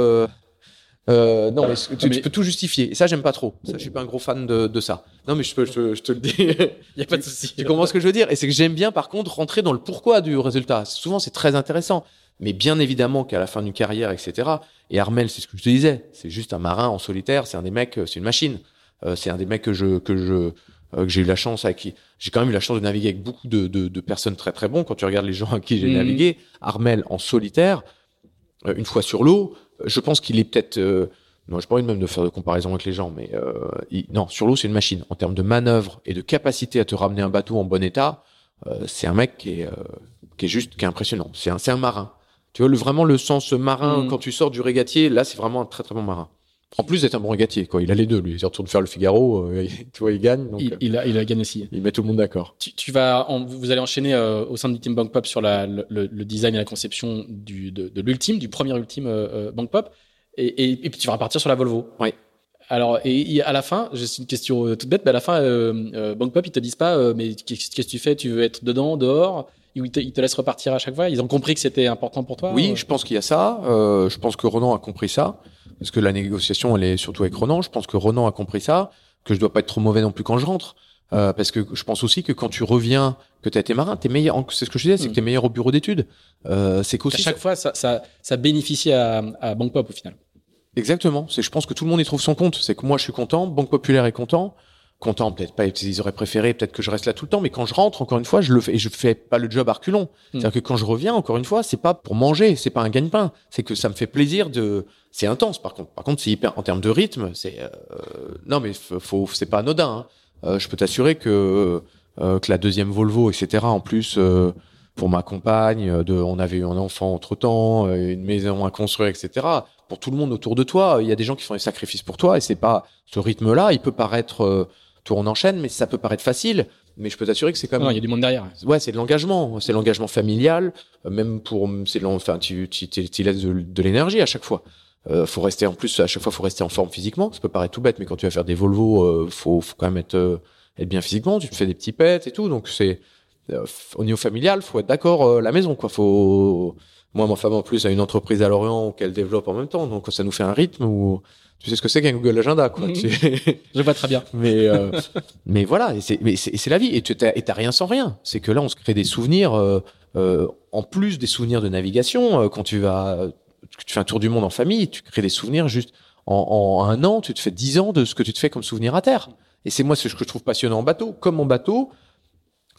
Non, mais tu peux tout justifier. Et ça, j'aime pas trop. Ça, je suis pas un gros fan de ça. Non, mais je te le dis. Il y a pas de souci. Tu comprends ce que je veux dire? Et c'est que j'aime bien, par contre, rentrer dans le pourquoi du résultat. Souvent, c'est très intéressant. Mais bien évidemment qu'à la fin d'une carrière, etc. Et Armel, c'est ce que je te disais. C'est juste un marin en solitaire. C'est un des mecs, c'est une machine. C'est un des mecs que j'ai eu la chance j'ai quand même eu la chance de naviguer avec beaucoup de personnes très très bons. Quand tu regardes les gens à qui j'ai navigué, Armel en solitaire, une fois sur l'eau, je pense qu'il est peut-être non, j'ai pas envie même de faire de comparaison avec les gens, mais non, sur l'eau c'est une machine en termes de manœuvre et de capacité à te ramener un bateau en bon état. C'est un mec qui est impressionnant. C'est un marin. Tu vois vraiment le sens marin quand tu sors du régatier. Là, c'est vraiment un très très bon marin. En plus d'être un bon régatier, quoi. Il a les deux, lui. Il retourne faire le Figaro, tu vois, il gagne. Donc, il a gagné aussi. Il met tout le monde d'accord. Vous allez enchaîner au sein du team Banque Pop sur le design et la conception du premier ultime Banque Pop, et puis tu vas repartir sur la Volvo. Oui. Alors, et à la fin, c'est une question toute bête, mais à la fin, Banque Pop, ils te disent pas, mais qu'est-ce que tu fais? Tu veux être dedans, dehors? Ils te laissent repartir à chaque fois? Ils ont compris que c'était important pour toi? Oui, je pense qu'il y a ça. Je pense que Ronan a compris ça. Parce que la négociation, elle est surtout avec Ronan. Je pense que Ronan a compris ça, que je dois pas être trop mauvais non plus quand je rentre. Parce que je pense aussi que quand tu reviens, que tu as été marin, t'es meilleur. C'est ce que je disais, c'est que t'es meilleur au bureau d'études. C'est qu'aussi. À chaque fois, ça bénéficie à Banque Pop au final. Exactement. Je pense que tout le monde y trouve son compte. C'est que moi, je suis content. Banque Populaire est content. Peut-être pas, ils auraient préféré peut-être que je reste là tout le temps, mais quand je rentre, encore une fois, je le fais, et je fais pas le job à reculons. C'est-à-dire que quand je reviens, encore une fois, c'est pas pour manger, c'est pas un gagne-pain, c'est que ça me fait plaisir c'est intense, par contre, c'est hyper, en termes de rythme, non, mais c'est pas anodin, hein. Je peux t'assurer que la deuxième Volvo, etc., en plus, pour ma compagne, on avait eu un enfant entre-temps, une maison à construire, etc., pour tout le monde autour de toi, il y a des gens qui font des sacrifices pour toi, et c'est pas, ce rythme-là, il peut paraître, tout on enchaîne, mais ça peut paraître facile, mais je peux t'assurer que c'est quand même. Non, il y a du monde derrière. Ouais, c'est de l'engagement familial, même tu laisses de l'énergie à chaque fois. Faut rester en forme physiquement. Ça peut paraître tout bête, mais quand tu vas faire des Volvo, faut quand même être bien physiquement. Tu te fais des petits pets et tout, donc c'est au niveau familial, faut être d'accord la maison, quoi. Moi, ma femme en plus a une entreprise à Lorient qu'elle développe en même temps, donc ça nous fait un rythme où tu sais ce que c'est qu'un Google Agenda, quoi. Je vois très bien. Mais voilà, et c'est la vie. Et t'as rien sans rien. C'est que là, on se crée des souvenirs, en plus des souvenirs de navigation. Quand tu fais un tour du monde en famille, tu crées des souvenirs juste en un an, tu te fais 10 ans de ce que tu te fais comme souvenir à terre. Et c'est moi ce que je trouve passionnant en bateau. Comme en bateau,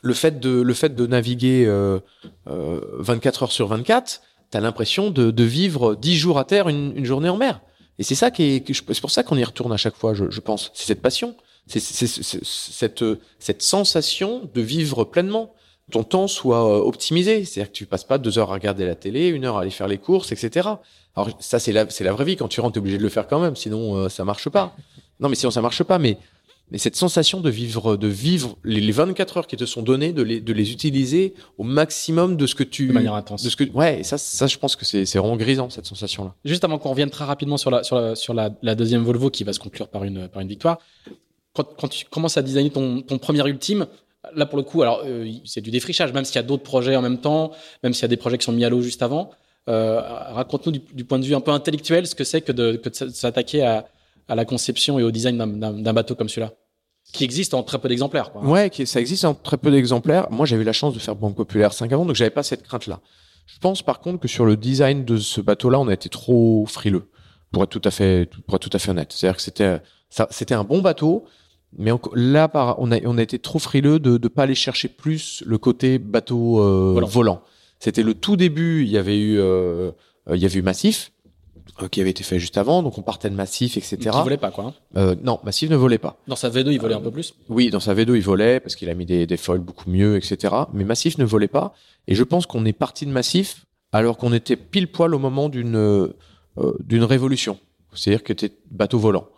le fait de naviguer 24 heures sur 24, t'as l'impression de vivre 10 jours à terre, une journée en mer. Et c'est ça c'est pour ça qu'on y retourne à chaque fois, je pense. C'est cette passion, c'est cette sensation de vivre pleinement. Ton temps soit optimisé, c'est-à-dire que tu passes pas 2 heures à regarder la télé, 1 heure à aller faire les courses, etc. Alors ça, c'est la vraie vie. Quand tu rentres, t'es obligé de le faire quand même, sinon ça marche pas. Non, mais sinon ça marche pas. Mais cette sensation de vivre les 24 heures qui te sont données, de les utiliser au maximum de ce que tu... De manière intense. Ouais, et ça, je pense que c'est vraiment grisant, cette sensation-là. Juste avant qu'on revienne très rapidement sur la deuxième Volvo qui va se conclure par une victoire, quand tu commences à designer ton premier ultime, là pour le coup, alors c'est du défrichage, même s'il y a d'autres projets en même temps, même s'il y a des projets qui sont mis à l'eau juste avant. Raconte-nous du point de vue un peu intellectuel ce que c'est que de s'attaquer à la conception et au design d'un bateau comme celui-là, qui existe en très peu d'exemplaires, quoi. Ouais, ça existe en très peu d'exemplaires. Moi, j'avais la chance de faire Banque Populaire 5 avant, donc j'avais pas cette crainte-là. Je pense par contre que sur le design de ce bateau-là, on a été trop frileux, pour être tout à fait honnête. C'est-à-dire que c'était un bon bateau, mais là, on a été trop frileux de pas aller chercher plus le côté bateau volant. C'était le tout début. Il y avait eu Massif, qui avait été fait juste avant, donc on partait de Massif, etc. Qui volait pas, quoi. Non, Massif ne volait pas. Dans sa V2, il volait un peu plus. Oui, dans sa V2, il volait parce qu'il a mis des foils beaucoup mieux, etc. Mais Massif ne volait pas. Et je pense qu'on est parti de Massif alors qu'on était pile poil au moment d'une révolution. C'est-à-dire que t'es bateau volant.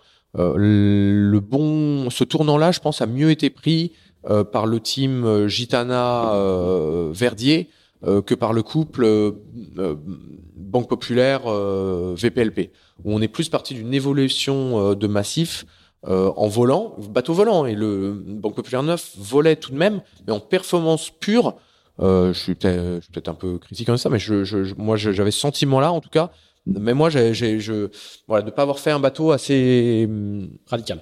Ce tournant-là, je pense, a mieux été pris par le team Gitana Verdier que par le couple Banque Populaire VPLP, où on est plus parti d'une évolution de Massif en volant, bateau volant, et le Banque Populaire 9 volait tout de même, mais en performance pure. Je suis peut-être un peu critique comme ça, mais moi j'avais ce sentiment-là en tout cas. Mais moi voilà, de pas avoir fait un bateau assez radical,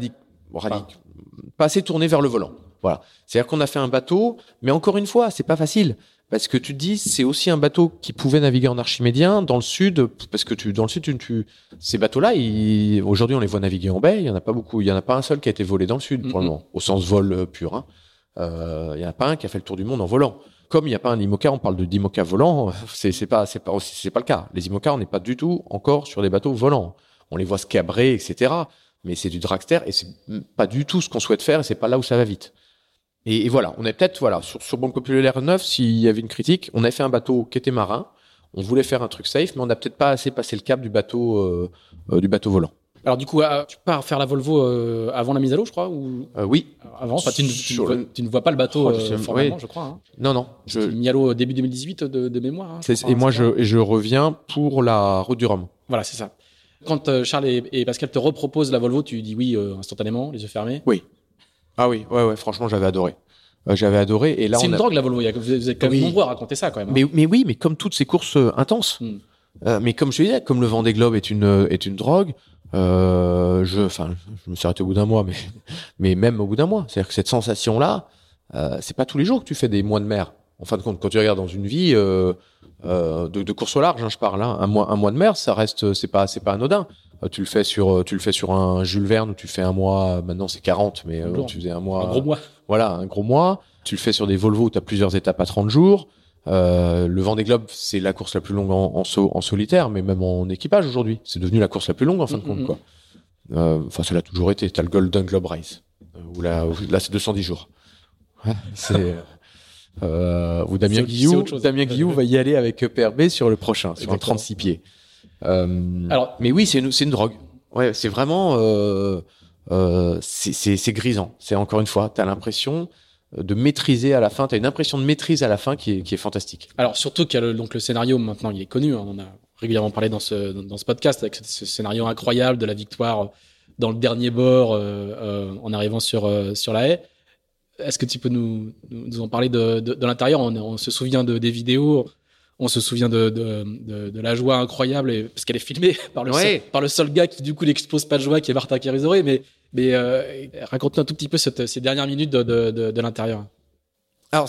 pas assez tourné vers le volant. Voilà, c'est-à-dire qu'on a fait un bateau, mais encore une fois, c'est pas facile. Parce que tu te dis, c'est aussi un bateau qui pouvait naviguer en archimédien dans le sud, parce que dans le sud, ces bateaux-là, aujourd'hui, on les voit naviguer en baie. Il y en a pas beaucoup. Il y en a pas un seul qui a été volé dans le sud pour le moment, au sens vol pur. Hein. Il y en a pas un qui a fait le tour du monde en volant. Comme il n'y a pas un IMOCA, on parle d'IMOCA volant. C'est pas le cas. Les IMOCA, on n'est pas du tout encore sur des bateaux volants. On les voit se cabrer, etc. Mais c'est du dragster et c'est pas du tout ce qu'on souhaite faire. Et c'est pas là où ça va vite. Et voilà, on est peut-être sur Banque Populaire 9, s'il y avait une critique, on avait fait un bateau qui était marin, on voulait faire un truc safe, mais on n'a peut-être pas assez passé le cap du bateau volant. Alors du coup, tu pars faire la Volvo avant la mise à l'eau, je crois, ou oui. Avant, tu ne vois pas le bateau formellement, je crois. Hein. Non. Mis à l'eau début 2018 de mémoire. Hein, et moi, je reviens pour la route du Rhum. Voilà, c'est ça. Quand Charles et Pascal te reproposent la Volvo, tu dis oui instantanément, les yeux fermés. Oui. Ah oui, ouais, franchement, j'avais adoré. Et là, c'est une drogue, la Volvo. Vous êtes quand même nombreux à raconter ça, quand même. Mais oui, mais comme toutes ces courses intenses. Mais comme je te disais, comme le Vendée Globe est une drogue, je me suis arrêté au bout d'un mois, mais même au bout d'un mois. C'est-à-dire que cette sensation-là, c'est pas tous les jours que tu fais des mois de mer. En fin de compte, quand tu regardes dans une vie de course au large, hein, je parle, hein, un mois de mer, ça reste, c'est pas anodin. Tu le fais sur un Jules Verne où tu fais un mois, maintenant c'est 40, mais tu faisais un mois. Un gros mois. Voilà, un gros mois. Tu le fais sur des Volvo où tu as plusieurs étapes à 30 jours. Le Vendée Globe, c'est la course la plus longue en solitaire, mais même en équipage aujourd'hui. C'est devenu la course la plus longue en fin de compte, quoi. Enfin, ça l'a toujours été. T'as le Golden Globe Race, où là c'est 210 jours. Où Damien Guillou va y aller avec PRB sur le prochain, sur un 36 pieds. Alors, mais oui, c'est une drogue. Ouais, c'est vraiment, c'est grisant. C'est encore une fois, t'as l'impression de maîtriser à la fin. T'as une impression de maîtrise à la fin qui est fantastique. Alors surtout qu'il y a le scénario maintenant, il est connu. Hein, on a régulièrement parlé dans ce podcast avec ce scénario incroyable de la victoire dans le dernier bord en arrivant sur la haie. Est-ce que tu peux nous en parler de l'intérieur? On se souvient des vidéos. On se souvient de la joie incroyable parce qu'elle est filmée par le seul gars qui du coup n'expose pas de joie, qui est Martin Kérizoré. Mais raconte-nous un tout petit peu ces dernières minutes de l'intérieur. Alors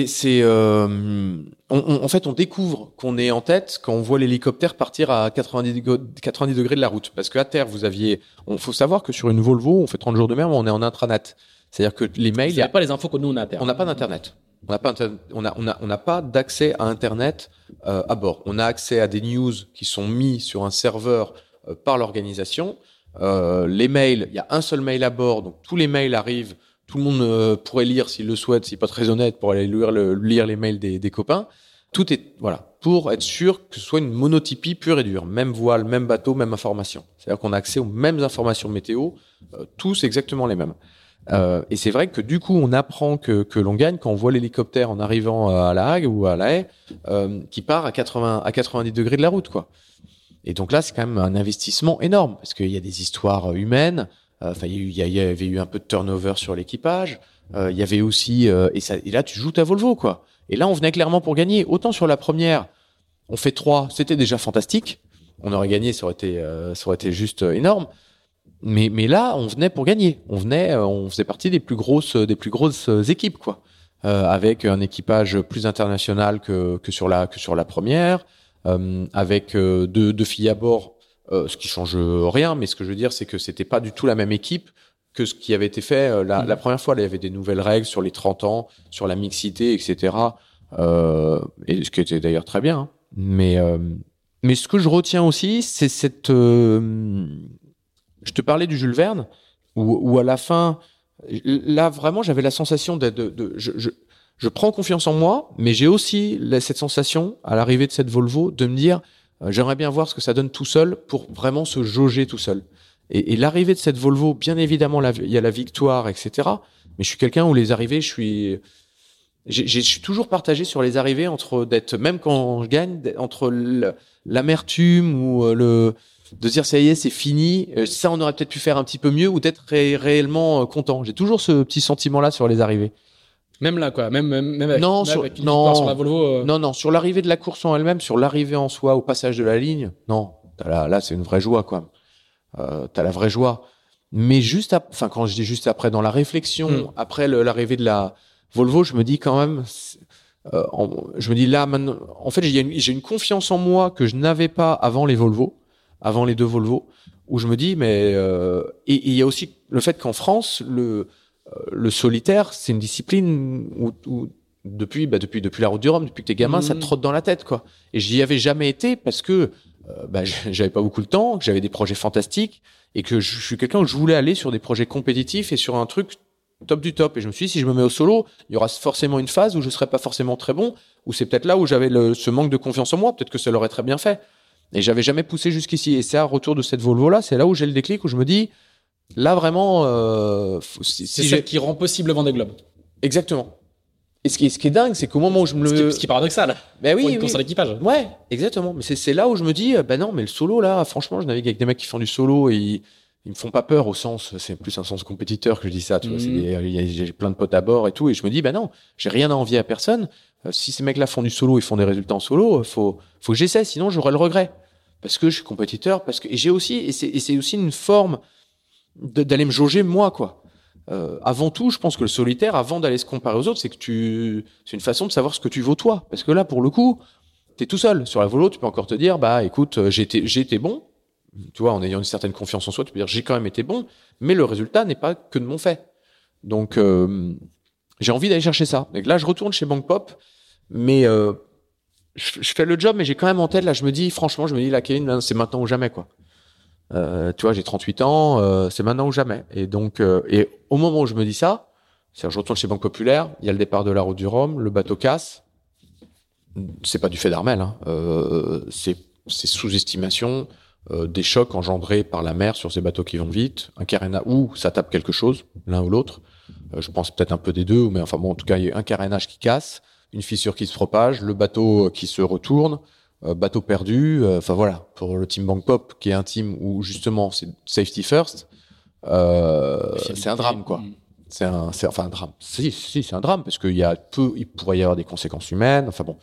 en fait on découvre qu'on est en tête quand on voit l'hélicoptère partir à 90 degrés de la route, parce qu'à terre faut savoir que sur une Volvo on fait 30 jours de mer, mais on est en intranet. C'est-à-dire que les mails, Vous n'avez pas les infos que nous on a à terre. on n'a pas d'internet. On n'a pas d'accès à internet à bord. On a accès à des news qui sont mis sur un serveur par l'organisation. Les mails, il y a un seul mail à bord, donc tous les mails arrivent. Tout le monde pourrait lire s'il le souhaite, s'il n'est pas très honnête, pour aller lire les mails des copains. Tout est pour être sûr que ce soit une monotypie pure et dure, même voile, même bateau, même information. C'est-à-dire qu'on a accès aux mêmes informations météo, tous exactement les mêmes. Et c'est vrai que du coup, on apprend que l'on gagne quand on voit l'hélicoptère en arrivant à La Hague ou à La Haye, qui part à 90 degrés de la route, quoi. Et donc là, c'est quand même un investissement énorme parce qu'il y a des histoires humaines. Il y avait eu un peu de turnover sur l'équipage. Il y avait aussi et là, tu joues ta Volvo, quoi. Et là, on venait clairement pour gagner. Autant sur la première, on fait 3, c'était déjà fantastique. On aurait gagné, ça aurait été juste énorme. Mais là, on venait pour gagner. On faisait partie des plus grosses équipes, quoi. Avec un équipage plus international que sur la première, avec deux filles à bord, ce qui change rien. Mais ce que je veux dire, c'est que c'était pas du tout la même équipe que ce qui avait été fait la première fois. Là, il y avait des nouvelles règles sur les 30 ans, sur la mixité, etc. Et ce qui était d'ailleurs très bien. Hein. Mais ce que je retiens aussi, c'est cette... je te parlais du Jules Verne, où à la fin, là vraiment, j'avais la sensation je prends confiance en moi, mais j'ai aussi cette sensation, à l'arrivée de cette Volvo, de me dire, j'aimerais bien voir ce que ça donne tout seul pour vraiment se jauger tout seul. Et l'arrivée de cette Volvo, bien évidemment, il y a la victoire, etc. Mais je suis quelqu'un où les arrivées, je suis toujours partagé sur les arrivées même quand je gagne, entre l'amertume ou de dire ça y est, c'est fini, ça on aurait peut-être pu faire un petit peu mieux, ou d'être réellement content. J'ai toujours ce petit sentiment-là sur les arrivées. Même là, quoi. Même avec, Non, avec une victoire sur la Volvo. Non, sur l'arrivée de la course en elle-même, sur l'arrivée en soi, au passage de la ligne, non. Là, c'est une vraie joie, quoi. T'as la vraie joie. Mais quand je dis juste après, dans la réflexion, après l'arrivée de la Volvo, je me dis quand même, je me dis là, maintenant, en fait, j'ai une confiance en moi que je n'avais pas avant les deux Volvo, où je me dis, mais et il y a aussi le fait qu'en France, le solitaire, c'est une discipline où depuis la route du Rhum, depuis que t'es gamin, ça te trotte dans la tête, quoi. Et j'y avais jamais été parce que j'avais pas beaucoup de temps, que j'avais des projets fantastiques et que je suis quelqu'un où je voulais aller sur des projets compétitifs et sur un truc top du top. Et je me suis dit, si je me mets au solo, il y aura forcément une phase où je serai pas forcément très bon, où c'est peut-être là où j'avais ce manque de confiance en moi, peut-être que ça l'aurait très bien fait. Et j'avais jamais poussé jusqu'ici. Et c'est à retour de cette Volvo-là, c'est là où j'ai le déclic, où je me dis, là vraiment, c'est celle qui rend possible le Vendée Globe. Exactement. Et ce qui est dingue, c'est qu'au moment où je me ce qui est paradoxal. Ben oui, pour une course à l'équipage. Ouais, exactement. Mais c'est là où je me dis, non, mais le solo là, franchement, je navigue avec des mecs qui font du solo et ils me font pas peur au sens, c'est plus un sens compétiteur que je dis ça, tu vois. J'ai plein de potes à bord et tout, et je me dis, non, j'ai rien à envier à personne. Si ces mecs-là font du solo, ils font des résultats en solo, faut que j'essaie, sinon j'aurai le regret. Parce que je suis compétiteur, et j'ai aussi, et c'est aussi une forme d'aller me jauger moi, quoi. Avant tout, je pense que le solitaire, avant d'aller se comparer aux autres, c'est une façon de savoir ce que tu vaux toi. Parce que là, pour le coup, t'es tout seul. Sur la Volo, tu peux encore te dire, écoute, j'ai été bon. Tu vois, en ayant une certaine confiance en soi, tu peux dire, j'ai quand même été bon. Mais le résultat n'est pas que de mon fait. Donc, j'ai envie d'aller chercher ça. Donc là, je retourne chez Bank Pop. Mais, je fais le job, mais j'ai quand même en tête, là, franchement, là, Kevin, c'est maintenant ou jamais, quoi. Tu vois, j'ai 38 ans, c'est maintenant ou jamais. Et donc, et au moment où je me dis ça, c'est-à-dire je retourne chez Banque Populaire, il y a le départ de la route du Rhum, le bateau casse. C'est pas du fait d'Armel, hein. C'est sous-estimation, des chocs engendrés par la mer sur ces bateaux qui vont vite, un carénage où ça tape quelque chose, l'un ou l'autre. Je pense peut-être un peu des deux, mais enfin bon, en tout cas, il y a un carénage qui casse, une fissure qui se propage, le bateau qui se retourne. Bateau perdu, voilà, pour le team Bank Pop, qui est un team où justement c'est safety first, c'est un drame, quoi. C'est un drame. Si, c'est un drame parce il pourrait y avoir des conséquences humaines. Enfin bon.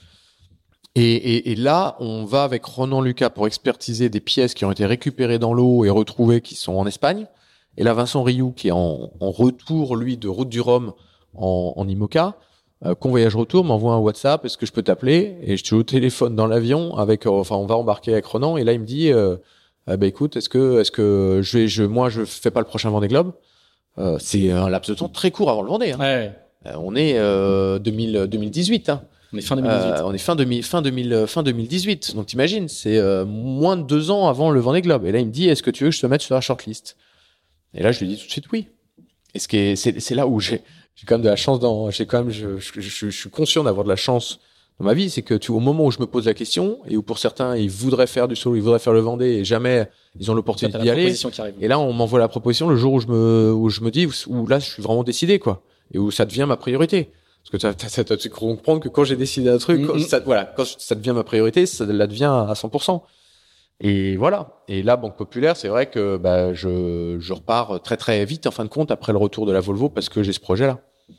Et là, on va avec Ronan Lucas pour expertiser des pièces qui ont été récupérées dans l'eau et retrouvées qui sont en Espagne. Et là, Vincent Rioux, qui est en retour, lui, de route du Rhum en IMOCA. Convoyage retour, m'envoie un WhatsApp, est-ce que je peux t'appeler? Et je suis au téléphone dans l'avion on va embarquer avec Ronan, et là il me dit, écoute, est-ce que moi je fais pas le prochain Vendée Globe? c'est un laps de temps très court avant le Vendée. Hein. Ouais. On est 2018. Hein. On est fin 2018. On est fin 2018. Donc t'imagines, c'est moins de 2 ans avant le Vendée Globe. Et là, il me dit, est-ce que tu veux que je te mette sur la shortlist? Et là, je lui dis tout de suite oui. Et c'est là où j'ai quand même de la chance je suis conscient d'avoir de la chance dans ma vie, c'est que au moment où je me pose la question et où pour certains ils voudraient faire du solo, ils voudraient faire le Vendée et jamais ils ont l'opportunité d'y aller. Et là, on m'envoie la proposition le jour où je me dis où là je suis vraiment décidé quoi et où ça devient ma priorité. Parce que tu comprends que quand j'ai décidé un truc, quand ça devient ma priorité, ça la devient à 100%. Et voilà. Et là, Banque Populaire, c'est vrai que je repars très très vite en fin de compte après le retour de la Volvo parce que j'ai ce projet-là.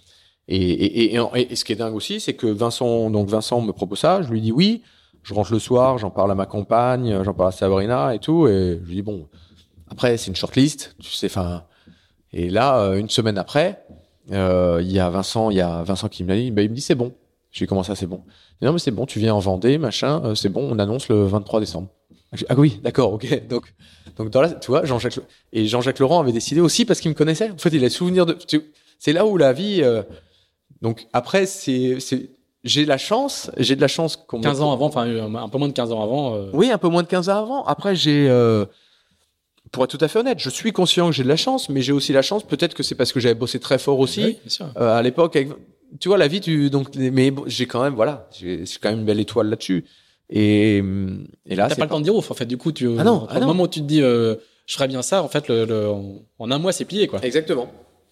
Et ce qui est dingue aussi, c'est que Vincent me propose ça. Je lui dis oui. Je rentre le soir, j'en parle à ma compagne, j'en parle à Sabrina et tout. Et je lui dis bon. Après, c'est une shortlist, tu sais. Enfin. Et là, une semaine après, il y a Vincent qui me l'a dit. Il me dit c'est bon. Je lui dis comment ça c'est bon. Il dit, non mais c'est bon, tu viens en Vendée, machin. C'est bon, on annonce le 23 décembre. Ah oui, d'accord, ok. Donc dans la, tu vois, Jean-Jacques Laurent avait décidé aussi parce qu'il me connaissait. En fait, il a souvenir de. C'est là où la vie. Donc après, j'ai de la chance qu'on 15 ans avant, enfin un peu moins de 15 ans avant. Oui, un peu moins de 15 ans avant. Après, pour être tout à fait honnête, je suis conscient que j'ai de la chance, mais j'ai aussi la chance. Peut-être que c'est parce que j'avais bossé très fort aussi oui, bien sûr. À l'époque. Tu vois, la vie, mais j'ai quand même, voilà, j'ai quand même une belle étoile là-dessus. Et là, t'as pas le temps de dire ouf. En fait, du coup, le moment où tu te dis, je ferais bien ça, en fait, en un mois, c'est plié, quoi. Exactement.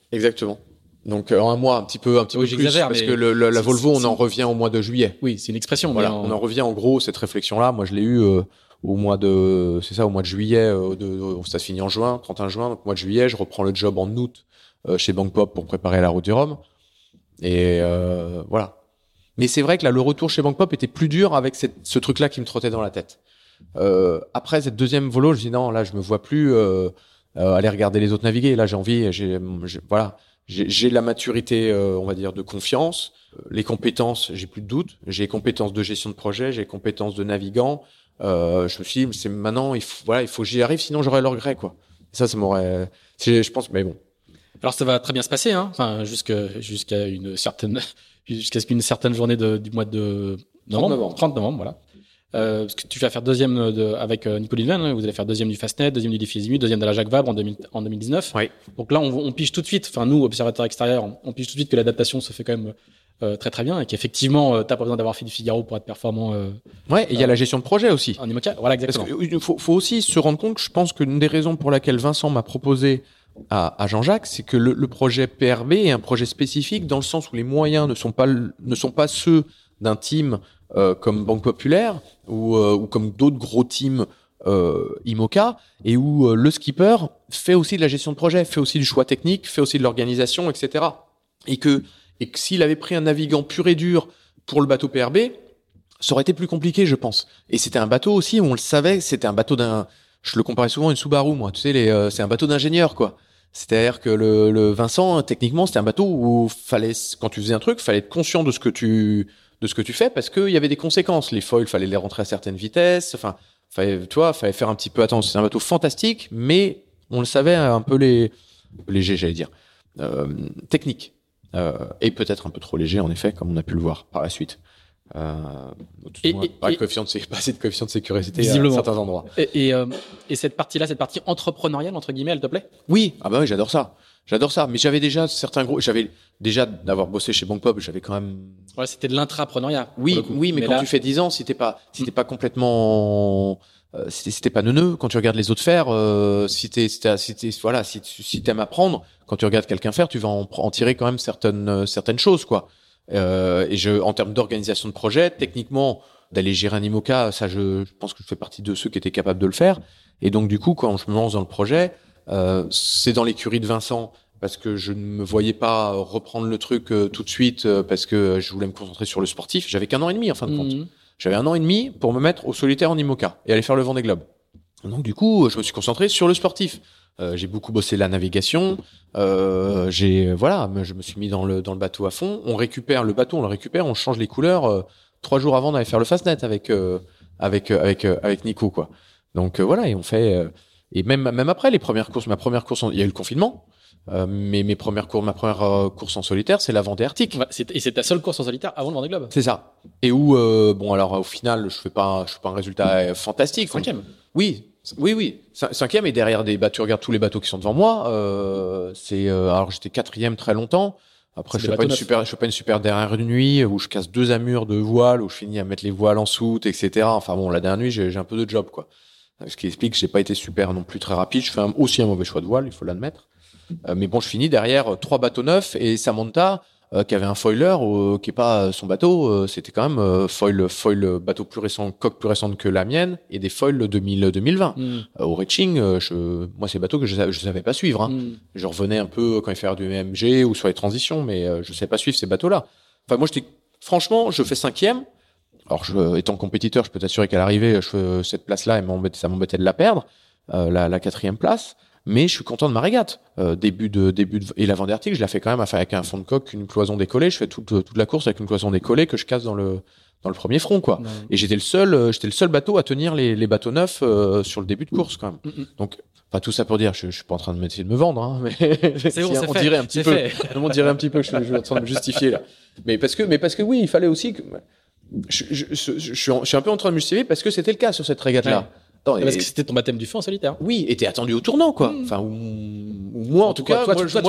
Donc en un mois, un petit peu oui, plus, parce que la Volvo, on en revient au mois de juillet. Oui, c'est une expression. Voilà, on en revient en gros cette réflexion-là. Moi, je l'ai eu au mois de juillet. Ça se finit en juin, 31 juin. Donc mois de juillet, je reprends le job en août chez Banque Pop pour préparer la route du Rhum. Et voilà. Mais c'est vrai que là, le retour chez Banque Pop était plus dur avec ce truc-là qui me trottait dans la tête. Après cette deuxième volo, je dis non, là, je me vois plus aller regarder les autres naviguer. Là, j'ai envie, voilà. J'ai la maturité, on va dire, de confiance, les compétences, j'ai plus de doute, j'ai les compétences de gestion de projet, j'ai les compétences de navigant. Je me suis dit, c'est maintenant, il faut que j'y arrive, sinon j'aurais le regret, quoi. Et ça m'aurait, je pense, mais bon. Alors ça va très bien se passer, hein. Enfin, jusqu'à ce qu'une certaine journée du mois de novembre, 30 novembre, voilà. Parce que tu vas faire deuxième avec Nico Lilven, hein, vous allez faire deuxième du Fastnet, deuxième du défi Zimut, deuxième de la Jacques Vabre en 2019. Oui. Donc là, on pige tout de suite, enfin nous, observateurs extérieurs, on pige tout de suite que l'adaptation se fait quand même très très bien et qu'effectivement, t'as pas besoin d'avoir fait du Figaro pour être performant. Ouais, et il y a la gestion de projet aussi. En IMOCA, voilà, exactement. Parce qu'il faut aussi se rendre compte que je pense qu'une des raisons pour laquelle Vincent m'a proposé à Jean-Jacques, c'est que le projet PRB est un projet spécifique dans le sens où les moyens ne sont pas ceux d'un team comme Banque Populaire ou comme d'autres gros teams IMOCA, et où le skipper fait aussi de la gestion de projet, fait aussi du choix technique, fait aussi de l'organisation, etc. Et que s'il avait pris un navigant pur et dur pour le bateau PRB, ça aurait été plus compliqué, je pense. Et c'était un bateau aussi où on le savait, c'était un bateau je le comparais souvent à une Subaru, moi. Tu sais, c'est un bateau d'ingénieur, quoi. C'est-à-dire que le Vincent, techniquement, c'était un bateau où quand tu faisais un truc, fallait être conscient de ce que tu fais parce qu'il y avait des conséquences. Les foils, fallait les rentrer à certaines vitesses. Enfin, fallait faire un petit peu attention. C'est un bateau fantastique, mais on le savait un peu léger, j'allais dire, technique. Et peut-être un peu trop léger, en effet, comme on a pu le voir par la suite. Pas assez de coefficient de sécurité à certains endroits. Et cette partie entrepreneuriale, entre guillemets, elle te plaît? Oui, oui, j'adore ça. Mais j'avais déjà d'avoir bossé chez Banque Pop, j'avais quand même. Ouais, c'était de l'intrapreneuriat. Oui, mais quand tu fais 10 ans, si t'es pas complètement, si t'es pas neuneux, quand tu regardes les autres faire, si t'aimes apprendre, quand tu regardes quelqu'un faire, tu vas en tirer quand même certaines choses, quoi. En termes d'organisation de projet, techniquement, d'aller gérer un IMOCA, ça, je pense que je fais partie de ceux qui étaient capables de le faire. Et donc, du coup, quand je me lance dans le projet, c'est dans l'écurie de Vincent parce que je ne me voyais pas reprendre le truc tout de suite parce que je voulais me concentrer sur le sportif. J'avais qu'1 an et demi, en fin de compte. J'avais 1 an et demi pour me mettre au solitaire en IMOCA et aller faire le Vendée Globe. Donc, du coup, je me suis concentré sur le sportif. J'ai beaucoup bossé la navigation. Je me suis mis dans le bateau à fond. On récupère le bateau, on change les couleurs 3 jours avant d'aller faire le Fastnet avec Nico, quoi. Donc voilà, et on fait et même après les premières courses, ma première course, il y a eu le confinement. Mais ma première course en solitaire, c'est la Vendée Arctique. Ouais, et c'est ta seule course en solitaire avant le Vendée Globe. C'est ça. Et où, alors au final, je fais pas un résultat fantastique. 5e. Oui. 5e, et derrière tu regardes tous les bateaux qui sont devant moi. Alors j'étais 4e très longtemps. Après, je fais pas une super dernière nuit où je casse 2 amures de voile, où je finis à mettre les voiles en soute, etc. Enfin bon, la dernière nuit, j'ai un peu de job, quoi. Ce qui explique que j'ai pas été super non plus très rapide. Je fais aussi un mauvais choix de voile, il faut l'admettre. Mais bon, je finis derrière 3 bateaux neufs et Samantha, qui avait un foiler, qui est pas son bateau, c'était quand même foil bateau plus récent, coque plus récente que la mienne, et des foils 2020. Au Reaching, moi c'est bateaux que je savais pas suivre. Hein. Je revenais un peu quand il fallait faire du MG ou sur les transitions, mais je savais pas suivre ces bateaux-là. Enfin moi franchement, je fais 5e. Alors étant compétiteur, je peux t'assurer qu'à l'arrivée, cette place-là, ça m'embêtait de la perdre, la 4e place. Mais je suis content de ma régate. Et la Vendée Arctique, je la fais quand même avec un fond de coque, une cloison décollée. Je fais toute la course avec une cloison décollée que je casse dans le premier front, quoi. Ouais. Et j'étais le seul bateau à tenir les bateaux neufs sur le début de course, quand même. Donc, enfin, tout ça pour dire, je suis pas en train de essayer de me vendre, hein, mais c'est bon, on dirait un petit peu. On dirait un petit peu que je suis en train de me justifier là. Mais parce que oui, il fallait aussi que je suis un peu en train de me justifier parce que c'était le cas sur cette régate-là. Ouais. Non, parce que c'était ton baptême du feu en solitaire. Oui, et t'es attendu au tournant, quoi. Enfin, ou moi, en tout cas,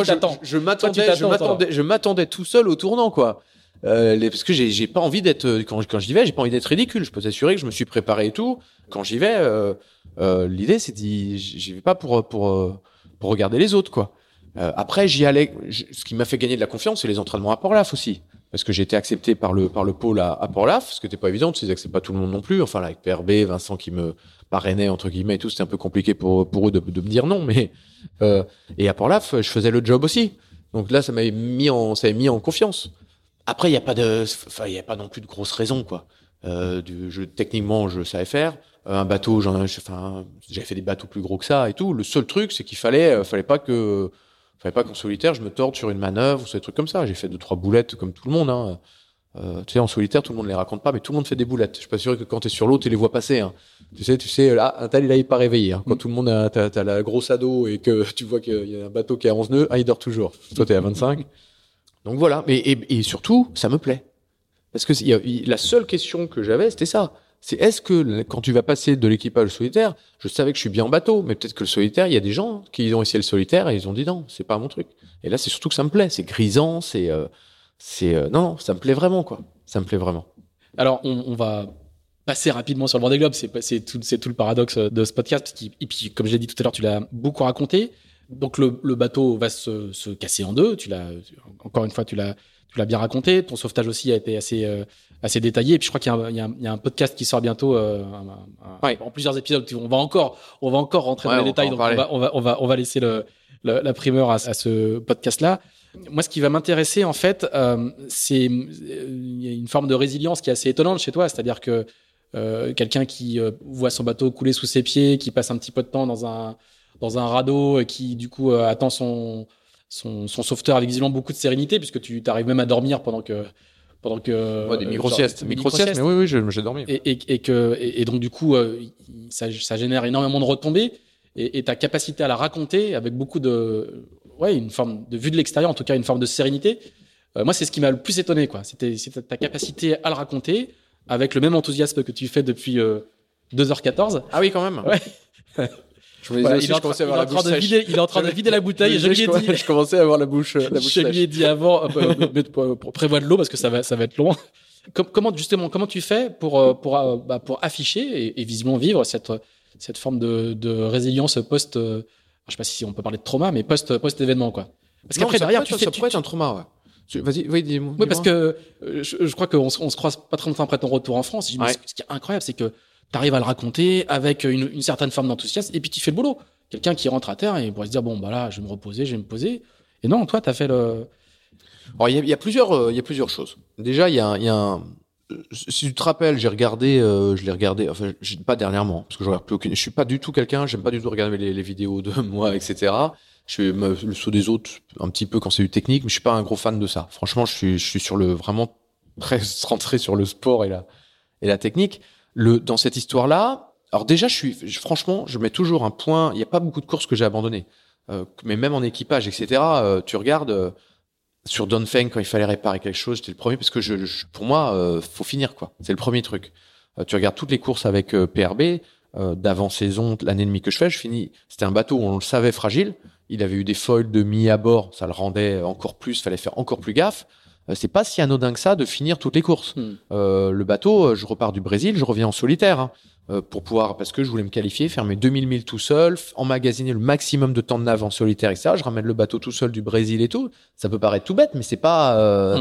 je m'attendais tout seul au tournant, quoi. Parce que j'ai pas envie d'être, quand j'y vais, j'ai pas envie d'être ridicule. Je peux t'assurer que je me suis préparé et tout. Quand j'y vais, l'idée, c'est j'y vais pas pour regarder les autres, quoi. Après, j'y allais. Ce qui m'a fait gagner de la confiance, c'est les entraînements à Port-Laf aussi. Parce que j'ai été accepté par le pôle à Port-Laf, ce qui n'était pas évident, tu sais, ils acceptent pas tout le monde non plus. Enfin, là, avec PRB, Vincent qui me parrainait, entre guillemets, et tout, c'était un peu compliqué pour eux de me dire non, mais, et à Port-Laf, je faisais le job aussi. Donc là, ça m'avait mis en confiance. Après, il y a pas non plus de grosses raisons, quoi. Techniquement, je savais faire. Un bateau, j'avais fait des bateaux plus gros que ça et tout. Le seul truc, c'est qu'il fallait pas qu'en solitaire, je me torde sur une manœuvre ou ces trucs comme ça. J'ai fait 2-3 boulettes comme tout le monde, hein. Tu sais, en solitaire, tout le monde les raconte pas, mais tout le monde fait des boulettes. Je suis pas sûr que quand t'es sur l'eau, tu les vois passer, hein. Tu sais, là, un tel, il est pas réveillé, hein. Quand tout le monde t'as la grosse ado et que tu vois qu'il y a un bateau qui est à 11 nœuds, il dort toujours. Toi, t'es à 25. Donc voilà. Mais, et surtout, ça me plaît. Parce que la seule question que j'avais, c'était ça. C'est est-ce que quand tu vas passer de l'équipage au solitaire, je savais que je suis bien en bateau, mais peut-être que le solitaire, il y a des gens qui ont essayé le solitaire et ils ont dit non, c'est pas mon truc. Et là, c'est surtout que ça me plaît. C'est grisant, non, ça me plaît vraiment, quoi. Ça me plaît vraiment. Alors, on va passer rapidement sur le Vendée Globe. C'est tout le paradoxe de ce podcast. Et puis, comme j'ai dit tout à l'heure, tu l'as beaucoup raconté. Donc, le bateau va se casser en deux. Encore une fois, tu l'as bien raconté. Ton sauvetage aussi a été assez détaillé. Et puis, je crois qu'il y a un podcast qui sort bientôt, en plusieurs épisodes. On va encore rentrer dans les détails. Donc, on va laisser la primeur à ce podcast-là. Moi, ce qui va m'intéresser, en fait, il y a une forme de résilience qui est assez étonnante chez toi. C'est-à-dire que quelqu'un qui voit son bateau couler sous ses pieds, qui passe un petit peu de temps dans un radeau, qui du coup attend son sauveteur avec visiblement beaucoup de sérénité, puisque tu arrives même à dormir pendant que des micro-siestes, mais oui, j'ai dormi. Et donc du coup, ça génère énormément de retombées, et ta capacité à la raconter avec beaucoup une forme de vue de l'extérieur, en tout cas une forme de sérénité. Moi, c'est ce qui m'a le plus étonné, quoi. C'était ta capacité à le raconter avec le même enthousiasme que tu fais depuis 2h14. Ah oui, quand même. Ouais. Il est en train de vider la bouteille. Je commençais à avoir la bouche je lui ai dit avant, prévois de l'eau parce que ça va être long. Comment tu fais pour afficher et visiblement vivre cette forme de résilience post, je sais pas si on peut parler de trauma, mais post événement, quoi. Parce qu'après derrière, ça pourrait être un trauma, ouais. Vas-y, dis-moi. Oui, parce que je crois qu'on se croise pas très longtemps après ton retour en France. Ce qui est incroyable, c'est que tu arrives à le raconter avec une certaine forme d'enthousiasme, et puis tu fais le boulot. Quelqu'un qui rentre à terre et pourrait se dire bon, bah là, je vais me reposer, je vais me poser. Et non, toi, t'as fait le. Alors, il y a plusieurs choses. Déjà, il y a si tu te rappelles, je l'ai regardé, enfin, pas dernièrement, parce que je regarde plus aucune. Je suis pas du tout quelqu'un, j'aime pas du tout regarder les vidéos de moi, etc. Je fais le saut des autres un petit peu quand c'est du technique, mais je suis pas un gros fan de ça. Franchement, je suis sur vraiment très rentré sur le sport et la technique. Dans cette histoire-là, alors déjà, franchement, je mets toujours un point. Il y a pas beaucoup de courses que j'ai abandonnées. mais même en équipage, etc. Tu regardes sur Dongfeng quand il fallait réparer quelque chose, j'étais le premier parce que pour moi, faut finir quoi. C'est le premier truc. Tu regardes toutes les courses avec PRB d'avant-saison, l'année et demie que je fais, je finis. C'était un bateau où on le savait fragile. Il avait eu des foils de mi à bord, ça le rendait encore plus, fallait faire encore plus gaffe. C'est pas si anodin que ça de finir toutes les courses. Le bateau, je repars du Brésil, je reviens en solitaire pour pouvoir, parce que je voulais me qualifier, faire mes 2000 milles tout seul, emmagasiner le maximum de temps de nav en solitaire, etc. Je ramène le bateau tout seul du Brésil et tout. Ça peut paraître tout bête, mais c'est pas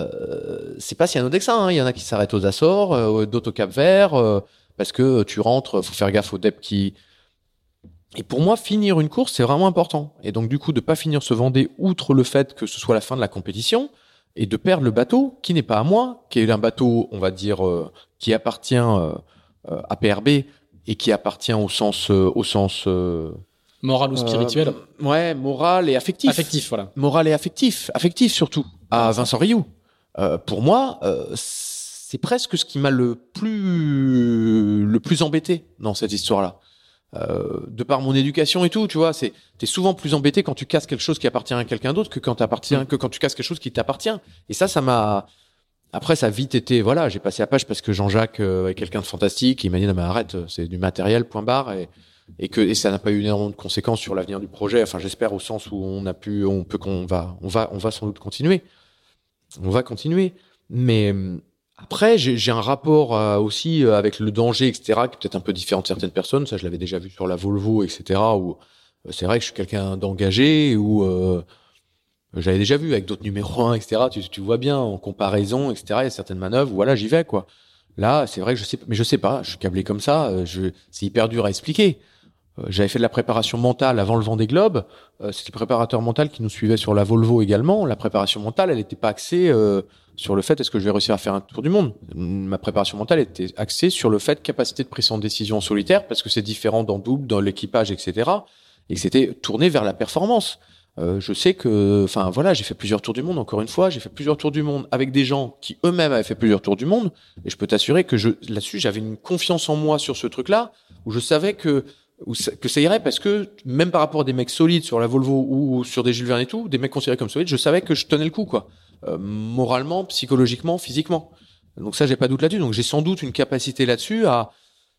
si anodin que ça. Hein. Il y en a qui s'arrêtent aux Açores, d'autres au Cap-Vert, parce que tu rentres, faut faire gaffe aux depths qui. Et pour moi, finir une course, c'est vraiment important. Et donc, du coup, de pas finir ce Vendée, outre le fait que ce soit la fin de la compétition, et de perdre le bateau qui n'est pas à moi, qui est un bateau, on va dire, qui appartient à PRB et qui appartient au sens moral ou spirituel. Ouais, moral et affectif. Affectif, voilà. Moral et affectif surtout, à Vincent Rioux. Pour moi, c'est presque ce qui m'a le plus embêté dans cette histoire-là. De par mon éducation et tout, tu vois, t'es souvent plus embêté quand tu casses quelque chose qui appartient à quelqu'un d'autre que quand tu casses quelque chose qui t'appartient. Et ça m'a. Après, ça a vite été, voilà, j'ai passé la page parce que Jean-Jacques est quelqu'un de fantastique. Il m'a dit non mais arrête, c'est du matériel, point barre, et ça n'a pas eu énormément de conséquences sur l'avenir du projet. Enfin, j'espère au sens où on va sans doute continuer. On va continuer, mais. Après, j'ai un rapport aussi avec le danger, etc., qui est peut-être un peu différent de certaines personnes. Ça, je l'avais déjà vu sur la Volvo, etc., où c'est vrai que je suis quelqu'un d'engagé, où j'avais déjà vu avec d'autres numéros 1, etc., tu vois bien, en comparaison, etc., il y a certaines manœuvres où, voilà, j'y vais, quoi. Là, c'est vrai que je sais pas, je suis câblé comme ça, c'est hyper dur à expliquer. J'avais fait de la préparation mentale avant le Vendée Globe. C'était le préparateur mental qui nous suivait sur la Volvo également. La préparation mentale, elle n'était pas axée sur le fait est-ce que je vais réussir à faire un tour du monde. Ma préparation mentale était axée sur le fait capacité de prise en décision en solitaire, parce que c'est différent dans double, dans l'équipage, etc. Et que c'était tourné vers la performance. Je sais que, enfin voilà, j'ai fait plusieurs tours du monde. Encore une fois, j'ai fait plusieurs tours du monde avec des gens qui eux-mêmes avaient fait plusieurs tours du monde. Et je peux t'assurer que là-dessus, j'avais une confiance en moi sur ce truc-là, où je savais que ça irait, parce que même par rapport à des mecs solides sur la Volvo ou sur des Jules Verne et tout, des mecs considérés comme solides, je savais que je tenais le coup, quoi. Moralement, psychologiquement, physiquement. Donc ça, j'ai pas de doute là-dessus. Donc j'ai sans doute une capacité là-dessus à.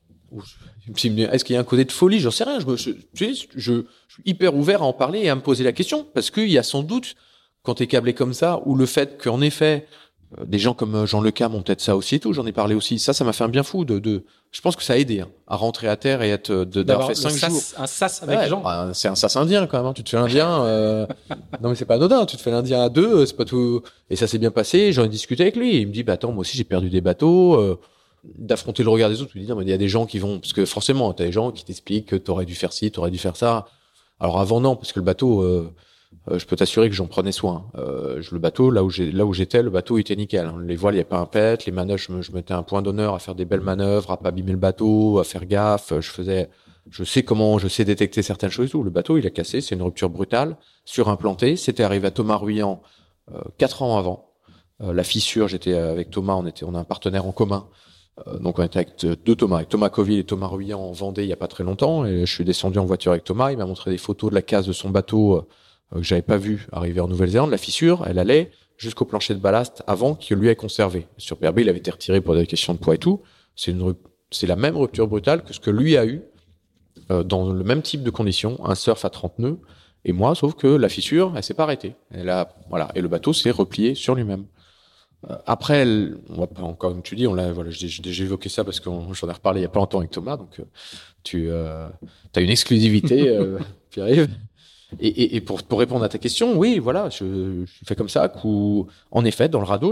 Est-ce qu'il y a un côté de folie? J'en sais rien. Je suis hyper ouvert à en parler et à me poser la question, parce qu'il y a sans doute, quand t'es câblé comme ça, ou le fait qu'en effet, des gens comme Jean Lecam ont peut-être ça aussi et tout. J'en ai parlé aussi. Ça m'a fait un bien fou je pense que ça a aidé à rentrer à terre et d'avoir fait 5 jours. Un sas avec les gens. Bah, c'est un sas indien quand même. Hein. Tu te fais l'indien. Non mais c'est pas anodin. Tu te fais l'indien à deux, c'est pas tout. Et ça s'est bien passé. J'en ai discuté avec lui. Et il me dit bah attends, moi aussi j'ai perdu des bateaux. D'affronter le regard des autres. Tu dis non mais il y a des gens qui vont, parce que forcément t'as des gens qui t'expliquent que t'aurais dû faire ci, t'aurais dû faire ça. Alors avant non, parce que le bateau. Je peux t'assurer que j'en prenais soin. Le bateau, là où j'étais, le bateau était nickel. Hein. Les voiles, il n'y a pas un pet. Les manœuvres, je mettais un point d'honneur à faire des belles manœuvres, à pas abîmer le bateau, à faire gaffe. Je sais détecter certaines choses et tout. Le bateau, il a cassé. C'est une rupture brutale, surimplantée. C'était arrivé à Thomas Ruyant 4 ans avant. La fissure, j'étais avec Thomas, on a un partenaire en commun. Donc on était avec deux Thomas, avec Thomas Coville et Thomas Ruyant en Vendée il y a pas très longtemps. Et je suis descendu en voiture avec Thomas. Il m'a montré des photos de la casse de son bateau que j'avais pas vu arriver en Nouvelle-Zélande. La fissure, elle allait jusqu'au plancher de ballast avant que lui ait conservé. Sur PRB, il avait été retiré pour des questions de poids et tout. C'est la même rupture brutale que ce que lui a eu dans le même type de conditions, un surf à 30 nœuds. Et moi, sauf que la fissure, elle s'est pas arrêtée. Voilà. Et le bateau s'est replié sur lui-même. Après, on va pas encore, comme tu dis, j'ai évoqué ça parce que j'en ai reparlé il y a pas longtemps avec Thomas, donc tu as une exclusivité, Pierre-Yves. Et pour répondre à ta question, oui, voilà, je fais comme ça. En effet, dans le radeau,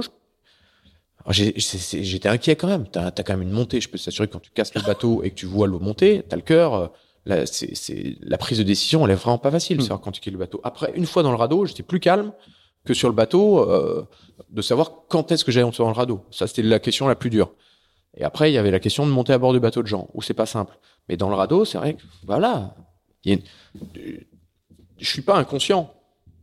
j'étais inquiet quand même. T'as quand même une montée. Je peux t'assurer que quand tu casses le bateau et que tu vois l'eau monter, t'as le cœur. La prise de décision, elle est vraiment pas facile. Savoir quand tu quittes le bateau. Après, une fois dans le radeau, j'étais plus calme que sur le bateau, de savoir quand est-ce que j'allais entrer dans le radeau. Ça, c'était la question la plus dure. Et après, il y avait la question de monter à bord du bateau de gens, où c'est pas simple. Mais dans le radeau, c'est vrai que, voilà, je suis pas inconscient.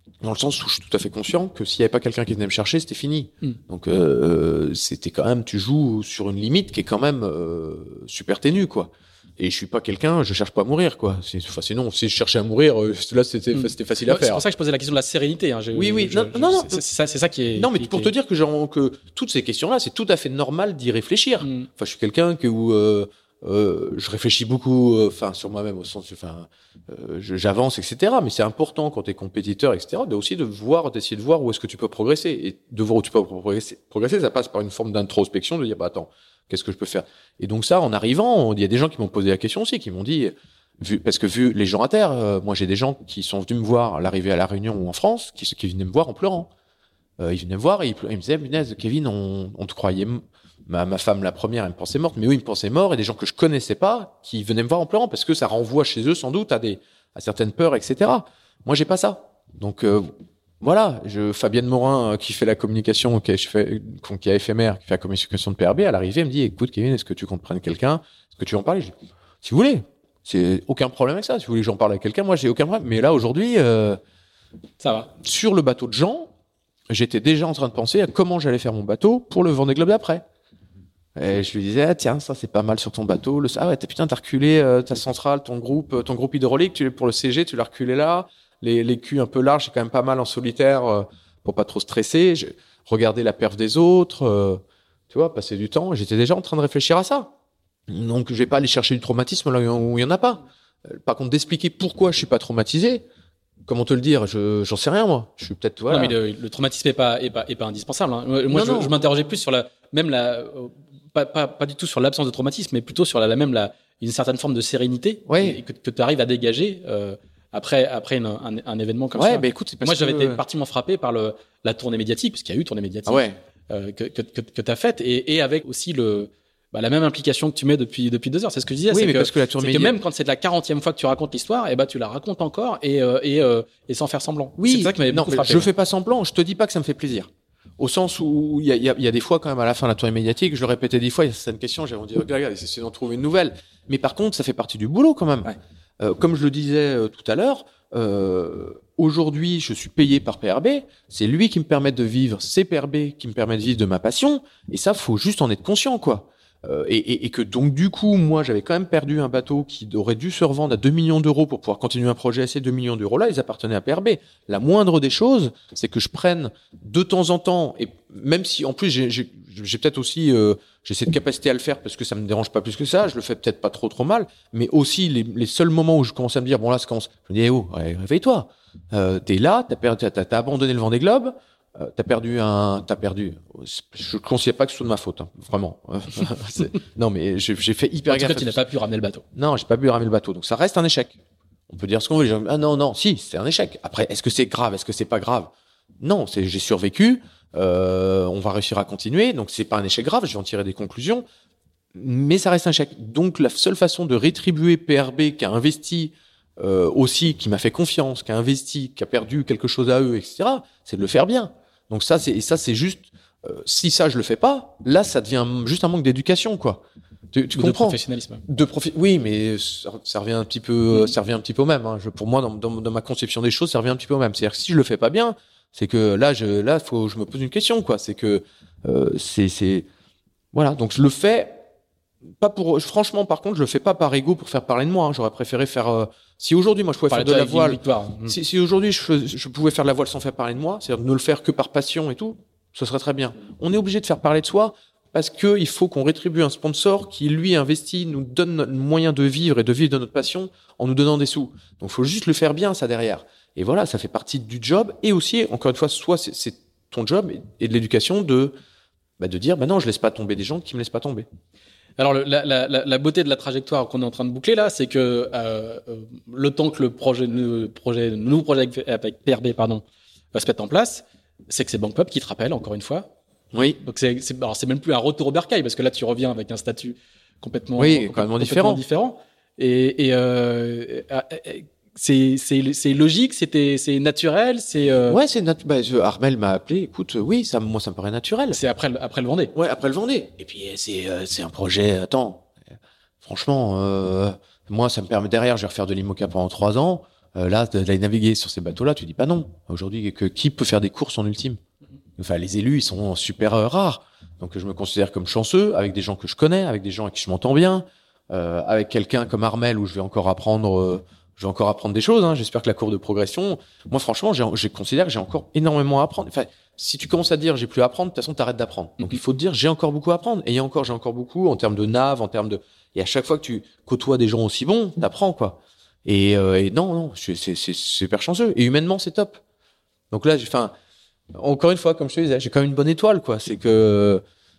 Dans le sens où je suis tout à fait conscient que s'il y avait pas quelqu'un qui venait me chercher, c'était fini. Donc c'était quand même, tu joues sur une limite qui est quand même super ténue, quoi. Et je suis pas quelqu'un, je cherche pas à mourir, quoi. Sinon, si je cherchais à mourir, là c'était facile à C'est faire. pour ça que je posais la question de la sérénité. Hein. Oui. Non. C'est ça qui est. Non, mais pour te dire que toutes ces questions-là, c'est tout à fait normal d'y réfléchir. Enfin, je suis quelqu'un où je réfléchis beaucoup, sur moi-même au sens, j'avance, etc. Mais c'est important quand t'es compétiteur, etc. D'essayer de voir où est-ce que tu peux progresser, et de voir où tu peux progresser, ça passe par une forme d'introspection, de dire attends, qu'est-ce que je peux faire. Et donc ça, en arrivant, il y a des gens qui m'ont posé la question aussi, qui m'ont dit, parce que vu les gens à terre, moi j'ai des gens qui sont venus me voir à l'arrivée à la Réunion ou en France, qui venaient me voir en pleurant. Ils venaient me voir et ils me disaient, punaise, Kevin, on te croyait. Ma femme, la première, elle me pensait morte, mais eux, ils me pensaient mort, et des gens que je connaissais pas, qui venaient me voir en pleurant, parce que ça renvoie chez eux, sans doute, à certaines peurs, etc. Moi, j'ai pas ça. Donc, voilà, Fabienne Morin, qui fait la communication, qui est éphémère, qui fait la communication de PRB, à l'arrivée, elle me dit, écoute, Kevin, est-ce que tu comptes prendre quelqu'un? Est-ce que tu veux en parler? Je dis, si vous voulez. C'est aucun problème avec ça. Si vous voulez que j'en parle à quelqu'un, moi, j'ai aucun problème. Mais là, aujourd'hui, ça va. Sur le bateau de Jean, j'étais déjà en train de penser à comment j'allais faire mon bateau pour le Vendée Globe d'après. Et je lui disais, tiens, ça c'est pas mal sur ton bateau. T'as reculé ta centrale, ton groupe hydraulique, pour le CG, tu l'as reculé là. Les culs un peu larges, c'est quand même pas mal en solitaire pour pas trop stresser. Regarder la perf des autres, tu vois, passer du temps. J'étais déjà en train de réfléchir à ça. Donc je vais pas aller chercher du traumatisme là où il y en a pas. Par contre, d'expliquer pourquoi je suis pas traumatisé. Comment te le dire? J'en sais rien, moi. Je suis peut-être, voilà. Non, mais le traumatisme est pas indispensable. Hein. Moi, je m'interrogeais plus sur pas du tout sur l'absence de traumatisme, mais plutôt sur une certaine forme de sérénité que tu arrives à dégager après un événement comme ça. Bah écoute, moi, j'avais été particulièrement frappé par la tournée médiatique, parce qu'il y a eu tournée médiatique que tu as faite, et avec aussi la même implication que tu mets depuis 2 heures. C'est ce que je disais. Parce que la tournée que même quand c'est la 40e fois que tu racontes l'histoire, tu la racontes encore et sans faire semblant. Oui. C'est ça qui m'avait beaucoup frappé. Je fais pas semblant. Je te dis pas que ça me fait plaisir. Au sens où il y a des fois quand même à la fin de la tournée médiatique, je le répétais 10 fois, il y a certaines questions, j'avais dit regarde, essayez d'en trouver une nouvelle. Mais par contre, ça fait partie du boulot quand même. Ouais. Comme je le disais tout à l'heure, aujourd'hui, je suis payé par PRB, c'est lui qui me permet de vivre, c'est PRB qui me permet de vivre de ma passion, et ça, faut juste en être conscient, quoi. Et que donc du coup, moi, j'avais quand même perdu un bateau qui aurait dû se revendre à 2 millions d'euros pour pouvoir continuer un projet. Ces 2 millions d'euros-là, ils appartenaient à PRB. La moindre des choses, c'est que je prenne de temps en temps, et même si en plus j'ai peut-être aussi j'ai cette capacité à le faire parce que ça me dérange pas plus que ça, je le fais peut-être pas trop mal, mais aussi les seuls moments où je commence à me dire bon là ça commence, je me dis réveille-toi, t'es là, t'as abandonné le Vendée Globe. T'as perdu. Je ne considère pas que ce soit de ma faute, hein, vraiment. Non, mais j'ai fait hyper gaffe. En tout cas, tu n'as pas pu ramener le bateau. Non, j'ai pas pu ramener le bateau, donc ça reste un échec. On peut dire ce qu'on veut. Ah non, si, c'est un échec. Après, est-ce que c'est grave, est-ce que c'est pas grave? Non, j'ai survécu. On va réussir à continuer, donc c'est pas un échec grave. Je vais en tirer des conclusions, mais ça reste un échec. Donc la seule façon de rétribuer PRB qui a investi. Aussi, qui m'a fait confiance, qui a investi, qui a perdu quelque chose à eux, etc., c'est de le faire bien. Donc ça, c'est juste, si ça je le fais pas, là ça devient juste un manque d'éducation, quoi. Tu comprends? De professionnalisme. Oui, mais ça revient un petit peu, ça revient un petit peu au même. Hein. Pour moi, dans ma conception des choses, ça revient un petit peu au même. C'est-à-dire que si je le fais pas bien, c'est que là, je me pose une question, quoi. C'est que voilà. Donc je le fais. Franchement, par contre, je le fais pas par ego pour faire parler de moi. Hein. J'aurais préféré faire. Si aujourd'hui, moi, je pouvais faire de la voile. Si aujourd'hui, je pouvais faire de la voile sans faire parler de moi, c'est-à-dire de ne le faire que par passion et tout, ce serait très bien. On est obligé de faire parler de soi parce que il faut qu'on rétribue un sponsor qui, lui, investit, nous donne le moyen de vivre et de vivre de notre passion en nous donnant des sous. Donc, il faut juste le faire bien, ça, derrière. Et voilà, ça fait partie du job. Et aussi, encore une fois, soit c'est ton job et de l'éducation de dire, non, je laisse pas tomber des gens qui me laissent pas tomber. Alors la beauté de la trajectoire qu'on est en train de boucler là, c'est que le temps que le nouveau projet avec PRB va se mettre en place, c'est que c'est BankPub qui te rappelle encore une fois. Oui. Donc c'est même plus un retour au bercail parce que là tu reviens avec un statut complètement différent. Et c'est logique, c'est naturel, Ouais, Armel m'a appelé. Écoute, oui, moi ça me paraît naturel. C'est après le Vendée. Ouais, après le Vendée. Et puis c'est un projet. Attends, franchement, moi ça me permet derrière, je vais refaire de l'IMOCA pendant 3 ans. là, d'aller naviguer sur ces bateaux-là, tu dis pas non. Aujourd'hui, qui peut faire des courses en ultime? Enfin, les élus, ils sont super rares. Donc, je me considère comme chanceux, avec des gens que je connais, avec des gens avec qui je m'entends bien, avec quelqu'un comme Armel où je vais encore apprendre des choses. Hein. J'espère que la courbe de progression. Moi, franchement, je considère que j'ai encore énormément à apprendre. Enfin, si tu commences à dire j'ai plus à apprendre, de toute façon, t'arrêtes d'apprendre. Donc, il faut te dire j'ai encore beaucoup à apprendre. Et j'ai encore beaucoup en termes de nav, et à chaque fois que tu côtoies des gens aussi bons, t'apprends quoi. Et non, c'est super chanceux. Et humainement, c'est top. Donc là, encore une fois, comme je te disais, j'ai quand même une bonne étoile, quoi. C'est que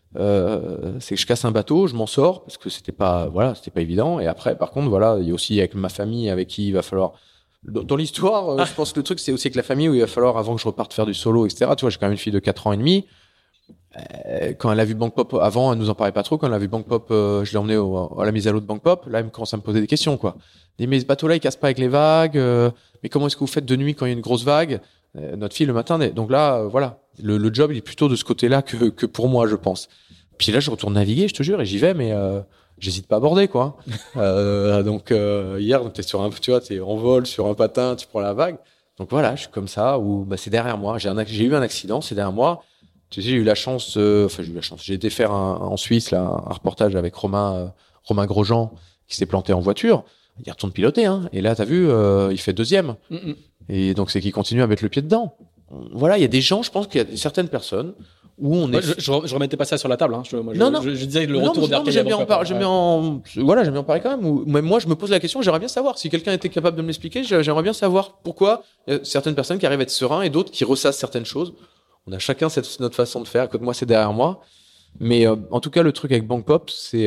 je casse un bateau, je m'en sors parce que c'était pas évident. Et après, par contre, voilà, il y a aussi avec ma famille, avec qui il va falloir. Dans l'histoire, je pense que le truc, c'est aussi avec la famille où il va falloir, avant que je reparte faire du solo, etc. Tu vois, j'ai quand même une fille de 4 ans et demi. Quand elle a vu Bank Pop, avant, elle nous en parlait pas trop. Quand elle a vu Bank Pop, je l'ai emmenée à la mise à l'eau de Bank Pop. Là, elle me commence à me poser des questions, quoi. Mais ce bateau-là, il casse pas avec les vagues. Mais comment est-ce que vous faites de nuit quand il y a une grosse vague? Notre fille, le matin, donc là, voilà. Le job, il est plutôt de ce côté-là que pour moi, je pense. Puis là, je retourne naviguer, je te jure, et j'y vais, mais j'hésite pas à border, quoi. Donc hier, t'es en vol sur un patin, tu prends la vague. Donc voilà, je suis comme ça, ou c'est derrière moi. J'ai eu un accident, c'est derrière moi. Tu sais, j'ai eu la chance. J'ai été faire en Suisse là un reportage avec Romain Grosjean qui s'est planté en voiture. Il retourne piloter, hein. Et là, t'as vu, il fait deuxième. Et donc c'est qu'il continue à mettre le pied dedans. Voilà, il y a des gens, je pense qu'il y a certaines personnes où on est. Je remettais pas ça sur la table. Hein. Je disais le retour d'Arcade. J'aime bien en parler quand même. Même moi, je me pose la question. J'aimerais bien savoir si quelqu'un était capable de me l'expliquer. J'aimerais bien savoir pourquoi il y a certaines personnes qui arrivent à être sereins et d'autres qui ressassent certaines choses. On a chacun notre façon de faire. À côté de moi, c'est derrière moi. Mais en tout cas, le truc avec Bank Pop, c'est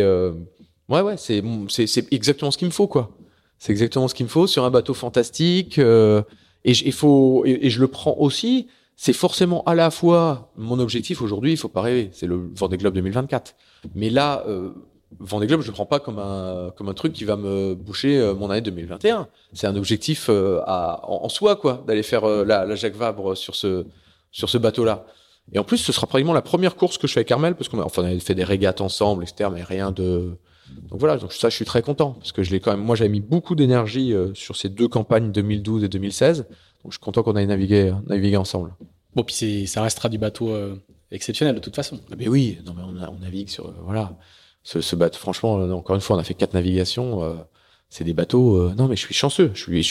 exactement ce qu'il me faut, quoi. C'est exactement ce qu'il me faut sur un bateau fantastique. Et je le prends aussi. C'est forcément à la fois mon objectif aujourd'hui. Il faut pas rêver. C'est le Vendée Globe 2024. Mais là, Vendée Globe, je le prends pas comme un truc qui va me boucher mon année 2021. C'est un objectif en soi, quoi, d'aller faire la Jacques Vabre sur ce bateau-là. Et en plus, ce sera pratiquement la première course que je fais avec Armel, parce qu'on avait fait des régates ensemble, etc., mais rien de. Donc voilà, donc ça, je suis très content, parce que moi, j'avais mis beaucoup d'énergie sur ces 2 campagnes 2012 et 2016. Donc je suis content qu'on aille naviguer ensemble. Bon, puis ça restera du bateau exceptionnel de toute façon. Mais oui, non, mais on navigue sur ce bateau. Franchement, encore une fois, on a fait 4 navigations. C'est des bateaux. Non, mais je suis chanceux.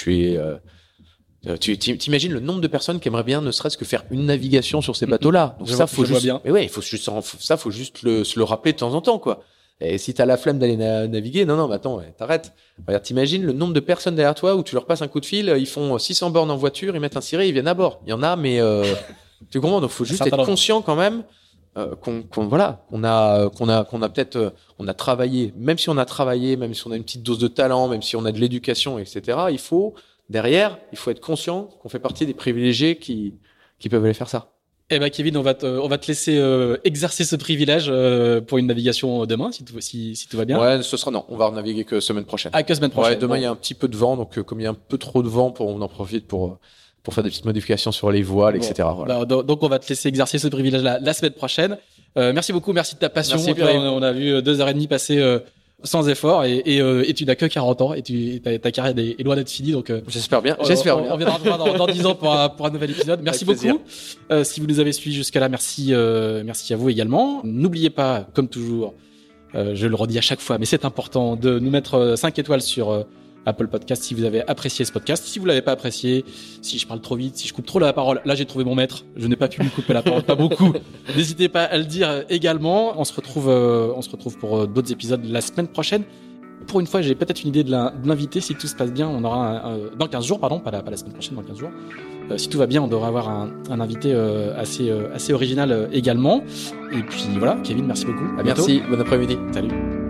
T'imagines le nombre de personnes qui aimeraient bien, ne serait-ce que faire une navigation sur ces bateaux-là. Donc ça, faut juste. Mais ouais, faut juste se le rappeler de temps en temps, quoi. Et si t'as la flemme d'aller naviguer, non, mais attends, t'arrêtes. Regarde, t'imagines le nombre de personnes derrière toi où tu leur passes un coup de fil, ils font 600 bornes en voiture, ils mettent un ciré, ils viennent à bord. Il y en a, mais tu comprends. Donc faut juste être conscient quand même qu'on a peut-être on a travaillé, même si on a une petite dose de talent, même si on a de l'éducation, etc. Il faut être conscient qu'on fait partie des privilégiés qui peuvent aller faire ça. Eh ben Kevin, on va te laisser exercer ce privilège pour une navigation demain, si tout va bien. Ouais, on va naviguer que semaine prochaine. Ah, que semaine prochaine. Ouais, demain il y a un petit peu de vent, donc comme il y a un peu trop de vent, on en profite pour faire des petites modifications sur les voiles, etc. Voilà. Donc on va te laisser exercer ce privilège la semaine prochaine. Merci beaucoup, merci de ta passion. Merci, on a vu 2h30 passer sans effort et tu n'as que 40 ans et ta carrière est loin d'être finie, donc j'espère bien. On viendra te voir dans 10 ans pour un nouvel épisode. Merci beaucoup. Si vous nous avez suivis jusqu'à là, merci à vous également. N'oubliez pas, comme toujours, je le redis à chaque fois, mais c'est important de nous mettre 5 étoiles sur Apple Podcast si vous avez apprécié ce podcast. Si vous l'avez pas apprécié, si je parle trop vite, si je coupe trop la parole, là j'ai trouvé mon maître. Je n'ai pas pu lui couper la parole, pas beaucoup. N'hésitez pas à le dire également. On se retrouve pour d'autres épisodes la semaine prochaine. Pour une fois, j'ai peut-être une idée de l'inviter. Si tout se passe bien, on aura dans 15 jours, pardon, pas la semaine prochaine, dans 15 jours. Si tout va bien, on devrait avoir un invité assez original également. Et puis voilà, Kevin, merci beaucoup. À bientôt. Merci, bon après-midi. Salut.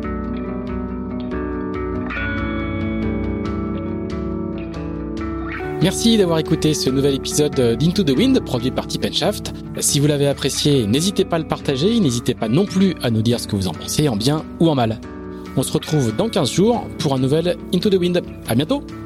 Merci d'avoir écouté ce nouvel épisode d'Into the Wind, produit par Tip & Shaft. Si vous l'avez apprécié, n'hésitez pas à le partager, n'hésitez pas non plus à nous dire ce que vous en pensez, en bien ou en mal. On se retrouve dans 15 jours pour un nouvel Into the Wind. À bientôt!